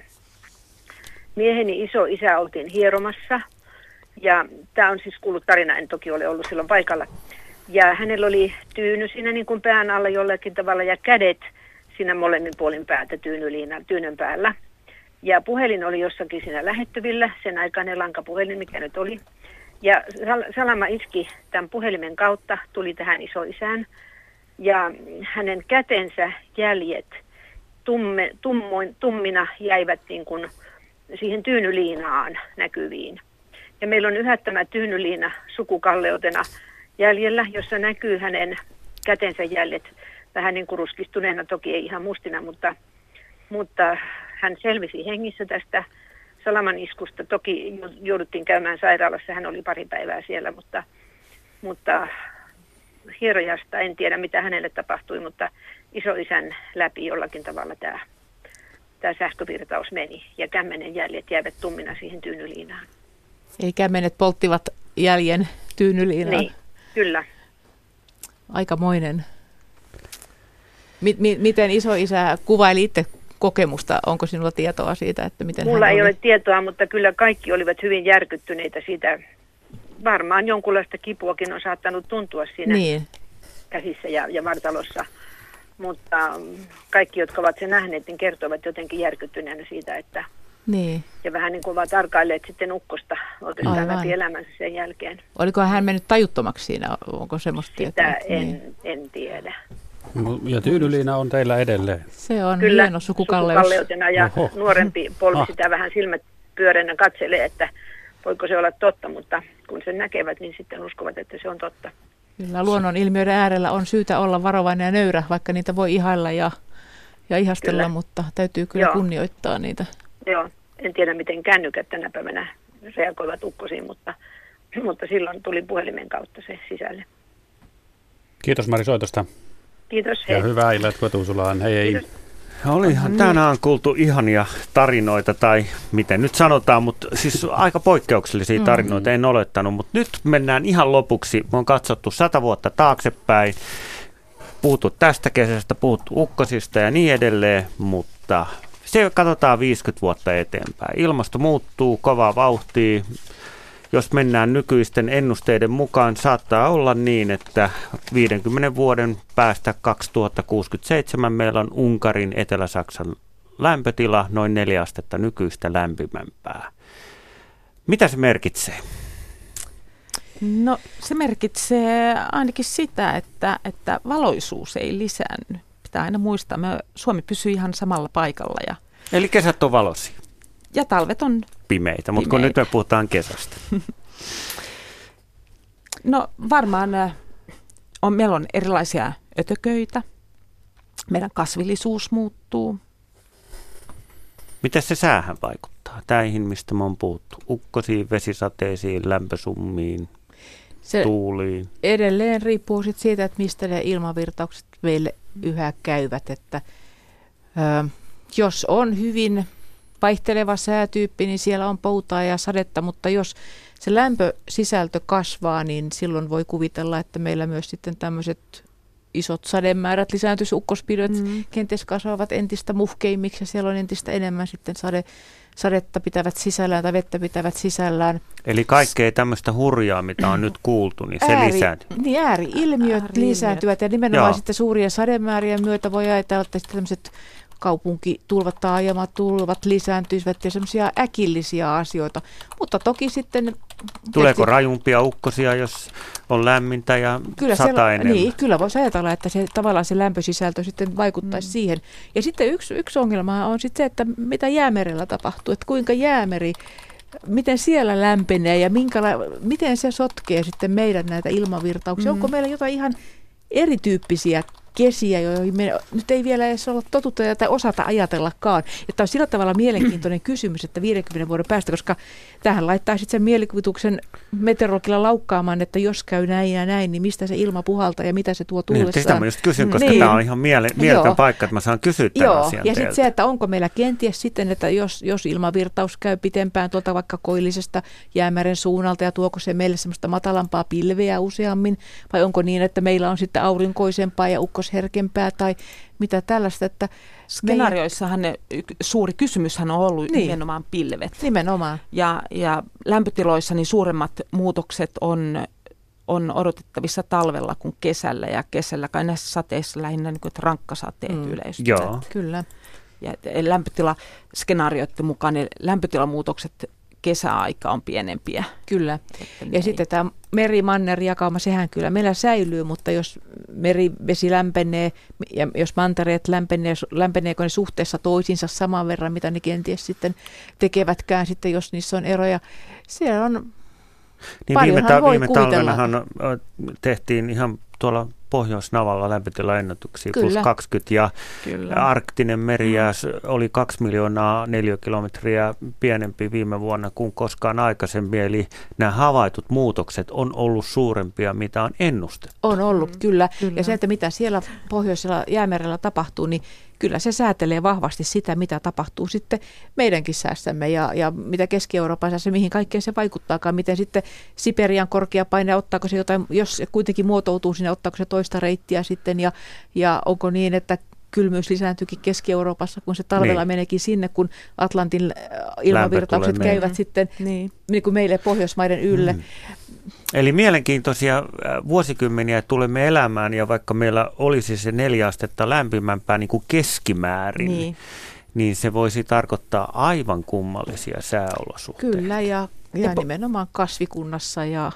Mieheni isoisä oltiin hieromassa ja tämä on siis kuullut tarina, en toki ole ollut silloin paikalla. Ja hänellä oli tyyny siinä niin kuin pään alla jollakin tavalla ja kädet siinä molemmin puolin päätä tyynyliinan, tyynyn päällä. Ja puhelin oli jossakin siinä lähettyvillä, sen aikainen lankapuhelin, mikä nyt oli. Ja salama iski tämän puhelimen kautta, tuli tähän isoisään. Ja hänen kätensä jäljet tumme, tummoin, tummina jäivät niin kuin siihen tyynyliinaan näkyviin. Ja meillä on yhä tämä tyynyliina sukukalleutena jäljellä, jossa näkyy hänen kätensä jäljet. Vähän niin kuin ruskistuneena, toki ei ihan mustina, mutta, mutta hän selvisi hengissä tästä salaman iskusta. Toki jouduttiin käymään sairaalassa, hän oli pari päivää siellä, mutta, mutta hierojasta en tiedä mitä hänelle tapahtui, mutta isoisän läpi jollakin tavalla tämä, tämä sähkövirtaus meni ja kämmenen jäljet jäivät tummina siihen tyynyliinaan. Eli kämmenet polttivat jäljen tyynyliinaan. Niin, kyllä. Aikamoinen. M- m- miten isoisä kuvaili itse kokemusta? Onko sinulla tietoa siitä, että miten Mulla hän ei oli? ole tietoa, mutta kyllä kaikki olivat hyvin järkyttyneitä siitä. Varmaan jonkunlaista kipuakin on saattanut tuntua siinä niin. käsissä ja, ja vartalossa. Mutta kaikki, jotka ovat sen nähneet, niin kertovat jotenkin järkyttyneenä siitä, että niin. ja vähän niin kuin ovat tarkailleet sitten ukkosta oikeastaan läpi elämänsä sen jälkeen. Oliko hän mennyt tajuttomaksi siinä? Onko semmoista Sitä tietoa? en, niin. en tiedä. Ja tyynyliina on teillä edelleen. Se on Kyllä, hieno sukukalleus. sukukalleutena ja Oho. nuorempi polvi Ah. sitä vähän silmät pyöreänä katselee, että voiko se olla totta, mutta kun sen näkevät, niin sitten uskovat, että se on totta. Kyllä luonnon ilmiöiden äärellä on syytä olla varovainen ja nöyrä, vaikka niitä voi ihailla ja, ja ihastella, Kyllä. mutta täytyy kyllä Joo. kunnioittaa niitä. Joo, En tiedä, miten kännykät tänä päivänä reagoivat ukkosiin, mutta, mutta silloin tuli puhelimen kautta se sisälle. Kiitos Mari soitosta. Kiitos, hei. Ja hyvää illatkoa Tuusulaan. Hei hei. Kiitos. Olihan tänään kuultu ihania tarinoita, tai miten nyt sanotaan, mutta siis aika poikkeuksellisia tarinoita, en olettanut. Mutta nyt mennään ihan lopuksi. Me on katsottu sata vuotta taaksepäin, puhuttu tästä kesästä, puhuttu ukkosista ja niin edelleen, mutta se katsotaan viisikymmentä vuotta eteenpäin. Ilmasto muuttuu kovaa vauhtia. Jos mennään nykyisten ennusteiden mukaan, saattaa olla niin, että viidenkymmenen vuoden päästä kaksituhattakuusikymmentäseitsemän meillä on Unkarin Etelä-Saksan lämpötila noin neljä astetta nykyistä lämpimämpää. Mitä se merkitsee? No se merkitsee ainakin sitä, että, että valoisuus ei lisäänny. Pitää aina muistaa, me, Suomi pysyy ihan samalla paikalla. Ja, Eli kesät on valoisia. Ja talvet on pimeitä, mutta kun nyt me puhutaan kesästä. No varmaan on, meillä on erilaisia ötököitä, meidän kasvillisuus muuttuu. Miten se säähän vaikuttaa? Täihin, mistä me on puhuttu, ukkosiin, vesisateisiin, lämpösummiin, se tuuliin. Edelleen riippuu sit siitä, että mistä ne ilmavirtaukset meille yhä käyvät. Että, ö, jos on hyvin vaihteleva säätyyppi, niin siellä on poutaa ja sadetta, mutta jos se lämpösisältö kasvaa, niin silloin voi kuvitella, että meillä myös sitten tämmöiset isot sademäärät lisääntyisi, ukkospilvet mm. kenties kasvavat entistä muhkeimmiksi ja siellä on entistä enemmän sitten sade, sadetta pitävät sisällään tai vettä pitävät sisällään. Eli kaikkea tämmöistä hurjaa, mitä on nyt kuultu, niin se Ääri, lisääntyy. Niin ääri-ilmiöt Ääri lisääntyvät ja nimenomaan Joo. sitten suurien sademäärien myötä voi ajatella, että sitten tämmöiset kaupunkitulvat, taajamatulvat lisääntyisivät ja semmoisia äkillisiä asioita. Mutta toki sitten... Tuleeko tietysti, rajumpia ukkosia, jos on lämmintä ja kyllä sataa siellä, enemmän? Niin, kyllä voisi ajatella, että se, tavallaan se lämpösisältö sitten vaikuttaisi mm. siihen. Ja sitten yksi, yksi ongelma on sitten se, että mitä jäämerellä tapahtuu, että kuinka jäämeri, miten siellä lämpenee ja minkäla- miten se sotkee sitten meidän näitä ilmavirtauksia. Mm. Onko meillä jotain ihan erityyppisiä kesiä, joihin me nyt ei vielä edes olla totuttu tai osata ajatellakaan. Että on sillä tavalla mielenkiintoinen kysymys, että viidenkymmenen vuoden päästä, koska tähän laittaa sitten sen mielikuvituksen meteorologilla laukkaamaan, että jos käy näin ja näin, niin mistä se ilma puhaltaa ja mitä se tuo tullessaan. Niin, sitä mä just kysyn, koska niin. Tämä on ihan miele- mieletön paikka, että mä saan kysyä tämän Joo. asian Ja sitten se, että onko meillä kenties sitten, että jos, jos ilmavirtaus käy pitempään tuolta vaikka koillisesta jäämeren suunnalta ja tuoko se meille semmoista matalampaa pilveä useammin, vai onko niin, että meillä on sitten aurinkoisempaa ja ukkosherkempää tai mitä tällaista, että skenaarioissahan ne, suuri kysymyshän on ollut niin. nimenomaan pilvet. Nimenomaan. Ja, ja lämpötiloissa niin suuremmat muutokset on, on odotettavissa talvella kuin kesällä, ja kesällä kai näissä sateissa lähinnä niin kuin, rankkasateet mm. yleistyvät. Joo. Kyllä. Ja lämpötilaskenaarioiden mukaan ne lämpötilamuutokset kesäaika on pienempiä. Kyllä. Ja sitten tämä meri-manner-jakauma, sehän kyllä meillä säilyy, mutta jos merivesi lämpenee ja jos mantereet lämpenee, lämpeneekö ne suhteessa toisiinsa saman verran, mitä ne kenties sitten tekevätkään sitten, jos niissä on eroja. Siellä on niin paljonhan viime, ta- voi viime talvenahan tehtiin ihan tuolla Pohjoisnavalla lämpötilaennätyksiä plus kaksikymmentä ja Kyllä. arktinen merijää oli kaksi miljoonaa neliökilometriä pienempi viime vuonna kuin koskaan aikaisemmin. Eli nämä havaitut muutokset on ollut suurempia, mitä on ennustettu. On ollut, mm. kyllä. kyllä. Ja se, että mitä siellä Pohjoisella jäämerellä tapahtuu, niin kyllä se säätelee vahvasti sitä, mitä tapahtuu sitten meidänkin säässämme ja, ja mitä Keski-Euroopan säässä, mihin kaikkeen se vaikuttaakaan. Miten sitten Siperian korkea paine, ottaako se jotain, jos se kuitenkin muotoutuu sinne, ottaako se toista reittiä sitten ja, ja onko niin, että kylmyys lisääntyykin Keski-Euroopassa, kun se talvella niin. meneekin sinne, kun Atlantin ilmavirtaukset käyvät meille. sitten niin. Niin kuin meille Pohjoismaiden ylle. Mm. Eli mielenkiintoisia vuosikymmeniä tulemme elämään, ja vaikka meillä olisi se neljä astetta lämpimämpää niin kuin keskimäärin, niin. niin se voisi tarkoittaa aivan kummallisia sääolosuhteita. Kyllä, ja, ja nimenomaan kasvikunnassa ja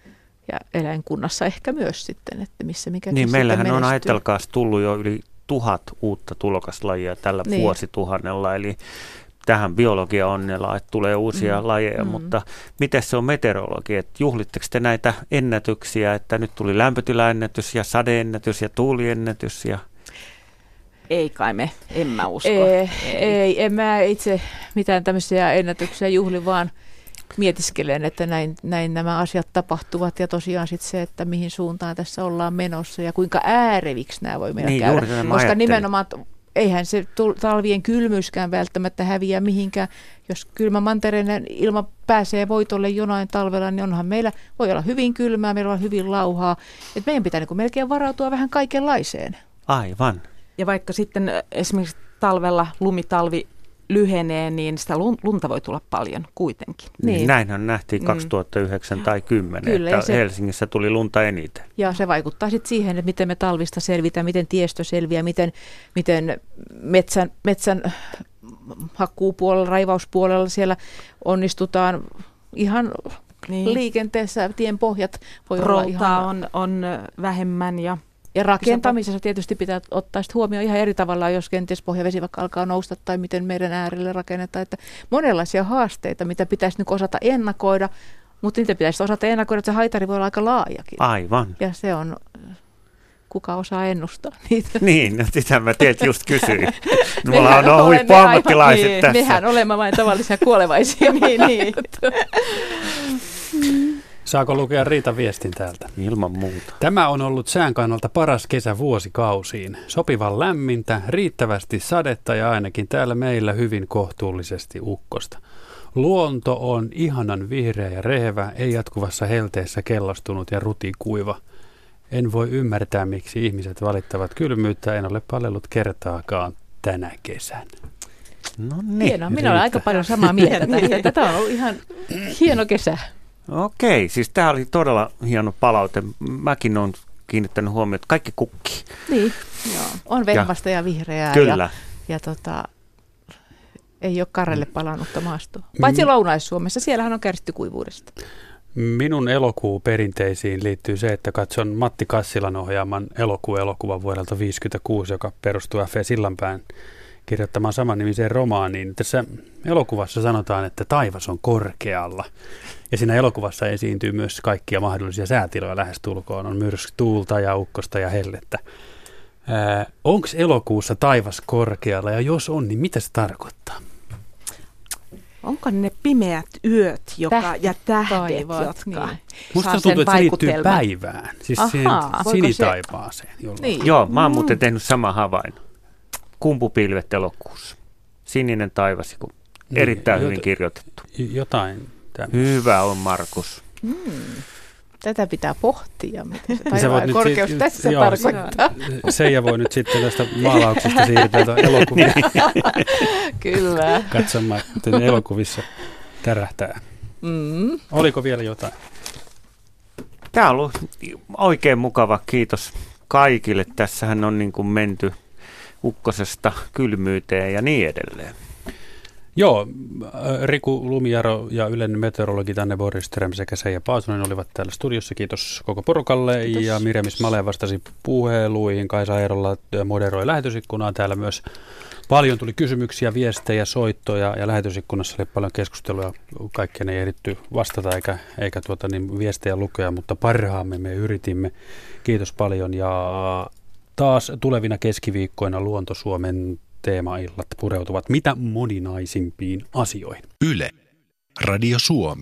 ja eläinkunnassa ehkä myös sitten, että missä mikäkin niin, meillähän menestyy. on ajatelkaas tullut jo yli tuhat uutta tulokaslajia tällä niin. vuosituhannella, eli tähän biologia onnella, että tulee uusia mm. lajeja, mm. mutta miten se on meteorologia, että juhlitteko te näitä ennätyksiä, että nyt tuli lämpötilaennätys ja sadeennätys ja tuuliennätys ja... Ei kai me, en mä usko. Ei, ei, en mä itse mitään tämmöisiä ennätyksiä juhli, vaan mietiskelen, että näin, näin nämä asiat tapahtuvat ja tosiaan sitten se, että mihin suuntaan tässä ollaan menossa ja kuinka ääreviksi nämä voi meillä niin, käydä. Koska ajattelin. Nimenomaan, eihän se talvien kylmyyskään välttämättä häviä mihinkään. Jos kylmä mantereinen ilma pääsee voitolle jonain talvella, niin onhan meillä, voi olla hyvin kylmää, meillä on hyvin lauhaa. Et meidän pitää niin kuin melkein varautua vähän kaikenlaiseen. Aivan. Ja vaikka sitten esimerkiksi talvella lumitalvi lyhenee, niin sitä lunta voi tulla paljon kuitenkin. Niin. Näinhän nähtiin kaksituhattayhdeksän mm. tai kymmenen, Kyllä, että se, Helsingissä tuli lunta eniten. Ja se vaikuttaa sitten siihen, että miten me talvista selvitään, miten tiestö selviää, miten, miten metsän, metsän hakkuupuolella, raivauspuolella siellä onnistutaan ihan niin. liikenteessä, tien pohjat voi Routaa olla ihan... on, on vähemmän ja... Ja rakentamisessa tietysti pitää ottaa sit huomioon ihan eri tavalla, jos kenties pohjavesi vaikka alkaa nousta tai miten meidän äärelle rakennetaan. Että monenlaisia haasteita, mitä pitäisi nyt osata ennakoida, mutta niitä pitäisi osata ennakoida, että se haitari voi olla aika laajakin. Aivan. Ja se on, kuka osaa ennustaa niitä. Niin, no sitä mä teiltä just kysyin. Mulla on nuo huippuammattilaiset niin, tässä. Mehän olemme vain tavallisia kuolevaisia. niin, niin. Saako lukea Riitan viestin täältä? Ilman muuta. Tämä on ollut sään kannalta paras kesä vuosikausiin. Sopivan lämmintä, riittävästi sadetta ja ainakin täällä meillä hyvin kohtuullisesti ukkosta. Luonto on ihanan vihreä ja rehevä, ei jatkuvassa helteessä kellastunut ja rutikuiva. En voi ymmärtää, miksi ihmiset valittavat kylmyyttä, en ole palellut kertaakaan tänä kesänä. No niin. Hienoa, minä olen aika paljon samaa mieltä tästä. Tätä on ollut ihan hieno kesä. Okei, siis tämä oli todella hieno palaute. Mäkin olen kiinnittänyt huomioon, että kaikki kukkii. Niin, joo. On vehvasta ja, ja vihreää. Kyllä. Ja, ja tota, ei ole karelle palannutta maastoa. Paitsi Lounais-Suomessa, siellähän on kärsitty kuivuudesta. Minun elokuu perinteisiin liittyy se, että katson Matti Kassilan ohjaaman elokuu-elokuvan vuodelta viisikymmentäkuusi, joka perustuu F. Sillanpään kirjoittamaan samannimiseen romaaniin. Tässä elokuvassa sanotaan, että taivas on korkealla. Ja siinä elokuvassa esiintyy myös kaikkia mahdollisia säätiloja lähestulkoon. On myrskytuulta ja ukkosta ja hellettä. Onko elokuussa taivas korkealla ja jos on, niin mitä se tarkoittaa? Onko ne pimeät yöt joka, Täht, ja tähdet, taivaat, jotka niin. Musta tuntuu, että se liittyy päivään, siis Ahaa, sinitaivaaseen. Se... Niin. Joo, mä oon muuten tehnyt sama havainnon. Kumpupilvet elokuussa. Sininen taivas, kun niin, erittäin jot, hyvin kirjoitettu. Jotain tämmöistä. Hyvä on, Markus. Hmm. Tätä pitää pohtia, mitä se taivaan korkeus si- tässä joo, tarkoittaa. Seija voi nyt sitten tästä maalauksesta siirtyä elokuviin. Kyllä. Katsomaan, että elokuvissa tärähtää. Mm. Oliko vielä jotain? Tämä on ollut oikein mukava. Kiitos kaikille. Tässähän on niin kuin menty ukkosesta kylmyyteen ja niin edelleen. Joo, Riku Lumijaro ja Ylen meteorologi Tanne Borgström sekä Seija Paasonen olivat täällä studiossa. Kiitos koko porukalle. Kiitos. Ja Mirjam Ismale vastasi puheluihin. Kaisa Eerola moderoi lähetysikkunaa. Täällä myös paljon tuli kysymyksiä, viestejä, soittoja ja lähetysikkunassa oli paljon keskustelua. Kaikkeen ei ehditty vastata eikä, eikä tuota, niin viestejä lukea, mutta parhaamme me yritimme. Kiitos paljon ja taas tulevina keskiviikkoina Luonto Suomen teemaillat pureutuvat mitä moninaisimpiin asioihin. Yle, Radio Suomi.